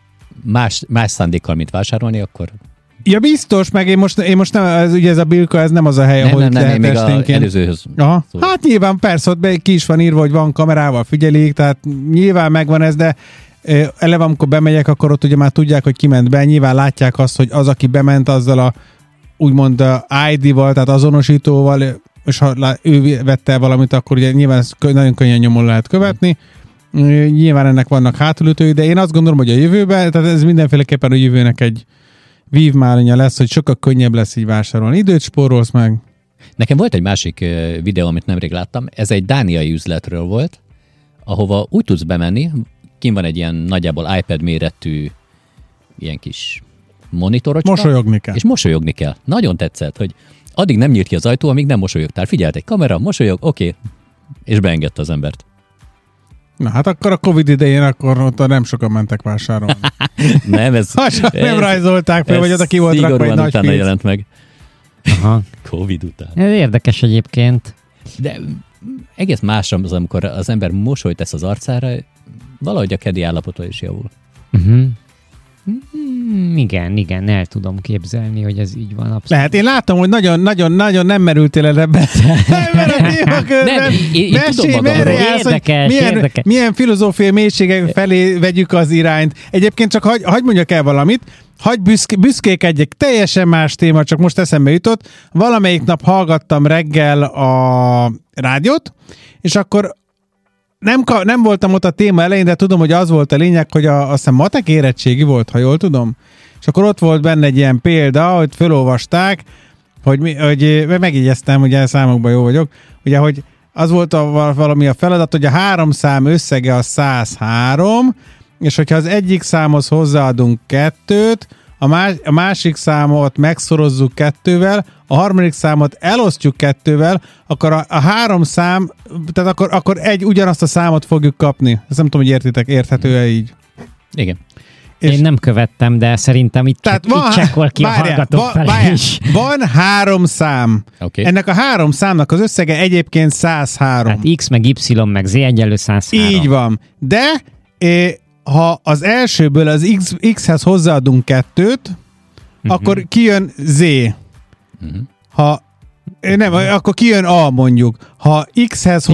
más szándékkal, mint vásárolni, akkor... Ja, biztos, meg én most nem, ugye ez a Bilka, ez nem az a hely, ahol lehet még esténként. Előzőhöz. Aha. Szóval. Hát nyilván persze, ott ki is van írva, hogy van kamerával figyelik, tehát nyilván megvan ez, de eleve amikor bemegyek, akkor ott ugye már tudják, hogy ki ment be, nyilván látják azt, hogy az, aki bement azzal a úgymond a ID-val, tehát azonosítóval, és ha ő vette el valamit, akkor ugye nyilván ezt nagyon könnyen nyomon lehet követni. Nyilván ennek vannak hátulütői, de én azt gondolom, hogy a jövőben, tehát ez mindenféleképpen a jövőnek egy vívmálónya lesz, hogy sokkal könnyebb lesz így vásárolni. Időt spórolsz meg. Nekem volt egy másik videó, amit nemrég láttam, ez egy dániai üzletről volt, ahova úgy tudsz bemenni, kint van egy ilyen nagyjából iPad méretű ilyen kis monitorocska. Mosolyogni kell. És mosolyogni kell. Nagyon tetszett, hogy addig nem nyílt ki az ajtó, amíg nem mosolyogtál. Figyelt egy kamera, mosolyog, oké, és beengedte az embert. Na hát akkor a Covid idején akkor ott nem sokan mentek vásárolni. Nem, nem rajzolták fel, vagy oda ki volt rakva egy nagy utána jelent meg. Aha. Covid után. Ez érdekes egyébként. De egész más az, amikor az ember mosolyt tesz az arcára, valahogy a kedi állapota is javul. Igen, el tudom képzelni, hogy ez így van. Abszolút. Lehet, én látom, hogy nagyon nem merültél el ebben. Milyen filozófiai mélységek felé vegyük az irányt. Egyébként csak hagy mondjak el valamit, hagy büszkékedjek, teljesen más téma, csak most eszembe jutott. Valamelyik nap hallgattam reggel a rádiót, és akkor nem voltam ott a téma elején, de tudom, hogy az volt a lényeg, hogy azt hiszem matek érettségi volt, ha jól tudom. És akkor ott volt benne egy ilyen példa, hogy felolvasták, hogy megjegyeztem, ugye számokban jó vagyok, ugye, hogy az volt valami a feladat, hogy a 3 szám összege a 103, és hogyha az egyik számhoz hozzáadunk 2-t, a másik számot megszorozzuk 2-vel, a harmadik számot elosztjuk 2-vel, akkor a 3 szám, tehát akkor ugyanazt a számot fogjuk kapni. Ezt nem tudom, hogy érthető-e így. Igen. Én nem követtem, de szerintem itt csekkol ki a hallgatók felé is. Van 3 szám. Okay. Ennek a 3 számnak az összege egyébként 103. Hát X meg Y meg Z egyenlő 103. Így van. De ha az elsőből az X-hez hozzáadunk 2-t, akkor kijön Z. Ha nem, akkor kijön A mondjuk. Ha X-hez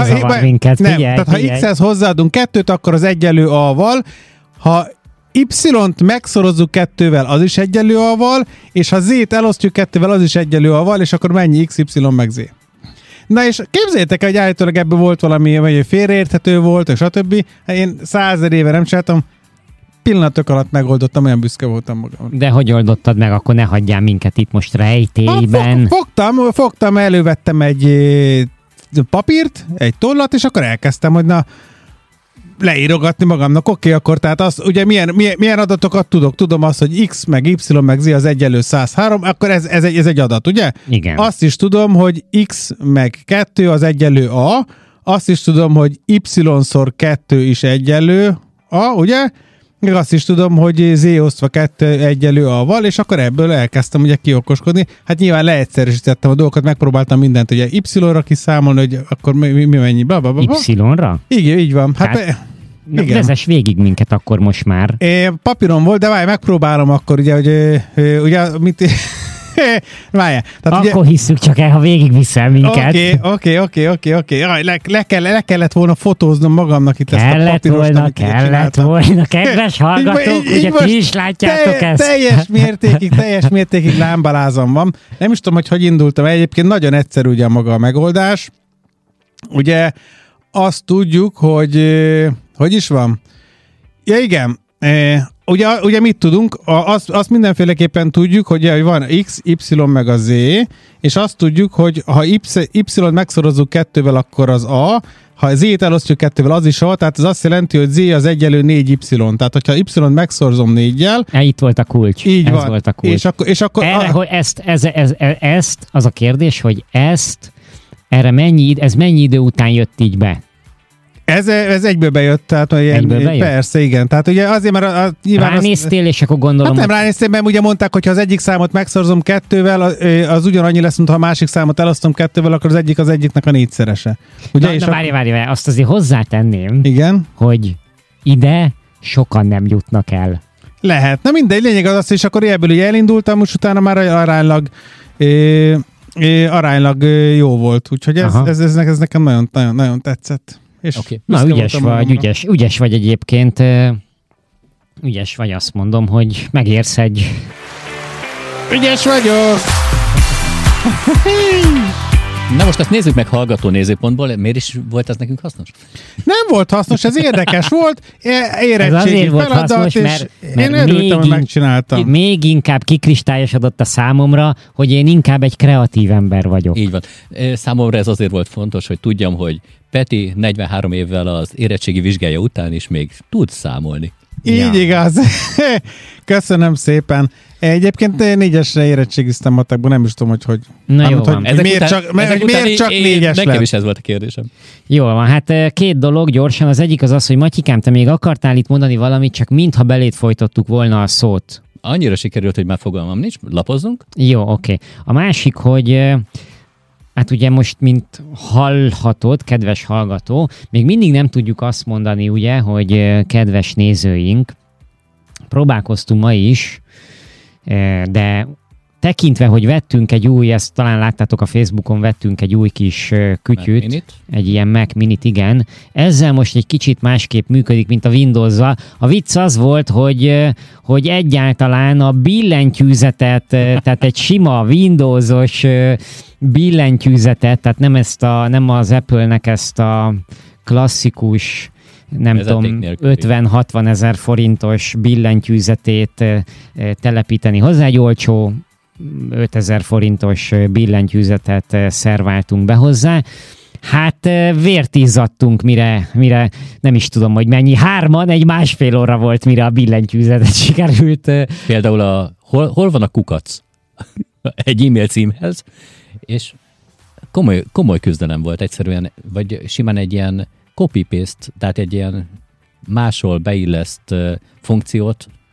X-hez hozzáadunk 2-t, akkor az egyenlő A-val. Ha Y-t megszorozzuk 2-vel, az is egyenlő A-val, és ha Z-t elosztjuk 2-vel, az is egyenlő A-val, és akkor mennyi X, Y meg Z. Na és képzeljétek, hogy állítólag ebből volt valami, vagy félreérthető volt, és stb. Én 100 éve nem csináltam, pillanatok alatt megoldottam, olyan büszke voltam magam. De hogy oldottad meg, akkor ne hagyjál minket itt most rejtélyben. Fogtam, elővettem egy papírt, egy tollat, és akkor elkezdtem, hogy leírogatni magamnak. Oké, akkor tehát az, ugye milyen adatokat tudok? Tudom azt, hogy X meg Y meg Z az egyenlő 103, akkor ez egy adat, ugye? Igen. Azt is tudom, hogy X meg 2 az egyenlő A, azt is tudom, hogy Y-szor 2 is egyenlő A, ugye? Még azt is tudom, hogy Z osztva 2 egyenlő A-val, és akkor ebből elkezdtem ugye kiokoskodni. Hát nyilván leegyszerűsítettem a dolgokat, megpróbáltam mindent ugye Y-ra kiszámolni, hogy akkor mi mennyi. Y-ra? Igen, így van. Hát vezess végig minket akkor most már. Papíron volt, de várj, megpróbálom akkor ugye, hogy ugye mit... Várjál. Akkor hisszük csak el, ha végigviszel minket. Oké. Le kellett volna fotóznom magamnak itt ezt a papírost, Kellett volna. Kedves hallgatók, ugye ti is látjátok ezt. Teljes mértékig lámbalázam van. Nem is tudom, hogy indultam. Egyébként nagyon egyszerű ugye maga a megoldás. Ugye azt tudjuk, hogy is van? Ja igen, ugye mit tudunk? Azt mindenféleképpen tudjuk, hogy van X, Y meg a Z, és azt tudjuk, hogy ha Y-t megszorozzuk 2-vel, akkor az A, ha Z-t elosztjuk 2-vel, az is A, tehát ez azt jelenti, hogy Z az egyenlő 4Y. Tehát, hogyha Y-t megszorzom 4-jel... Itt volt a kulcs. Így ez van. Volt a kulcs. És akkor hogy ezt, az a kérdés, hogy erre mennyi idő után jött így be? Ez egyből bejött, tehát persze, igen. Tehát ugye azért, mert ránéztél, és akkor gondolom... Hát nem ránéztél, mert ugye mondták, hogy ha az egyik számot megszorzom 2-vel, az ugyanannyi lesz, mint ha a másik számot elosztom 2-vel, akkor az egyiknek a 4-szerese. Ugye? Várj, azt azért hozzátenném, igen? hogy ide sokan nem jutnak el. Lehet. Na mindegy, lényeg az, és akkor ebből ugye elindultam, most utána már aránylag jó volt. Úgyhogy ez nekem nagyon, nagyon, nagyon tetszett. Okay. Na, ügyes vagy egyébként. Ügyes vagy, azt mondom, hogy megérsz egy... Ügyes vagyok! Na most ezt nézzük meg hallgató nézőpontból. Miért is volt ez nekünk hasznos? Nem volt hasznos, ez érdekes volt. Érettségi feladat, mert én örültem, hogy megcsináltam. Még inkább kikristályosodott a számomra, hogy én inkább egy kreatív ember vagyok. Így van. Számomra ez azért volt fontos, hogy tudjam, hogy Peti 43 évvel az érettségi vizsgája után is még tud számolni. Így igaz. Köszönöm szépen. Egyébként 4-esre érettségiztem matekban, nem is tudom, hogy na jó van. Miért csak 4-es lett? Nekem is ez volt a kérdésem. Jól van, hát 2 dolog gyorsan. Az egyik az, hogy Matyikám, te még akartál itt mondani valamit, csak mintha beléd folytattuk volna a szót. Annyira sikerült, hogy már fogalmam nincs. Lapozzunk? Jó, oké. A másik, hogy hát ugye most, mint hallhatod, kedves hallgató, még mindig nem tudjuk azt mondani, ugye, hogy kedves nézőink, próbálkoztunk ma is, de tekintve, hogy vettünk egy új, ezt talán láttátok a Facebookon, vettünk egy új kis kütyűt, egy ilyen Mac Minit, igen. Ezzel most egy kicsit másképp működik, mint a Windows-zal. A vicc az volt, hogy egyáltalán a billentyűzetet, tehát egy sima Windows-os billentyűzetet, tehát nem az Apple-nek ezt a klasszikus, nem tudom, 50-60 ezer forintos billentyűzetét telepíteni hozzá, egy olcsó 5000 forintos billentyűzetet szerváltunk be hozzá. Hát vért izzadtunk, mire nem is tudom, hogy mennyi, 3-an, egy 1,5 óra volt, mire a billentyűzetet sikerült. Például hol van a kukac? Egy e-mail címhez, és komoly küzdelem volt egyszerűen, vagy simán egy ilyen copy-paste, tehát egy ilyen másol beilleszt funkciót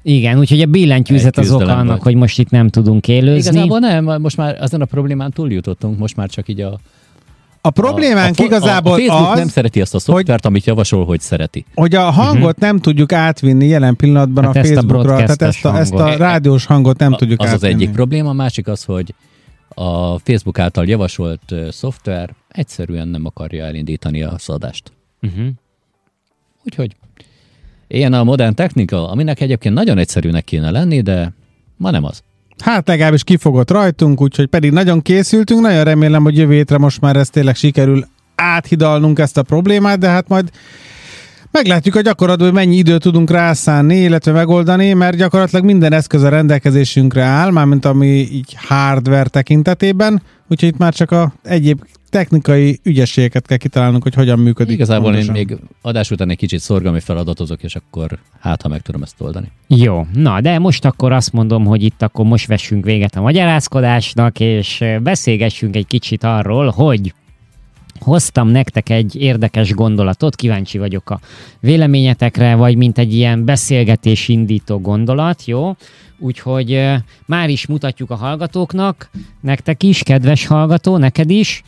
Igen, úgyhogy a billentyűzet az oka annak, hogy most itt nem tudunk élőzni. Igazából nem, most már azon a problémán túljutottunk, most már csak így a problémánk igazából a Facebook az, nem szereti azt a szoftvert, amit javasol, hogy szereti. Hogy a hangot nem tudjuk átvinni jelen pillanatban a Facebookra, tehát ezt a rádiós hangot nem tudjuk átvinni. Az egyik probléma, a másik az, hogy a Facebook által javasolt szoftver egyszerűen nem akarja elindítani az adást. Úgyhogy ilyen a modern technika, aminek egyébként nagyon egyszerűnek kéne lenni, de ma nem az. Hát legalábbis kifogott rajtunk, úgyhogy pedig nagyon készültünk, nagyon remélem, hogy jövő hétre most már ez tényleg sikerül áthidalnunk ezt a problémát, de hát majd meglátjuk a gyakorlatban, hogy mennyi időt tudunk rászánni, illetve megoldani, mert gyakorlatilag minden eszköz a rendelkezésünkre áll, mármint ami így hardware tekintetében, úgyhogy itt már csak a egyéb technikai ügyességeket kell kitalálnunk, hogy hogyan működik. Igazából pontosan. Én még adás után egy kicsit szorgalmi feladatozok, és akkor ha meg tudom ezt oldani. Jó, na de most akkor azt mondom, hogy itt akkor most vessünk véget a magyarázkodásnak, és beszélgessünk egy kicsit arról, hogy hoztam nektek egy érdekes gondolatot, kíváncsi vagyok a véleményetekre, vagy mint egy ilyen beszélgetés indító gondolat, jó? Úgyhogy már is mutatjuk a hallgatóknak, nektek is, kedves hallgató, neked is.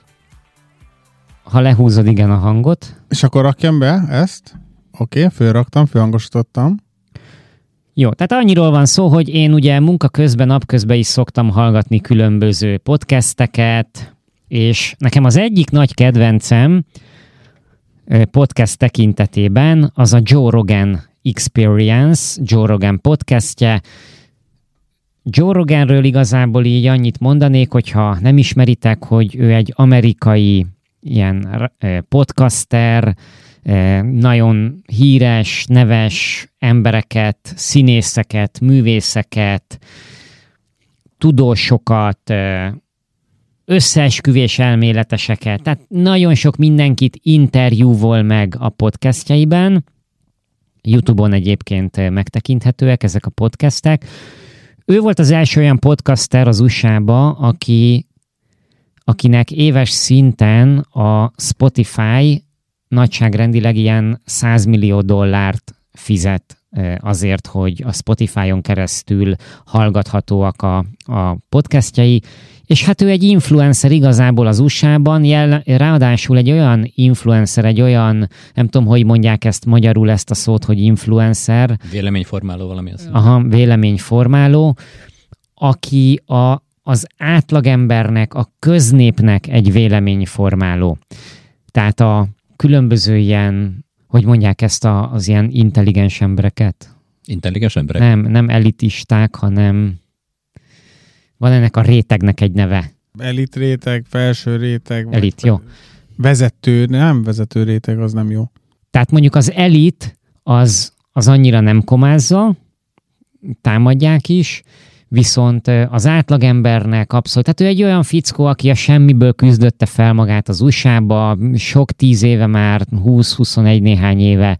Ha lehúzod igen a hangot. És akkor rakjam be ezt. Oké, fölraktam, fölhangosítottam. Jó, tehát annyiról van szó, hogy én ugye munka közben, napközben is szoktam hallgatni különböző podcasteket, és nekem az egyik nagy kedvencem podcast tekintetében az a Joe Rogan Experience, Joe Rogan podcastje. Joe Roganről igazából így annyit mondanék, hogyha nem ismeritek, hogy ő egy amerikai ilyen podcaster, nagyon híres, neves embereket, színészeket, művészeket, tudósokat, összeesküvés elméleteseket, tehát nagyon sok mindenkit interjúvol meg a podcastjaiben. YouTube-on egyébként megtekinthetőek ezek a podcastek. Ő volt az első olyan podcaster az USA-ba, akinek éves szinten a Spotify nagyságrendileg ilyen $100 millió fizet azért, hogy a Spotify-on keresztül hallgathatóak a podcastjai, és hát ő egy influencer igazából az USA-ban, ráadásul egy olyan influencer, egy olyan, nem tudom, hogy mondják ezt magyarul ezt a szót, hogy influencer. Véleményformáló valami az. Aha, véleményformáló, aki az átlagembernek, a köznépnek egy véleményformáló. Tehát a különböző ilyen, hogy mondják ezt az ilyen intelligens embereket? Intelligens emberek? Nem elitisták, hanem van ennek a rétegnek egy neve. Elit réteg, felső réteg. Elit, jó. Vezető réteg, az nem jó. Tehát mondjuk az elit az annyira nem komázza, támadják is, viszont az átlagembernek abszolút, tehát ő egy olyan fickó, aki a semmiből küzdötte fel magát az USA-ba, sok 10 éve már, 20-21 néhány éve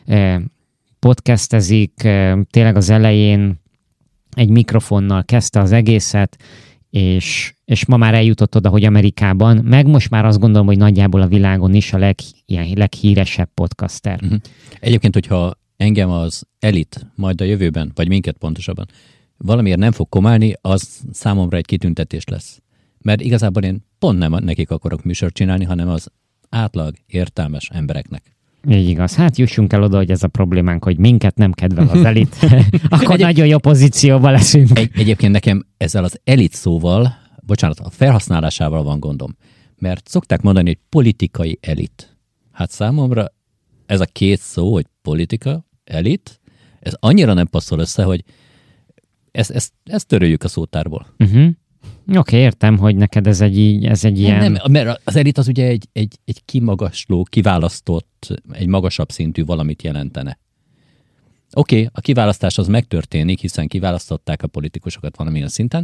podcastezik, tényleg az elején egy mikrofonnal kezdte az egészet, és ma már eljutott oda, hogy Amerikában, meg most már azt gondolom, hogy nagyjából a világon is a leghíresebb podcaster. Uh-huh. Egyébként, hogyha engem az elit majd a jövőben, vagy minket pontosabban, valamiért nem fog komálni, az számomra egy kitüntetés lesz. Mert igazából én pont nem nekik akarok műsort csinálni, hanem az átlag értelmes embereknek. Így igaz. Hát jussunk el oda, hogy ez a problémánk, hogy minket nem kedvel az elit. Akkor nagyon jó pozícióban leszünk. Egyébként nekem ezzel az elit szóval, a felhasználásával van gondom. Mert szokták mondani, hogy politikai elit. Hát számomra ez a két szó, hogy politika, elit, ez annyira nem passzol össze, hogy ezt töröljük a szótárból. Uh-huh. Oké, értem, hogy neked ez egy ilyen... Nem, mert az elit az ugye egy kimagasló, kiválasztott, egy magasabb szintű valamit jelentene. Oké, a kiválasztás az megtörténik, hiszen kiválasztották a politikusokat valamilyen szinten,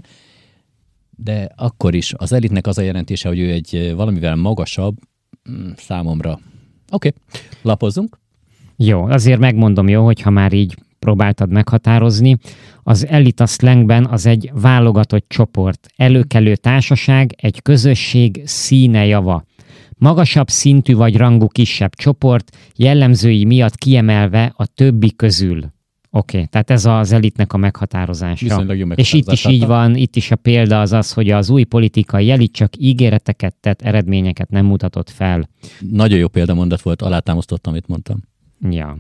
de akkor is az elitnek az a jelentése, hogy ő egy valamivel magasabb számomra. Oké, lapozzunk. Jó, azért megmondom, jó, hogyha már így próbáltad meghatározni. Az elit a szlengben az egy válogatott csoport, előkelő társaság, egy közösség színe java. Magasabb szintű vagy rangú kisebb csoport, jellemzői miatt kiemelve a többi közül. Oké, tehát ez az elitnek a meghatározása. Viszonylag jó és itt is így van, itt is a példa az, hogy az új politikai elit csak ígéreteket tett, eredményeket nem mutatott fel. Nagyon jó példamondat volt, alátámasztottam, amit mondtam. Ja.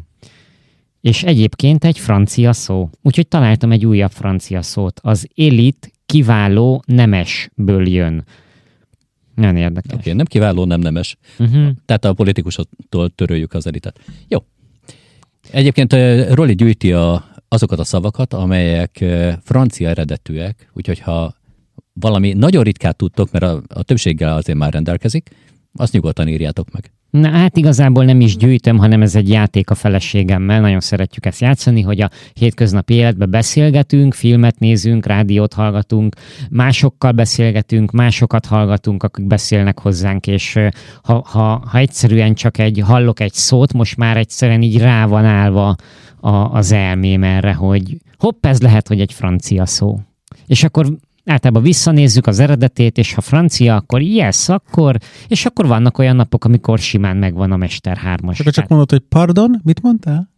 És egyébként egy francia szó. Úgyhogy találtam egy újabb francia szót. Az elit kiváló nemesből jön. Nagyon érdekes. Oké, nem kiváló, nem nemes. Tehát a politikusoktól töröljük az elitet. Jó. Egyébként Roli gyűjti azokat a szavakat, amelyek francia eredetűek, úgyhogy ha valami nagyon ritkát tudtok, mert a többséggel azért már rendelkezik, azt nyugodtan írjátok meg. Na hát igazából nem is gyűjtöm, hanem ez egy játék a feleségemmel. Nagyon szeretjük ezt játszani, hogy a hétköznapi életben beszélgetünk, filmet nézünk, rádiót hallgatunk, másokkal beszélgetünk, másokat hallgatunk, akik beszélnek hozzánk, és ha egyszerűen csak hallok egy szót, most már egyszerűen így rá van állva az elmém erre, hogy hopp, ez lehet, hogy egy francia szó. És akkor általában visszanézzük az eredetét, és ha francia, akkor yes, akkor, és akkor vannak olyan napok, amikor simán megvan a Mester 3-as. Akkor csak mondod, hogy pardon, mit mondtál?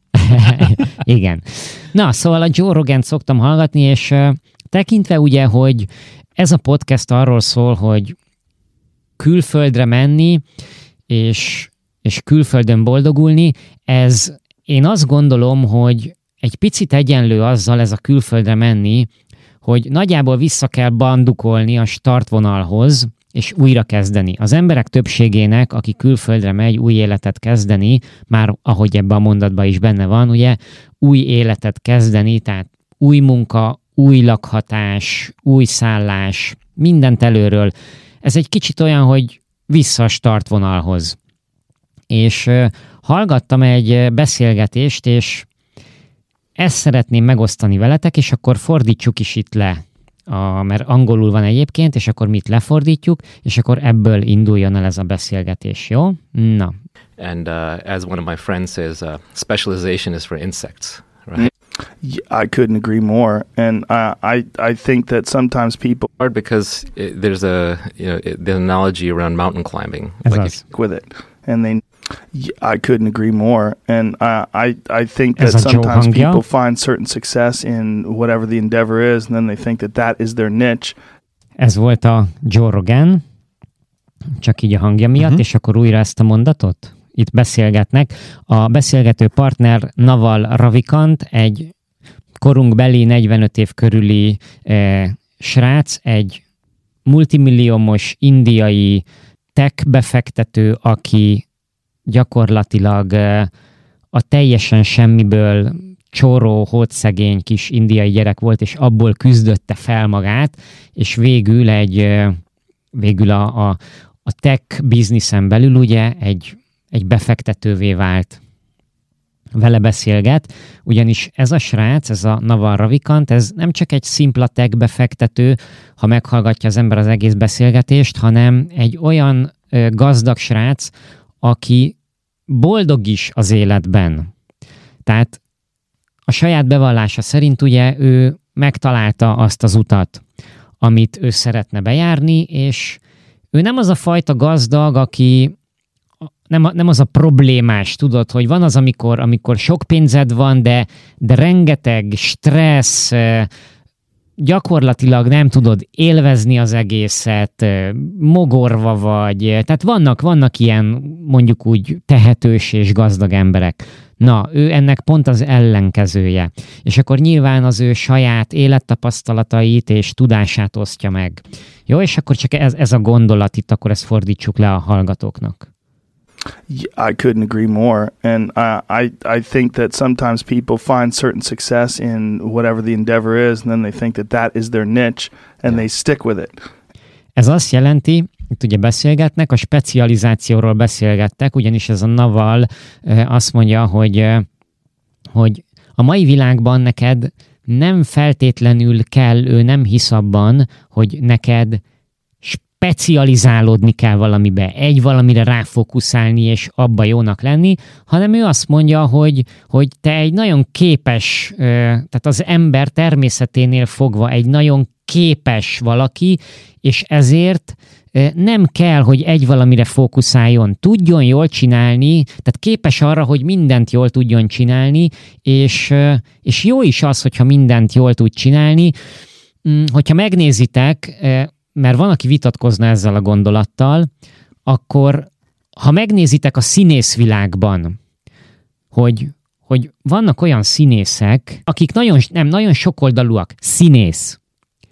Igen. Na, szóval a Joe Rogant szoktam hallgatni, és tekintve ugye, hogy ez a podcast arról szól, hogy külföldre menni, és külföldön boldogulni, én azt gondolom, hogy egy picit egyenlő azzal ez a külföldre menni, hogy nagyjából vissza kell bandukolni a startvonalhoz, és újra kezdeni. Az emberek többségének, aki külföldre megy új életet kezdeni, már ahogy ebben a mondatban is benne van, ugye, új életet kezdeni, tehát új munka, új lakhatás, új szállás, mindent előről. Ez egy kicsit olyan, hogy vissza a startvonalhoz. És hallgattam egy beszélgetést, és ezt szeretném megosztani veletek, és akkor fordítsuk is itt le, mert angolul van egyébként, és akkor mit lefordítjuk, és akkor ebből induljon el ez a beszélgetés, jó? Na. And as one of my friends says, specialization is for insects, right? I couldn't agree more, and I think that sometimes people hard because there's the analogy around mountain climbing, with it, and I couldn't agree more, and I think that sometimes people find certain success in whatever the endeavor is, and then they think that is their niche. Ez volt a Joe Rogan, csak így a hangja miatt, és akkor újra ezt a mondatot? Itt beszélgetnek. A beszélgető partner Naval Ravikant, egy korunkbeli 45 év körüli srác, egy multimilliómos indiai tech befektető, aki gyakorlatilag a teljesen semmiből csóró, hódszegény kis indiai gyerek volt, és abból küzdötte fel magát, és végül a tech bizniszen belül ugye egy befektetővé vált. Vele beszélget, ugyanis ez a srác, ez a Naval Ravikant, ez nem csak egy szimpla tech befektető, ha meghallgatja az ember az egész beszélgetést, hanem egy olyan gazdag srác, aki boldog is az életben. Tehát a saját bevallása szerint ugye ő megtalálta azt az utat, amit ő szeretne bejárni, és ő nem az a fajta gazdag, aki nem az a problémás, tudod, hogy van az, amikor sok pénzed van, de rengeteg stressz, gyakorlatilag nem tudod élvezni az egészet, mogorva vagy. Tehát vannak ilyen, mondjuk úgy, tehetős és gazdag emberek. Na, ő ennek pont az ellenkezője. És akkor nyilván az ő saját élettapasztalatait és tudását osztja meg. Jó, és akkor csak ez a gondolat itt, akkor ezt fordítsuk le a hallgatóknak. I couldn't agree more, and I think that sometimes people find certain success in whatever the endeavor is, and then they think that is their niche, and they stick with it. Ez azt jelenti, itt ugye beszélgetnek, a specializációról beszélgettek, ugyanis ez a Naval azt mondja, hogy a mai világban neked nem feltétlenül kell, ő nem hisz abban, hogy neked specializálódni kell valamibe, valamire ráfókuszálni, és abba jónak lenni, hanem ő azt mondja, hogy te egy nagyon képes, tehát az ember természeténél fogva egy nagyon képes valaki, és ezért nem kell, hogy egy valamire fókuszáljon. Tudjon jól csinálni, tehát képes arra, hogy mindent jól tudjon csinálni, és jó is az, hogyha mindent jól tud csinálni. Hogyha megnézitek, mert van, aki vitatkozna ezzel a gondolattal, akkor ha megnézitek a színészvilágban, hogy vannak olyan színészek, akik nagyon sokoldalúak. Színész,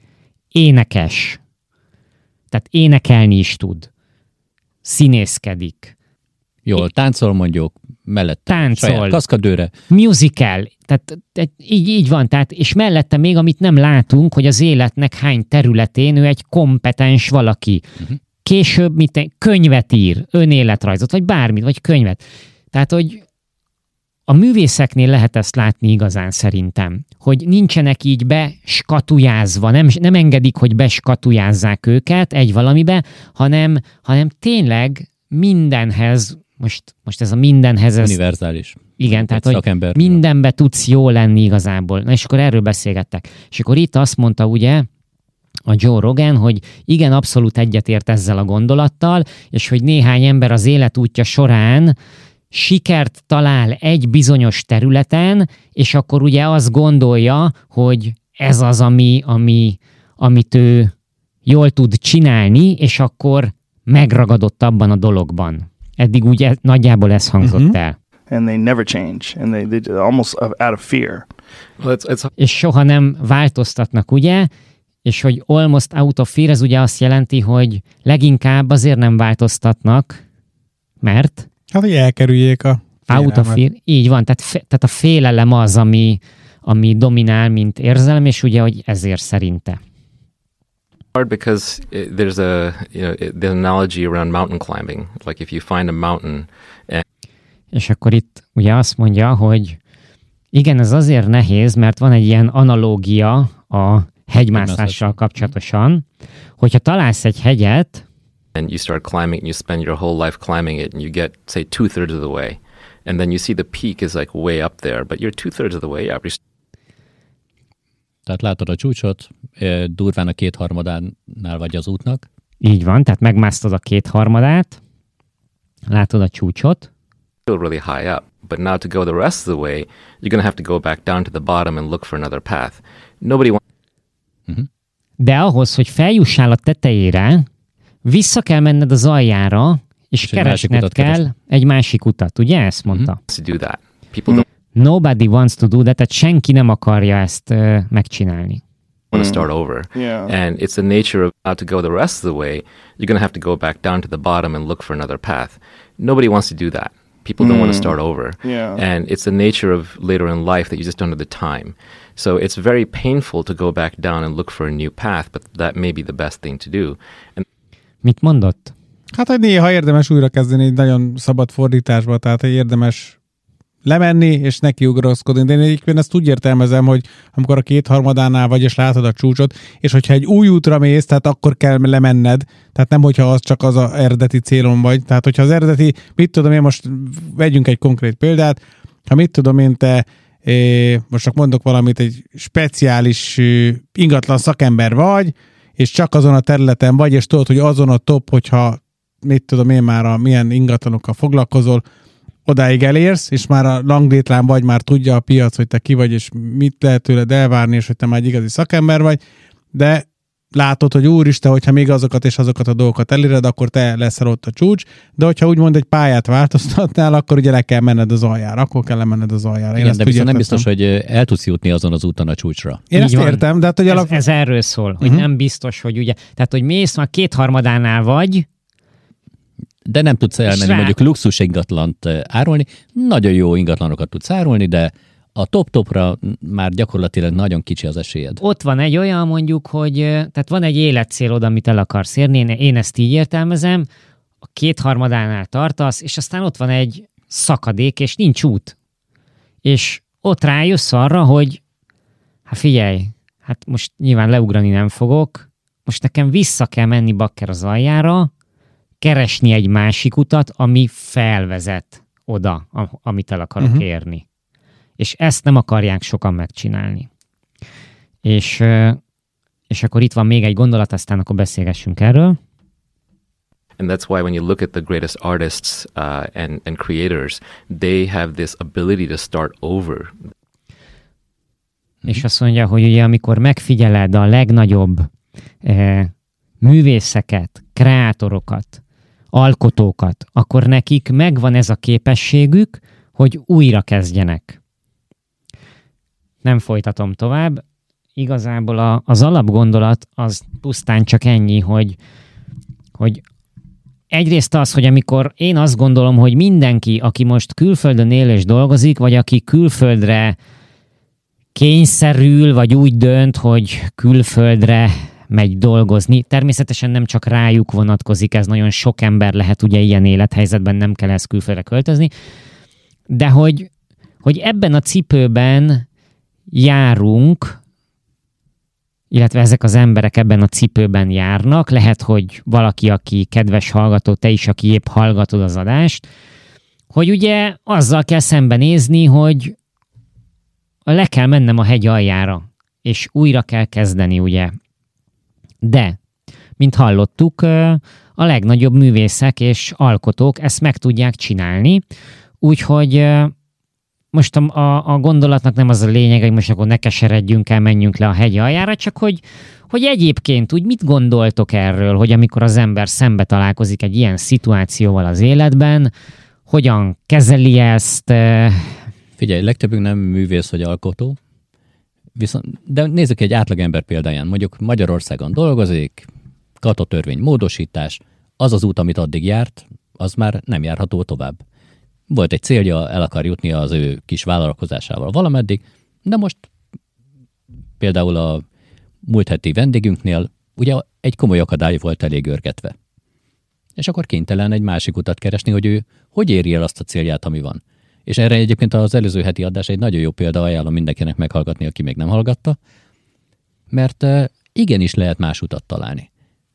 énekes, tehát énekelni is tud, színészkedik. Jól, táncol mondjuk, mellette saját kaszkadőre. Musical, tehát így van, tehát, és mellette még, amit nem látunk, hogy az életnek hány területén ő egy kompetens valaki. Később könyvet ír, önéletrajzot, vagy bármit, vagy könyvet. Tehát, hogy a művészeknél lehet ezt látni igazán szerintem, hogy nincsenek így beskatujázva, nem engedik, hogy beskatujázzák őket egy valamibe, hanem tényleg mindenhez, most ez a mindenhez... Univerzális. Igen, tehát hogy mindenbe tudsz jó lenni igazából. Na és akkor erről beszélgettek. És akkor itt azt mondta ugye a Joe Rogan, hogy igen, abszolút egyetért ezzel a gondolattal, és hogy néhány ember az életútja során sikert talál egy bizonyos területen, és akkor ugye azt gondolja, hogy ez az, amit ő jól tud csinálni, és akkor megragadott abban a dologban. Eddig ugye nagyjából ez hangzott el. And they never change, and they almost out of fear. Well, és soha nem változtatnak, ugye? És hogy almost out of fear, ez ugye azt jelenti, hogy leginkább azért nem változtatnak, mert... Hát, hogy elkerüljék a félelmet. Out of fear, így van, tehát a félelem az, ami dominál, mint érzelem, és ugye, hogy ezért szerinte. Because there's the analogy around mountain climbing. Like if you find a mountain... És akkor itt ugye azt mondja, hogy igen, ez azért nehéz, mert van egy ilyen analógia a hegymászással kapcsolatosan, hogyha találsz egy hegyet, and you start climbing and you spend your whole life climbing it and you get, say, 2/3 of the way, and then you see the peak is like way up there, but you're 2/3 of the way up. Tehát látod a csúcsot, durván a 2/3-ánál vagy az útnak. Így van, tehát megmásztad a 2/3, látod a csúcsot. Still really high up, but now to go the rest of the way, you're going to have to go back down to the bottom and look for another path. Nobody wants... De ahhoz, hogy feljussál a tetejére, vissza kell menned az aljára, és keresned kell egy másik utat, ugye? Ezt mondta. Nobody wants to do that, tehát senki nem akarja ezt megcsinálni. Want to start over. Yeah. And it's the nature of how to go the rest of the way, you're going to have to go back down to the bottom and look for another path. Nobody wants to do that. People don't want to start over. Yeah. And it's the nature of later in life that you just don't have the time. So it's very painful to go back down and look for a new path, but that may be the best thing to do. Mit mondott? Hát, hogy néha érdemes újra kezdeni egy nagyon szabad fordításba, tehát érdemes lemenni és nekiugraszkodni. De én egyébként ezt úgy értelmezem, hogy amikor a 2/3-ánál vagy, és látod a csúcsot, és hogyha egy új útra mész, tehát akkor kell lemenned, tehát nem, hogyha az csak az a eredeti célon vagy. Tehát, hogyha az eredeti, mit tudom én, most vegyünk egy konkrét példát, ha mit tudom én, te most csak mondok valamit, egy speciális ingatlan szakember vagy, és csak azon a területen vagy, és tudod, hogy azon a top, hogyha mit tudom én már milyen ingatlanokkal foglalkozol, odáig elérsz, és már a langlétrán vagy, már tudja a piac, hogy te ki vagy, és mit lehet tőled elvárni, és hogy te már egy igazi szakember vagy, de látod, hogy úristen, hogyha még azokat és azokat a dolgokat eléred, akkor te leszel ott a csúcs, de hogyha úgymond egy pályát változtatnál, akkor ugye le kell menned az aljára, akkor kell lemenned az aljára. Igen, de viszont nem biztos, hogy el tudsz jutni azon az úton a csúcsra. Én ezt értem, de hát, hogy ez erről szól, hogy nem biztos, hogy ugye, tehát hogy mész, már 2/3-ánál vagy, de nem tudsz elmenni mondjuk luxus ingatlant árulni, nagyon jó ingatlanokat tudsz árulni, de a top-topra már gyakorlatilag nagyon kicsi az esélyed. Ott van egy olyan mondjuk, hogy tehát van egy életcélod, amit el akarsz érni, én ezt így értelmezem, a 2/3-ánál tartasz, és aztán ott van egy szakadék, és nincs út. És ott rájössz arra, hogy hát figyelj, hát most nyilván leugrani nem fogok, most nekem vissza kell menni bakker az aljára, keresni egy másik utat, ami felvezet oda, amit el akarok érni. És ezt nem akarják sokan megcsinálni. És és akkor itt van még egy gondolat, aztán akkor beszélgessünk erről. And that's why when you look at the greatest artists and creators, they have this ability to start over. És azt mondja, hogy ugye amikor megfigyeled a legnagyobb művészeket, kreátorokat, alkotókat, akkor nekik megvan ez a képességük, hogy újra kezdjenek. Nem folytatom tovább. Igazából az alapgondolat az pusztán csak ennyi, hogy egyrészt az, hogy amikor én azt gondolom, hogy mindenki, aki most külföldön él és dolgozik, vagy aki külföldre kényszerül, vagy úgy dönt, hogy külföldre megy dolgozni. Természetesen nem csak rájuk vonatkozik, ez nagyon sok ember lehet ugye ilyen élethelyzetben, nem kell ezt külföldre költözni, de hogy ebben a cipőben járunk, illetve ezek az emberek ebben a cipőben járnak, lehet, hogy valaki, aki kedves hallgató, te is, aki épp hallgatod az adást, hogy ugye azzal kell szembenézni, hogy le kell mennem a hegy aljára, és újra kell kezdeni, ugye. De, mint hallottuk, a legnagyobb művészek és alkotók ezt meg tudják csinálni, úgyhogy most a gondolatnak nem az a lényeg, hogy most akkor ne keseredjünk el, menjünk le a hegy aljára, csak hogy egyébként úgy mit gondoltok erről, hogy amikor az ember szembe találkozik egy ilyen szituációval az életben, hogyan kezeli ezt? Figyelj, legtöbbünk nem művész vagy alkotó, de nézzük egy átlagember példáján. Mondjuk Magyarországon dolgozik, katatörvény módosítás, az az út, amit addig járt, az már nem járható tovább. Volt egy célja, el akar jutni az ő kis vállalkozásával valameddig, de most például a múlt heti vendégünknél ugye egy komoly akadály volt elég görgetve. És akkor kénytelen egy másik utat keresni, hogy ő hogy éri el azt a célját, ami van. És erre egyébként az előző heti adás egy nagyon jó példa, ajánlom mindenkinek meghallgatni, aki még nem hallgatta, mert igenis lehet más utat találni.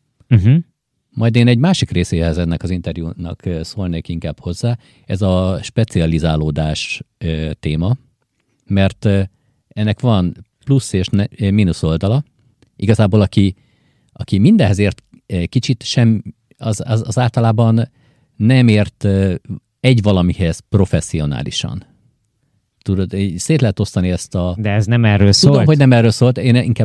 Majd én egy másik részéhez ennek az interjúnak szólnék inkább hozzá, ez a specializálódás téma, mert ennek van plusz és mínusz oldala. Igazából aki mindenhez ért kicsit sem, az általában nem ért egy valamihez professzionálisan. Tudod, szét lehet osztani ezt a... De ez nem erről szólt? Tudom, hogy nem erről szólt, én inkább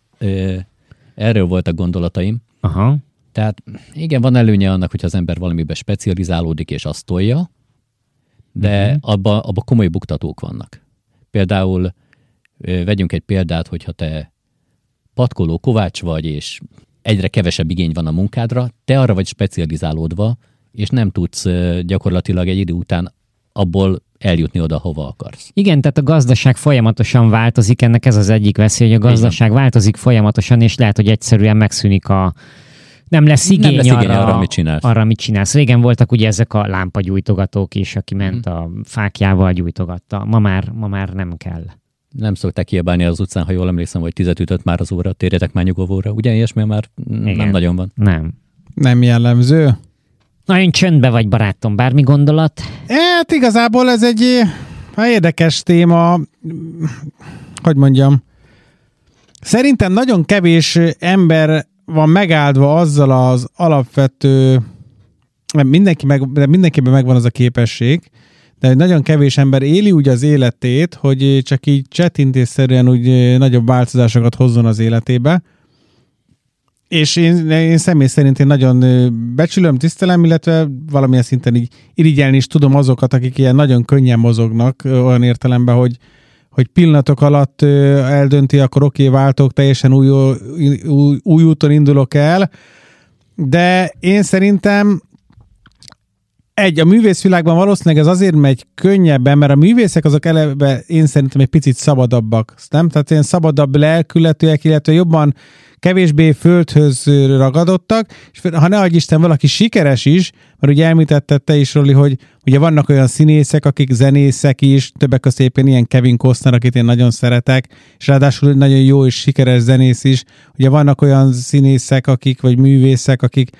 erről voltak gondolataim. Aha. Tehát igen, van előnye annak, hogy az ember valamiben specializálódik és azt tolja, de abba komoly buktatók vannak. Például vegyünk egy példát, hogyha te patkoló kovács vagy, és egyre kevesebb igény van a munkádra, te arra vagy specializálódva, és nem tudsz gyakorlatilag egy idő után abból eljutni oda, hova akarsz. Igen, tehát a gazdaság folyamatosan változik, ennek ez az egyik veszély, hogy a gazdaság változik folyamatosan, és lehet, hogy egyszerűen megszűnik nem lesz igény arra, amit csinálsz. Régen voltak ugye ezek a lámpagyújtogatók is, aki ment a fákjával gyújtogatta. Ma már nem kell. Nem szokták kiabálni az utcán, ha jól emlékszem, hogy 10 ütött már az óra, térjetek már nyugovóra. Ugye ilyesmi már nem nagyon van. Nem jellemző. Nagyon csöndbe vagy, barátom, bármi gondolat? Hát igazából ez egy érdekes téma, hogy mondjam. Szerintem nagyon kevés ember van megáldva azzal az alapvető, mindenkiben megvan az a képesség, de nagyon kevés ember éli úgy az életét, hogy csak így csettintésszerűen úgy nagyobb változásokat hozzon az életébe. És én személy szerint én nagyon becsülöm, tisztelem, illetve valamilyen szinten így irigyelni is tudom azokat, akik ilyen nagyon könnyen mozognak, olyan értelemben, hogy pillanatok alatt eldönti, akkor oké, váltok, teljesen új úton indulok el, de én szerintem a művészvilágban valószínűleg ez azért megy könnyebben, mert a művészek azok eleve én szerintem egy picit szabadabbak, nem? Tehát ilyen szabadabb lelkületűek, illetve jobban kevésbé földhöz ragadottak, és ha ne adj Isten, valaki sikeres is, mert ugye említetted te is, Roli, hogy ugye vannak olyan színészek, akik zenészek is, többek között éppen ilyen Kevin Costner, akit én nagyon szeretek, és ráadásul nagyon jó és sikeres zenész is. Ugye vannak olyan színészek, vagy művészek, akik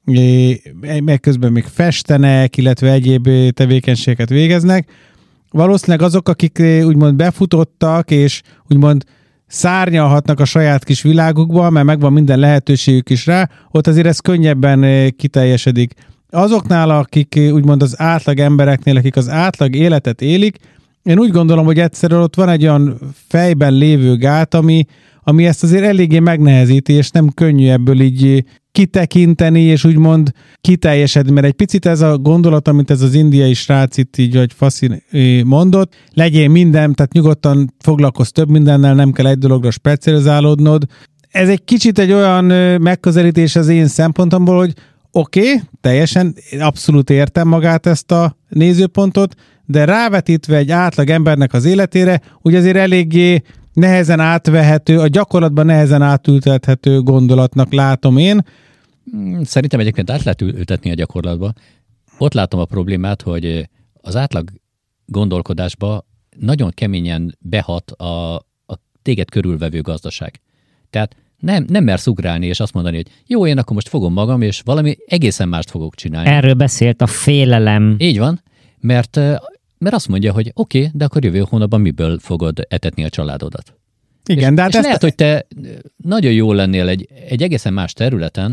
meg közben még festenek, illetve egyéb tevékenységeket végeznek. Valószínűleg azok, akik úgymond befutottak, és úgymond szárnyalhatnak a saját kis világukban, mert megvan minden lehetőségük is rá, ott azért ez könnyebben kiteljesedik. Azoknál, akik úgymond az átlag embereknél, akik az átlag életet élik, én úgy gondolom, hogy egyszerűen ott van egy olyan fejben lévő gát, ami ezt azért eléggé megnehezíti, és nem könnyű ebből így kitekinteni, és úgymond kiteljesedni, mert egy picit ez a gondolat, amit ez az indiai srác itt így, vagy Faszi mondott, legyél minden, tehát nyugodtan foglalkozz több mindennel, nem kell egy dologra specializálódnod. Ez egy kicsit egy olyan megközelítés az én szempontomból, hogy oké, teljesen, abszolút értem magát ezt a nézőpontot, de rávetítve egy átlag embernek az életére, úgy azért eléggé nehezen átvehető, a gyakorlatban nehezen átültethető gondolatnak látom én. Szerintem egyébként át lehet ültetni a gyakorlatba. Ott látom a problémát, hogy az átlag gondolkodásba nagyon keményen behat a téged körülvevő gazdaság. Tehát nem mersz ugrálni és azt mondani, hogy jó, én akkor most fogom magam, és valami egészen mást fogok csinálni. Erről beszélt a félelem. Így van, mert azt mondja, hogy oké, de akkor jövő hónapban miből fogod etetni a családodat. Igen, és lehet, hogy te nagyon jól lennél egy egészen más területen,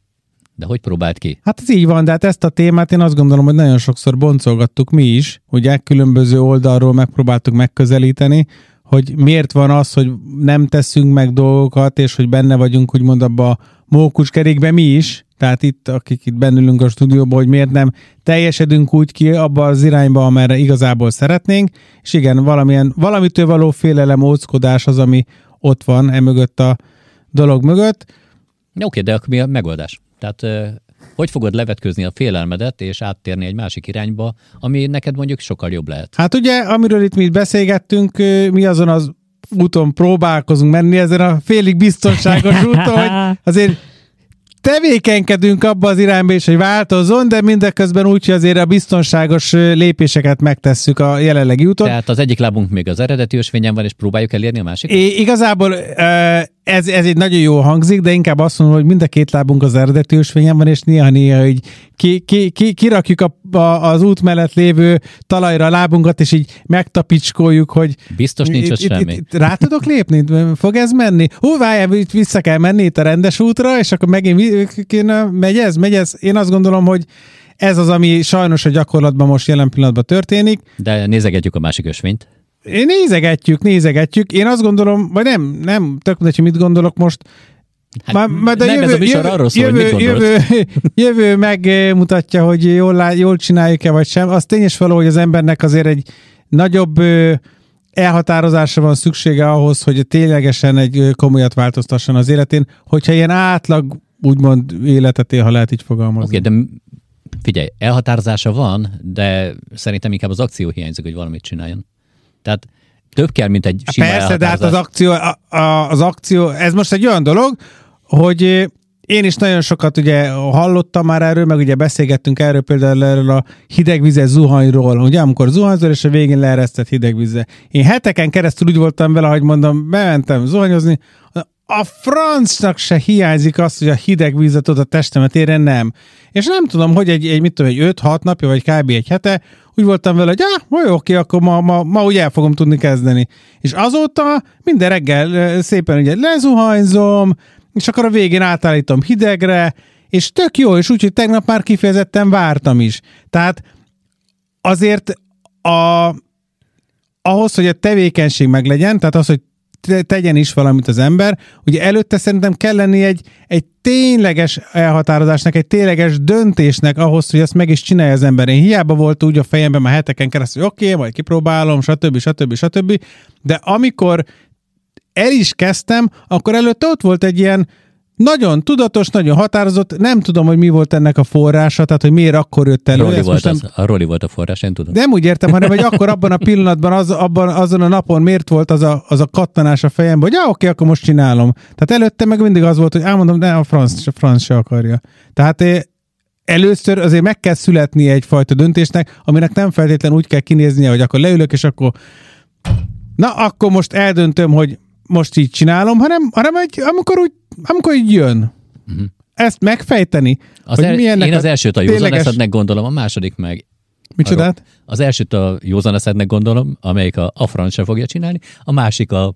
de hogy próbáld ki? Hát ez így van, de hát ezt a témát én azt gondolom, hogy nagyon sokszor boncolgattuk mi is, ugye különböző oldalról megpróbáltuk megközelíteni, hogy miért van az, hogy nem teszünk meg dolgokat, és hogy benne vagyunk úgymond abba a mókuskerékben mi is, tehát itt, akik itt bennülünk a stúdióban, hogy miért nem teljesedünk úgy ki abba az irányba, amerre igazából szeretnénk, és igen, valamitől való félelem, óckodás az, ami ott van emögött a dolog mögött. Oké, de akkor mi a megoldás? Tehát hogy fogod levetkőzni a félelmedet, és áttérni egy másik irányba, ami neked mondjuk sokkal jobb lehet? Hát ugye, amiről itt mi beszélgettünk, mi azon az úton próbálkozunk menni, ezen a félig biztonságos úton, hogy azért tevékenykedünk abba az irányba is, hogy változzon, de mindeközben úgy, hogy azért a biztonságos lépéseket megtesszük a jelenlegi úton. Tehát az egyik lábunk még az eredeti ösvényen van, és próbáljuk elérni a másikat? Igazából ez egy nagyon jó hangzik, de inkább azt mondom, hogy mind a két lábunk az eredeti ösvényen van, és néha így kirakjuk az út mellett lévő talajra a lábunkat, és így megtapicskoljuk, hogy... Biztos nincs ott semmi. Rá tudok lépni? Fog ez menni? Várjál, itt vissza kell menni itt a rendes útra, és akkor megint megy ez. Én azt gondolom, hogy ez az, ami sajnos a gyakorlatban most jelen pillanatban történik. De nézegetjük a másik ösvényt. Nézegetjük. Én azt gondolom, vagy nem, tök mindegy, hogy mit gondolok most. Hát nem, ez a műsor arról szól, hogy mit gondolod. Jövő megmutatja, hogy jól csináljuk-e, vagy sem. Az tényes való, hogy az embernek azért egy nagyobb elhatározásra van szüksége ahhoz, hogy ténylegesen egy komolyat változtasson az életén, hogyha ilyen átlag, úgymond életet él, ha lehet így fogalmazni. Oké, de figyelj, elhatározása van, de szerintem inkább az akció hiányzik, hogy valamit csináljon. Tehát több kell, mint egy sima persze, de hát az akció, ez most egy olyan dolog, hogy én is nagyon sokat ugye hallottam már erről, meg ugye beszélgettünk erről például erről a hidegvizes zuhanyról, ugye amikor zuhanyzol, és a végén leeresztett hidegvízzel. Én heteken keresztül úgy voltam vele, hogy mondom, bementem zuhanyozni, a francnak se hiányzik az, hogy a hideg vízet oda testemet érje, nem. És nem tudom, hogy egy 5-6 napja, vagy kb. Egy hete, úgy voltam vele, hogy oké, akkor ma úgy el fogom tudni kezdeni. És azóta minden reggel szépen ugye lezuhanyzom, és akkor a végén átállítom hidegre, és tök jó, és úgyhogy tegnap már kifejezetten vártam is. Tehát azért ahhoz, hogy a tevékenység meglegyen, tehát az, hogy tegyen is valamit az ember, ugye előtte szerintem kell lenni egy tényleges elhatározásnak, egy tényleges döntésnek ahhoz, hogy ezt meg is csinálja az ember. Én hiába volt úgy a fejemben már heteken keresztül, hogy oké, majd kipróbálom, stb. De amikor el is kezdtem, akkor előtte ott volt egy ilyen nagyon tudatos, nagyon határozott, nem tudom, hogy mi volt ennek a forrása, tehát hogy miért akkor jött elő. A Roli volt a forrás, én tudom. Nem úgy értem, hanem hogy akkor abban a pillanatban, azon a napon miért volt az a kattanás a fejemben, hogy oké, akkor most csinálom. Tehát előtte meg mindig az volt, hogy elmondom, de a franc se akarja. Tehát először azért meg kell születnie egyfajta döntésnek, aminek nem feltétlenül úgy kell kinéznie, hogy akkor leülök, és akkor akkor most eldöntöm, hogy most így csinálom, hanem amikor így jön. Uh-huh. Ezt megfejteni. Én az elsőt a józan eszednek gondolom, a második meg... Micsodát? Az elsőt a józan eszednek gondolom, amelyik a franc se fogja csinálni, a másik a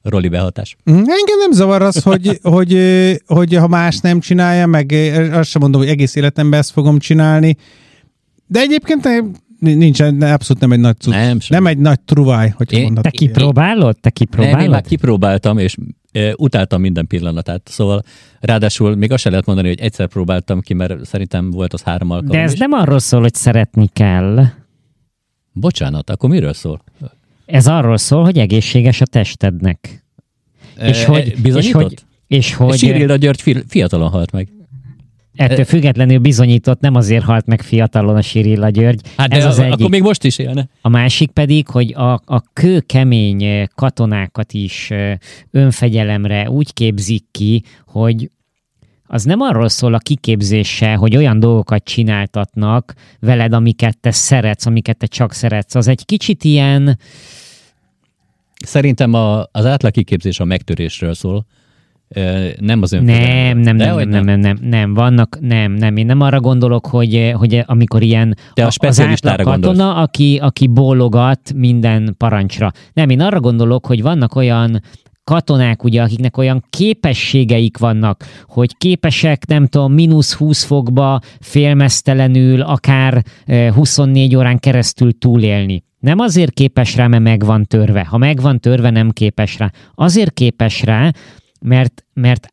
Roli behatás. Engem nem zavar az, hogy ha más nem csinálja, meg azt sem mondom, hogy egész életemben ezt fogom csinálni. De egyébként nincsen, abszolút nem egy nagy cucc. Nem egy nagy truváj, hogy mondod. Te kipróbálod? Nem, én már kipróbáltam, és utáltam minden pillanatát. Szóval ráadásul még azt se lehet mondani, hogy egyszer próbáltam ki, mert szerintem volt az 3 alkalom. De ez nem arról szól, hogy szeretni kell. Bocsánat, akkor miről szól? Ez arról szól, hogy egészséges a testednek. Bizonyított? És hogy Sirilla György fiatalon halt meg. Ettől függetlenül bizonyított, nem azért halt meg fiatalon a Sirilla György. Hát ez az egyik. Akkor még most is élne. A másik pedig, hogy a kőkemény katonákat is önfegyelemre úgy képzik ki, hogy az nem arról szól a kiképzése, hogy olyan dolgokat csináltatnak veled, amiket te szeretsz, amiket te csak szeretsz. Az egy kicsit ilyen... Szerintem az átlag kiképzés a megtörésről szól. Nem az önfegyelemről. Nem, vannak, nem. Én nem arra gondolok, hogy amikor ilyen az átlag katona, aki bólogat minden parancsra. Nem, én arra gondolok, hogy vannak olyan katonák, ugye, akiknek olyan képességeik vannak, hogy képesek, nem tudom, -20 fokba félmeztelenül, akár 24 órán keresztül túlélni. Nem azért képes rá, mert meg van törve. Ha meg van törve, nem képes rá. Azért képes rá, mert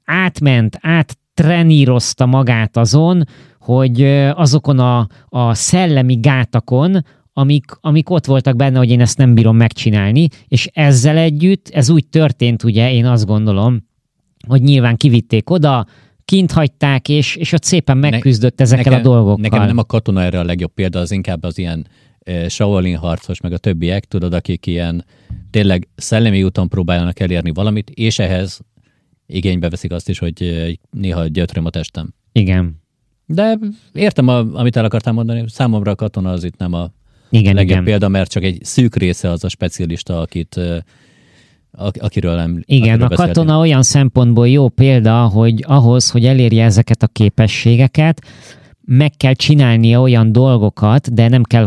áttrenírozta magát azon, hogy azokon a szellemi gátakon, amik ott voltak benne, hogy én ezt nem bírom megcsinálni, és ezzel együtt, ez úgy történt, ugye, én azt gondolom, hogy nyilván kivitték oda, kint hagyták, és ott szépen megküzdött ezekkel a dolgokkal. Nekem nem a katona erre a legjobb példa, az inkább az ilyen Shaolin harcos, meg a többiek, tudod, akik ilyen tényleg szellemi úton próbálnak elérni valamit, és ehhez igénybe veszik azt is, hogy néha gyötröm a testem. Igen. De értem, amit el akartál mondani, számomra a katona az itt nem a legjobb példa, mert csak egy szűk része az a specialista, akiről nem. Igen, a katona olyan szempontból jó példa, hogy ahhoz, hogy elérje ezeket a képességeket, meg kell csinálnia olyan dolgokat, de nem kell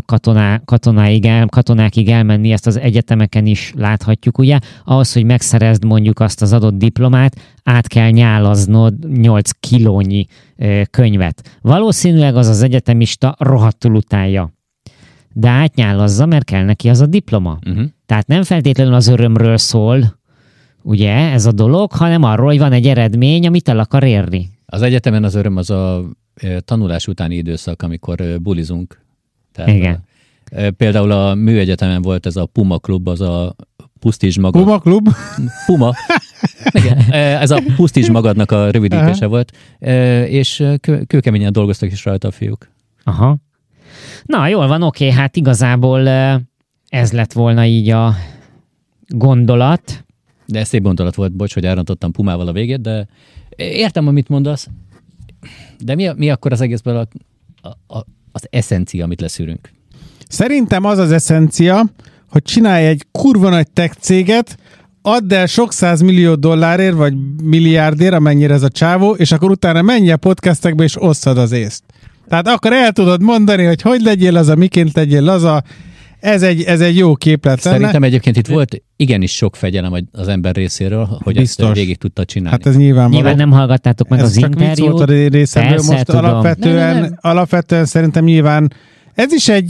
katonákig elmenni, ezt az egyetemeken is láthatjuk, ugye? Ahhoz, hogy megszerezd mondjuk azt az adott diplomát, át kell nyálaznod 8 kilónyi könyvet. Valószínűleg az egyetemista rohadtul utálja. De átnyálazza, mert kell neki az a diploma. Tehát nem feltétlenül az örömről szól, ugye, ez a dolog, hanem arról, hogy van egy eredmény, amit el akar érni. Az egyetemen az öröm az a tanulás utáni időszak, amikor bulizunk. Tehát igen. Például a műegyetemen volt ez a Puma klub, az a pusztítsd magad. Puma klub? Puma. Igen. Ez a pusztítsd magadnak a rövidítése volt, és kőkeményen dolgoztak is rajta a fiúk. Aha. Na, jól van, oké, hát igazából ez lett volna így a gondolat. De ez szép gondolat volt, bocs, hogy elrontottam Pumával a végét, de értem, amit mondasz. De mi akkor az egészből az eszencia, amit leszűrünk? Szerintem az eszencia, hogy csinálj egy kurva nagy tech céget, add el sok $100 millió vagy milliárdért, amennyire ez a csávó, és akkor utána menj a podcastekbe, és osszad az észt. Tehát akkor el tudod mondani, hogy legyél laza, miként legyél laza. Ez egy jó képlet lenne. Szerintem egyébként itt volt igenis sok fegyelem az ember részéről, hogy biztos. Ezt végig tudta csinálni. Hát ez nyilván nem hallgattátok meg ez az interjút. Ez csak vicc volt a részemről. Most alapvetően szerintem nyilván ez is egy...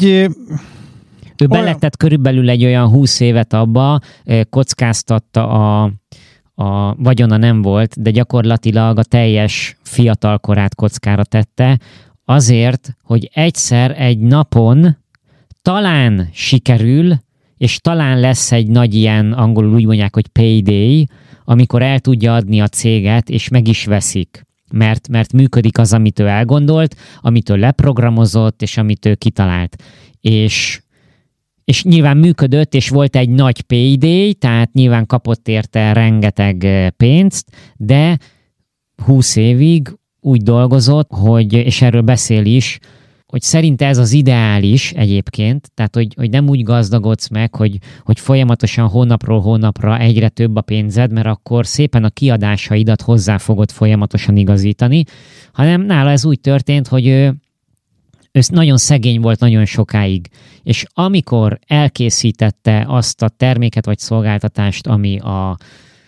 Ő beletett körülbelül egy olyan 20 évet abba, kockáztatta a vagyona nem volt, de gyakorlatilag a teljes fiatalkorát kockára tette, azért, hogy egyszer egy napon talán sikerül, és talán lesz egy nagy ilyen, angolul úgy mondják, hogy payday, amikor el tudja adni a céget, és meg is veszik. Mert működik az, amit ő elgondolt, amit ő leprogramozott, és amit ő kitalált. És nyilván működött, és volt egy nagy payday, tehát nyilván kapott érte rengeteg pénzt, de 20 évig úgy dolgozott, és erről beszél is, hogy szerinte ez az ideális egyébként, tehát hogy nem úgy gazdagodsz meg, hogy folyamatosan hónapról hónapra egyre több a pénzed, mert akkor szépen a kiadásaidat hozzá fogod folyamatosan igazítani, hanem nála ez úgy történt, hogy ő nagyon szegény volt nagyon sokáig, és amikor elkészítette azt a terméket vagy szolgáltatást, ami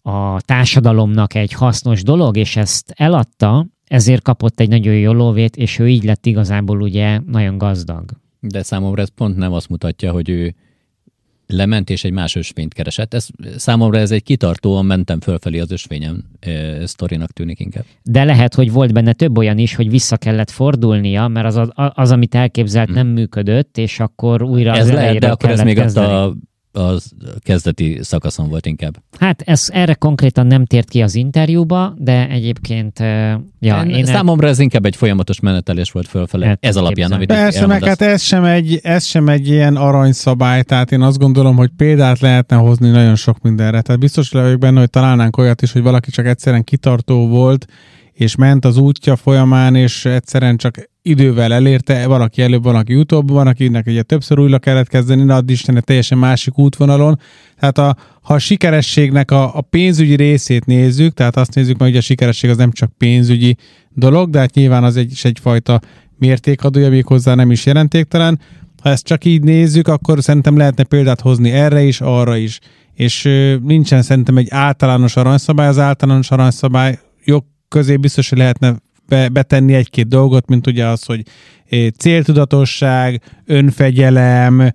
a társadalomnak egy hasznos dolog, és ezt eladta, ezért kapott egy nagyon jó lóvét, és ő így lett igazából ugye nagyon gazdag. De számomra ez pont nem azt mutatja, hogy ő lement és egy más ösvényt keresett. Számomra ez egy kitartóan mentem fölfelé az ösvényen sztorinak tűnik inkább. De lehet, hogy volt benne több olyan is, hogy vissza kellett fordulnia, mert az amit elképzelt, nem működött, és akkor újra ez az lehet, de akkor ez még kezdeni. a kezdeti szakaszon volt inkább. Hát erre konkrétan nem tért ki az interjúba, de egyébként... Számomra ez inkább egy folyamatos menetelés volt fölfele. Ez alapján, amit persze, meg hát ez sem egy ilyen aranyszabály, tehát én azt gondolom, hogy példát lehetne hozni nagyon sok mindenre. Tehát biztos vagyok benne, hogy találnánk olyat is, hogy valaki csak egyszerűen kitartó volt, és ment az útja folyamán, és egyszerűen csak idővel elérte, valaki előbb, valaki utóbb, van, akinek ugye többször újra kellett kezdeni, de add Isten egy teljesen másik útvonalon. Tehát ha a sikerességnek a pénzügyi részét nézzük, tehát azt nézzük, mert ugye a sikeresség az nem csak pénzügyi dolog, de hát nyilván az egyfajta mértékadója, még hozzá nem is jelentéktelen. Ha ezt csak így nézzük, akkor szerintem lehetne példát hozni erre is, arra is. És nincsen szerintem egy általános aranyszabály, az általános aranyszabály közé biztos, hogy lehetne betenni egy-két dolgot, mint ugye az, hogy céltudatosság, önfegyelem,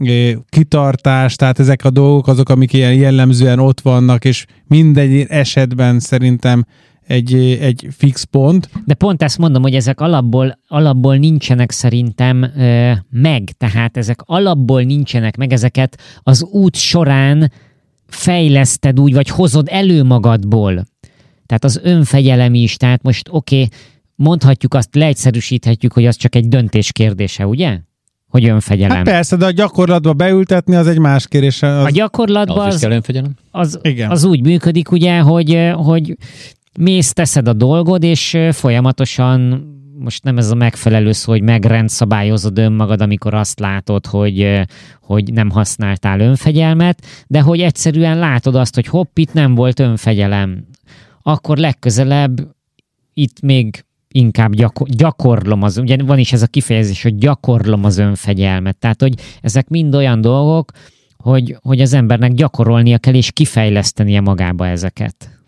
kitartás, tehát ezek a dolgok azok, amik ilyen jellemzően ott vannak, és mindegy esetben szerintem egy fix pont. De pont ezt mondom, hogy ezek alapból nincsenek szerintem meg, tehát ezek alapból nincsenek meg, ezeket az út során fejleszted úgy, vagy hozod elő magadból. Tehát az önfegyelem is, tehát most mondhatjuk azt, leegyszerűsíthetjük, hogy az csak egy döntés kérdése, ugye? Hogy önfegyelem. Hát persze, de a gyakorlatba beültetni az egy más kérdés. A gyakorlatban az is kell önfegyelem? Az úgy működik, ugye, hogy mész, teszed a dolgod, és folyamatosan, most nem ez a megfelelő szó, hogy megrendszabályozod önmagad, amikor azt látod, hogy nem használtál önfegyelmet, de hogy egyszerűen látod azt, hogy hopp, itt nem volt önfegyelem. Akkor legközelebb itt még inkább gyakorlom ugye van is ez a kifejezés, hogy gyakorlom az önfegyelmet. Tehát, hogy ezek mind olyan dolgok, hogy az embernek gyakorolnia kell, és kifejlesztenie magába ezeket.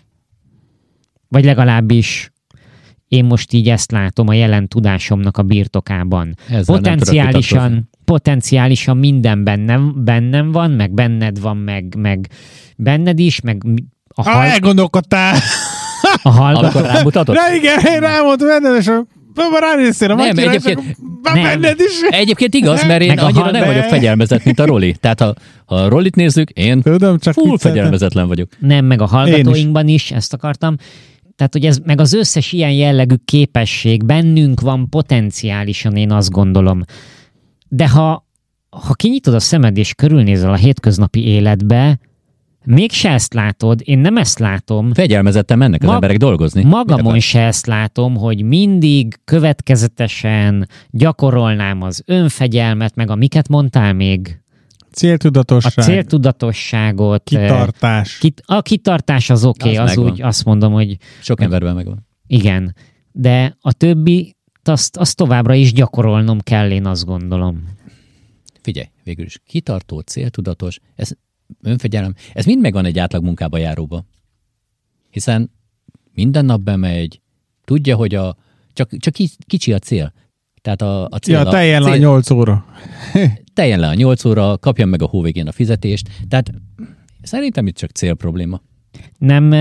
Vagy legalábbis én most így ezt látom a jelen tudásomnak a birtokában. Potenciálisan minden bennem van, meg benned van, meg benned is, meg elgondolkodtál! A hallgató. Amikor rámutatott? De igen, én rámondtam benned, és ránéztél a matyira, és benned is. Egyébként igaz, mert én annyira nem vagyok fegyelmezett, mint a Roli. Tehát ha a Rolit nézzük, én full fegyelmezetlen vagyok. Nem, meg a hallgatóinkban is, ezt akartam. Tehát, hogy ez meg az összes ilyen jellegű képesség bennünk van potenciálisan, én azt gondolom. De ha kinyitod a szemed és körülnézel a hétköznapi életbe, mégse ezt látod, én nem ezt látom. Fegyelmezetten mennek az emberek dolgozni. Magamon se ezt látom, hogy mindig következetesen gyakorolnám az önfegyelmet, meg amiket mondtál még. Céltudatosság. A céltudatosságot. Kitartás. A kitartás az oké, az úgy azt mondom, hogy... Sok emberben megvan. Igen, de a többi, azt továbbra is gyakorolnom kell, én azt gondolom. Figyelj, végül is kitartó, céltudatos, ez önfegyelem, ez mind megvan egy átlag munkába járóba. Hiszen minden nap bemegy, tudja, hogy csak kicsi a cél. Tehát a cél... Ja, teljen le a 8 óra. Teljen le a 8 óra, kapjam meg a hóvégén a fizetést. Tehát szerintem itt csak célprobléma. Nem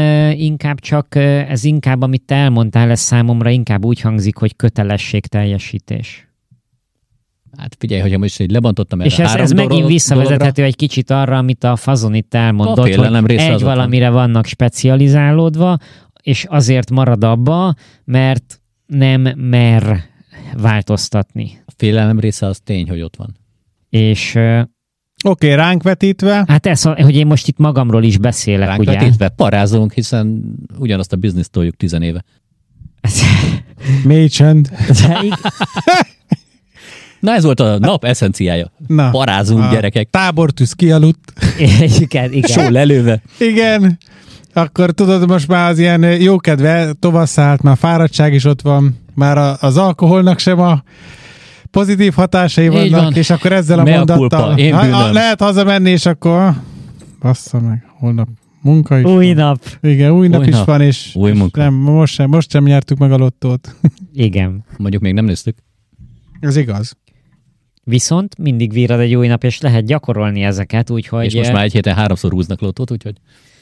ez inkább, amit te elmondtál, ez számomra inkább úgy hangzik, hogy kötelességteljesítés. Hát figyelj, hogy most így lebontottam erre. És ez megint visszavezethető egy kicsit arra, amit a Fazon itt elmondott, hogy valamire vannak specializálódva, és azért marad abba, mert nem mer változtatni. A félelem része az tény, hogy ott van. És... Oké, ránk vetítve. Hát ez, hogy én most itt magamról is beszélek, ránk ugye? Ránk vetítve, parázolunk, hiszen ugyanazt a bizniszt toljuk 10 éve. Mély csend. Na ez volt a nap eszenciája. Parázunk, gyerekek. Tábortűz kialudt. Igen. Só lelőve. Igen. Akkor tudod, most már az ilyen jókedve tovaszállt, már fáradtság is ott van. Már az alkoholnak sem a pozitív hatásai vannak, és akkor ezzel a mondattal lehet hazamenni, és akkor bassza meg, holnap Munka is új van. nap. Igen, új nap is van, és új munka. Nem, most sem nyertük meg a lottót. Igen. Mondjuk még nem néztük. Ez igaz. Viszont mindig virrad egy új nap, és lehet gyakorolni ezeket, úgyhogy... És most már egy héten 3-szor húznak lottót, úgyhogy...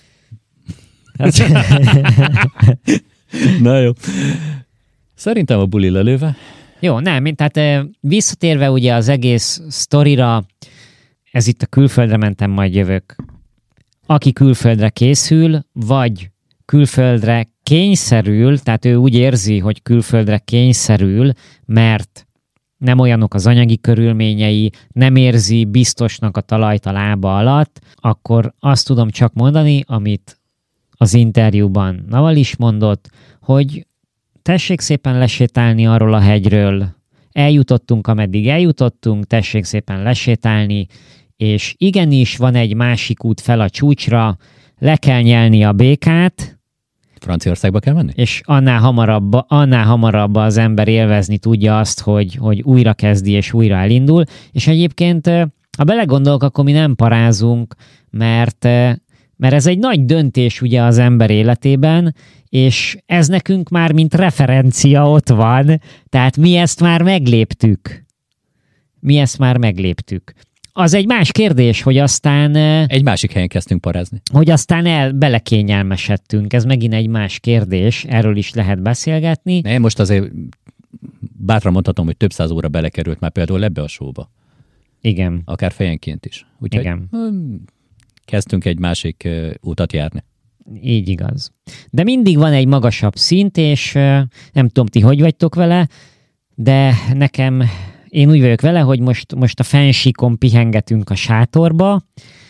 Na jó. Szerintem a buli lelőve. Jó, nem, tehát visszatérve ugye az egész sztorira, ez itt a külföldre mentem, majd jövök. Aki külföldre készül, vagy külföldre kényszerül, tehát ő úgy érzi, hogy külföldre kényszerül, mert nem olyanok az anyagi körülményei, nem érzi biztosnak a talajt a lába alatt, akkor azt tudom csak mondani, amit az interjúban Naval is mondott, hogy tessék szépen lesétálni arról a hegyről, eljutottunk, ameddig eljutottunk, tessék szépen lesétálni, és igenis van egy másik út fel a csúcsra, le kell nyelni a békát. Franciaországba kell menni? És annál hamarabb az ember élvezni tudja azt, hogy újra kezdi és újra elindul. És egyébként, ha belegondolok, akkor mi nem parázunk, mert ez egy nagy döntés ugye az ember életében, és ez nekünk már mint referencia ott van, tehát mi ezt már megléptük. Az egy más kérdés, hogy aztán... Egy másik helyen kezdtünk parázni. Hogy aztán belekényelmesedtünk. Ez megint egy más kérdés, erről is lehet beszélgetni. Én most azért bátran mondhatom, hogy több 100 óra belekerült már például ebbe a showba. Igen. Akár fejenként is. Úgyhogy igen. Kezdtünk egy másik utat járni. Így igaz. De mindig van egy magasabb szint, és nem tudom, ti hogy vagytok vele, de nekem... Én úgy vagyok vele, hogy most a fensíkon pihengetünk a sátorba,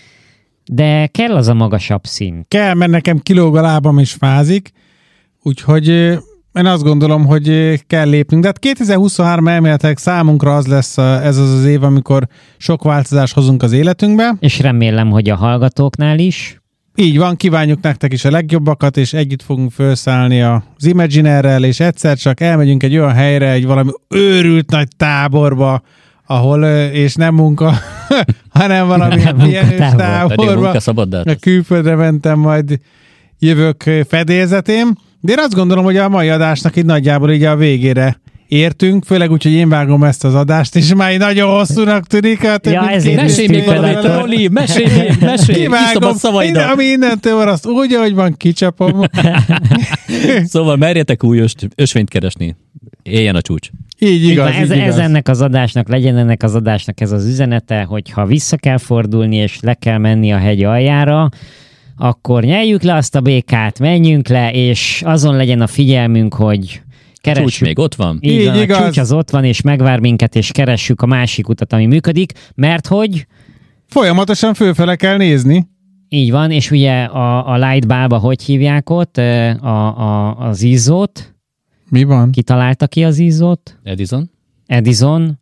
de kell az a magasabb szint. Kell, mert nekem kilóg a lábam és fázik, úgyhogy én azt gondolom, hogy kell lépnünk. De hát 2023 elméletileg számunkra az lesz ez az év, amikor sok változást hozunk az életünkbe. És remélem, hogy a hallgatóknál is. Így van, kívánjuk nektek is a legjobbakat, és együtt fogunk felszállni az Imaginerrel, és egyszer csak elmegyünk egy olyan helyre, egy valami őrült nagy táborba, ahol, és nem munka, hanem valami pihenős táborba. A külföldre mentem, majd jövök fedélzetén. De én azt gondolom, hogy a mai adásnak így nagyjából így a végére értünk, főleg úgy, hogy én vágom ezt az adást, és már így nagyon hosszúnak tűnik. Mesélj még valamit, Roli, mesélj, kiszom a szavaidat. Ami innentől van, azt úgy, ahogy van, kicsapom. Szóval merjetek új ösvényt keresni. Éljen a csúcs. Így igaz, ez ennek az adásnak, legyen ennek az adásnak ez az üzenete, hogy ha vissza kell fordulni, és le kell menni a hegy aljára, akkor nyeljük le azt a békát, menjünk le, és azon legyen a figyelmünk, hogy keressük. Csúcs még ott van. Így van, igaz. A csúcs az ott van, és megvár minket, és keressük a másik utat, ami működik, mert hogy... Folyamatosan fölfele kell nézni. Így van, és ugye a Light Bulb-ba hogy hívják ott az izzót? Mi van? Ki találta ki az izzót? Edison.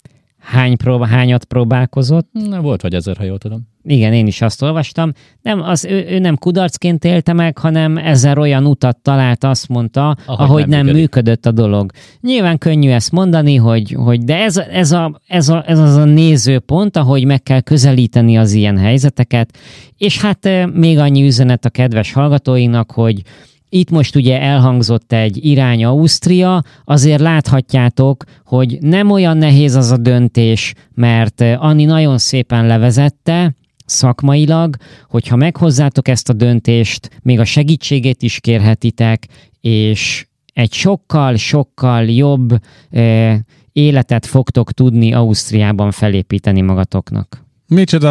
Hányat próbálkozott? Volt vagy 1000, ha jól tudom. Igen, én is azt olvastam. Nem, ő nem kudarcként élte meg, hanem 1000 olyan utat talált, azt mondta, ahogy nem működött a dolog. Nyilván könnyű ezt mondani, de ez az a nézőpont, ahogy meg kell közelíteni az ilyen helyzeteket. És hát még annyi üzenet a kedves hallgatóinak, hogy itt most ugye elhangzott egy irány Ausztria, azért láthatjátok, hogy nem olyan nehéz az a döntés, mert Anni nagyon szépen levezette szakmailag, hogyha meghozzátok ezt a döntést, még a segítségét is kérhetitek, és egy sokkal jobb életet fogtok tudni Ausztriában felépíteni magatoknak. Micsoda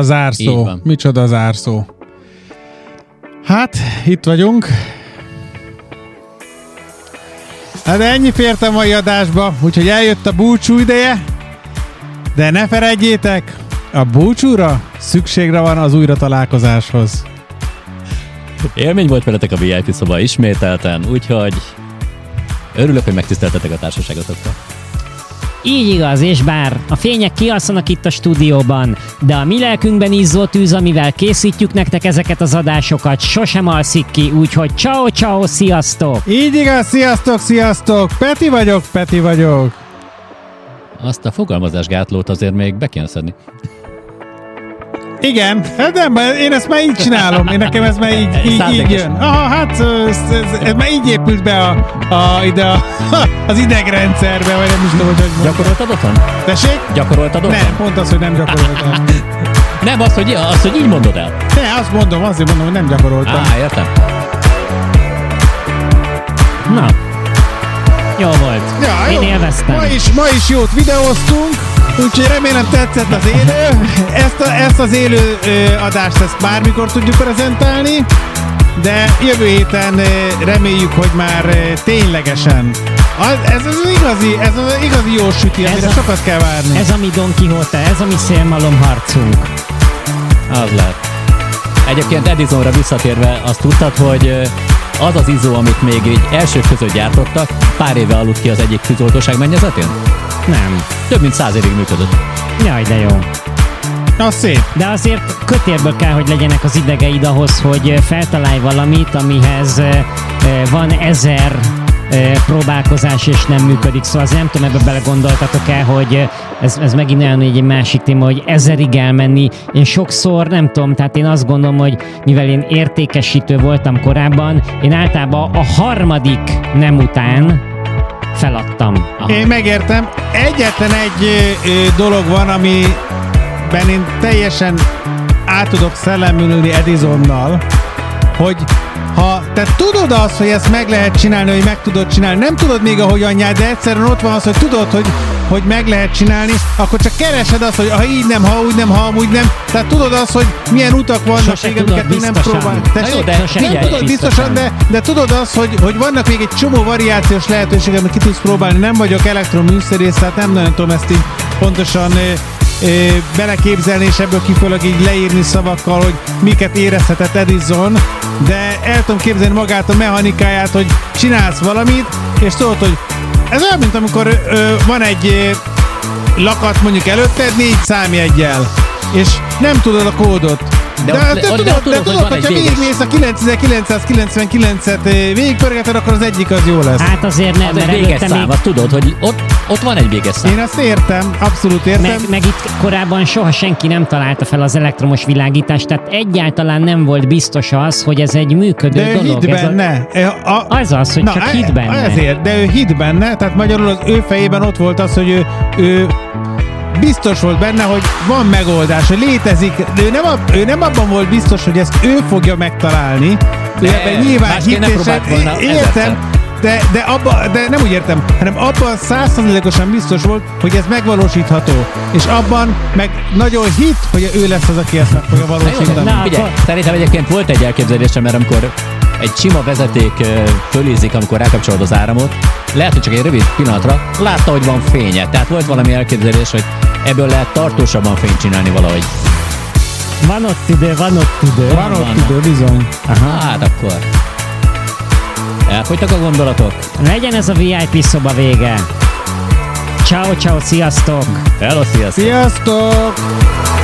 zárszó. Hát, itt vagyunk. Hát ennyi fért a mai adásba, úgyhogy eljött a búcsú ideje, de ne feledjétek, a búcsúra szükségre van az újra találkozáshoz. Élmény volt veletek a VIP szoba ismételten, úgyhogy örülök, hogy megtiszteltetek a társaságotokkal. Így igaz, és bár a fények kialszanak itt a stúdióban, de a mi lelkünkben izzó tűz, amivel készítjük nektek ezeket az adásokat, sosem alszik ki, úgyhogy ciao, sziasztok! Így igaz, sziasztok! Peti vagyok! Azt a fogalmazásgátlót azért még be kéne szedni. Igen, nem, én ezt már így csinálom, nekem ez már így jön. Aha, hát ez már így épült be az idegrendszerbe, vagy nem is tudom, hogy mondjam. Gyakoroltad otthon? Tessék? Gyakoroltad otthon? Nem, pont az, hogy nem gyakoroltam. Nem, azt, hogy így mondod el. Ne, azért mondom, hogy nem gyakoroltam. Értem. Na, jó volt. Ja, én élveztem. Ma is jót videóztunk, úgyhogy remélem tetszett az élő. Ezt az élő adást ezt bármikor tudjuk prezentálni, de jövő héten reméljük, hogy már ténylegesen. Ez az igazi jó süti, amire sokat kell várni. Ez a mi Don Quixote, ez a mi szélmalom harcunk. Az lehet. Egyébként Edisonra visszatérve azt tudtad, hogy az az izzó, amit még így elsők között gyártottak, pár éve aludt ki az egyik tűzoltóság mennyezetén? Nem. Több mint 100 évig működött. Jaj, de jó. Na, szép. De azért kötérből kell, hogy legyenek az idegeid ahhoz, hogy feltalálj valamit, amihez van 1000 próbálkozás és nem működik. Szóval azért nem tudom, ebbe belegondoltatok el, hogy ez megint olyan egy másik téma, hogy 1000-ig elmenni. Én sokszor, nem tudom, tehát én azt gondolom, hogy mivel én értékesítő voltam korábban, én általában a harmadik nem után feladtam. Aha. Én megértem. Egyetlen egy dolog van, amiben én teljesen át tudok szellemülni Edisonnal, hogy ha te tudod azt, hogy ezt meg lehet csinálni, hogy meg tudod csinálni, nem tudod még ahogy anyád, de egyszerűen ott van az, hogy tudod, hogy meg lehet csinálni, akkor csak keresed azt, hogy ha így nem, ha úgy nem, ha amúgy nem. Tehát tudod azt, hogy milyen utak vannak még, amiket még nem próbál. Nem tudod biztosan, de tudod azt, hogy vannak még egy csomó variációs lehetőség, amit ki tudsz próbálni. Nem vagyok elektroműszerész, tehát nem nagyon tudom ezt így pontosan beleképzelni, és ebből kifolyólag így leírni szavakkal, hogy miket érezhetett Edison, de el tudom képzelni magát a mechanikáját, hogy csinálsz valamit, és tudod, hogy ez olyan, mint amikor van egy lakat mondjuk előtted 4 számjeggyel, és nem tudod a kódot. De tudod, hogyha végigmész a 9999-et végigpörgeted, akkor az egyik az jó lesz. Hát azért nem, az egy véges szám, azt tudod, hogy ott van egy véges szám. Én azt értem, abszolút értem. Meg itt korábban soha senki nem találta fel az elektromos világítást, tehát egyáltalán nem volt biztos az, hogy ez egy működő dolog. De ő hitt benne. Az, hogy csak hitt benne. Ezért, de ő hitt benne, tehát magyarul az ő fejében ott volt az, hogy ő biztos volt benne, hogy van megoldás, hogy létezik, de ő nem abban volt biztos, hogy ezt ő fogja megtalálni. Ő ebben nyilván értem, de nem úgy értem, hanem abban 100%-osan biztos volt, hogy ez megvalósítható. És abban meg nagyon hitt, hogy ő lesz az, aki ezt meg fogja valósítani. Figyelj, szerintem egyébként volt egy elképzelésem, mert amikor egy sima vezeték fölízik, amikor rákapcsolod az áramot, lehet, hogy csak egy rövid pillanatra látta, hogy van fénye. Tehát volt valami elképzelés, hogy ebből lehet tartósabban fényt csinálni valahogy. Van ott idő, bizony. Aha. Hát akkor. Elfogytak a gondolatok? Legyen ez a VIP szoba vége. Ciao, sziasztok! Hello, sziasztok! Sziasztok!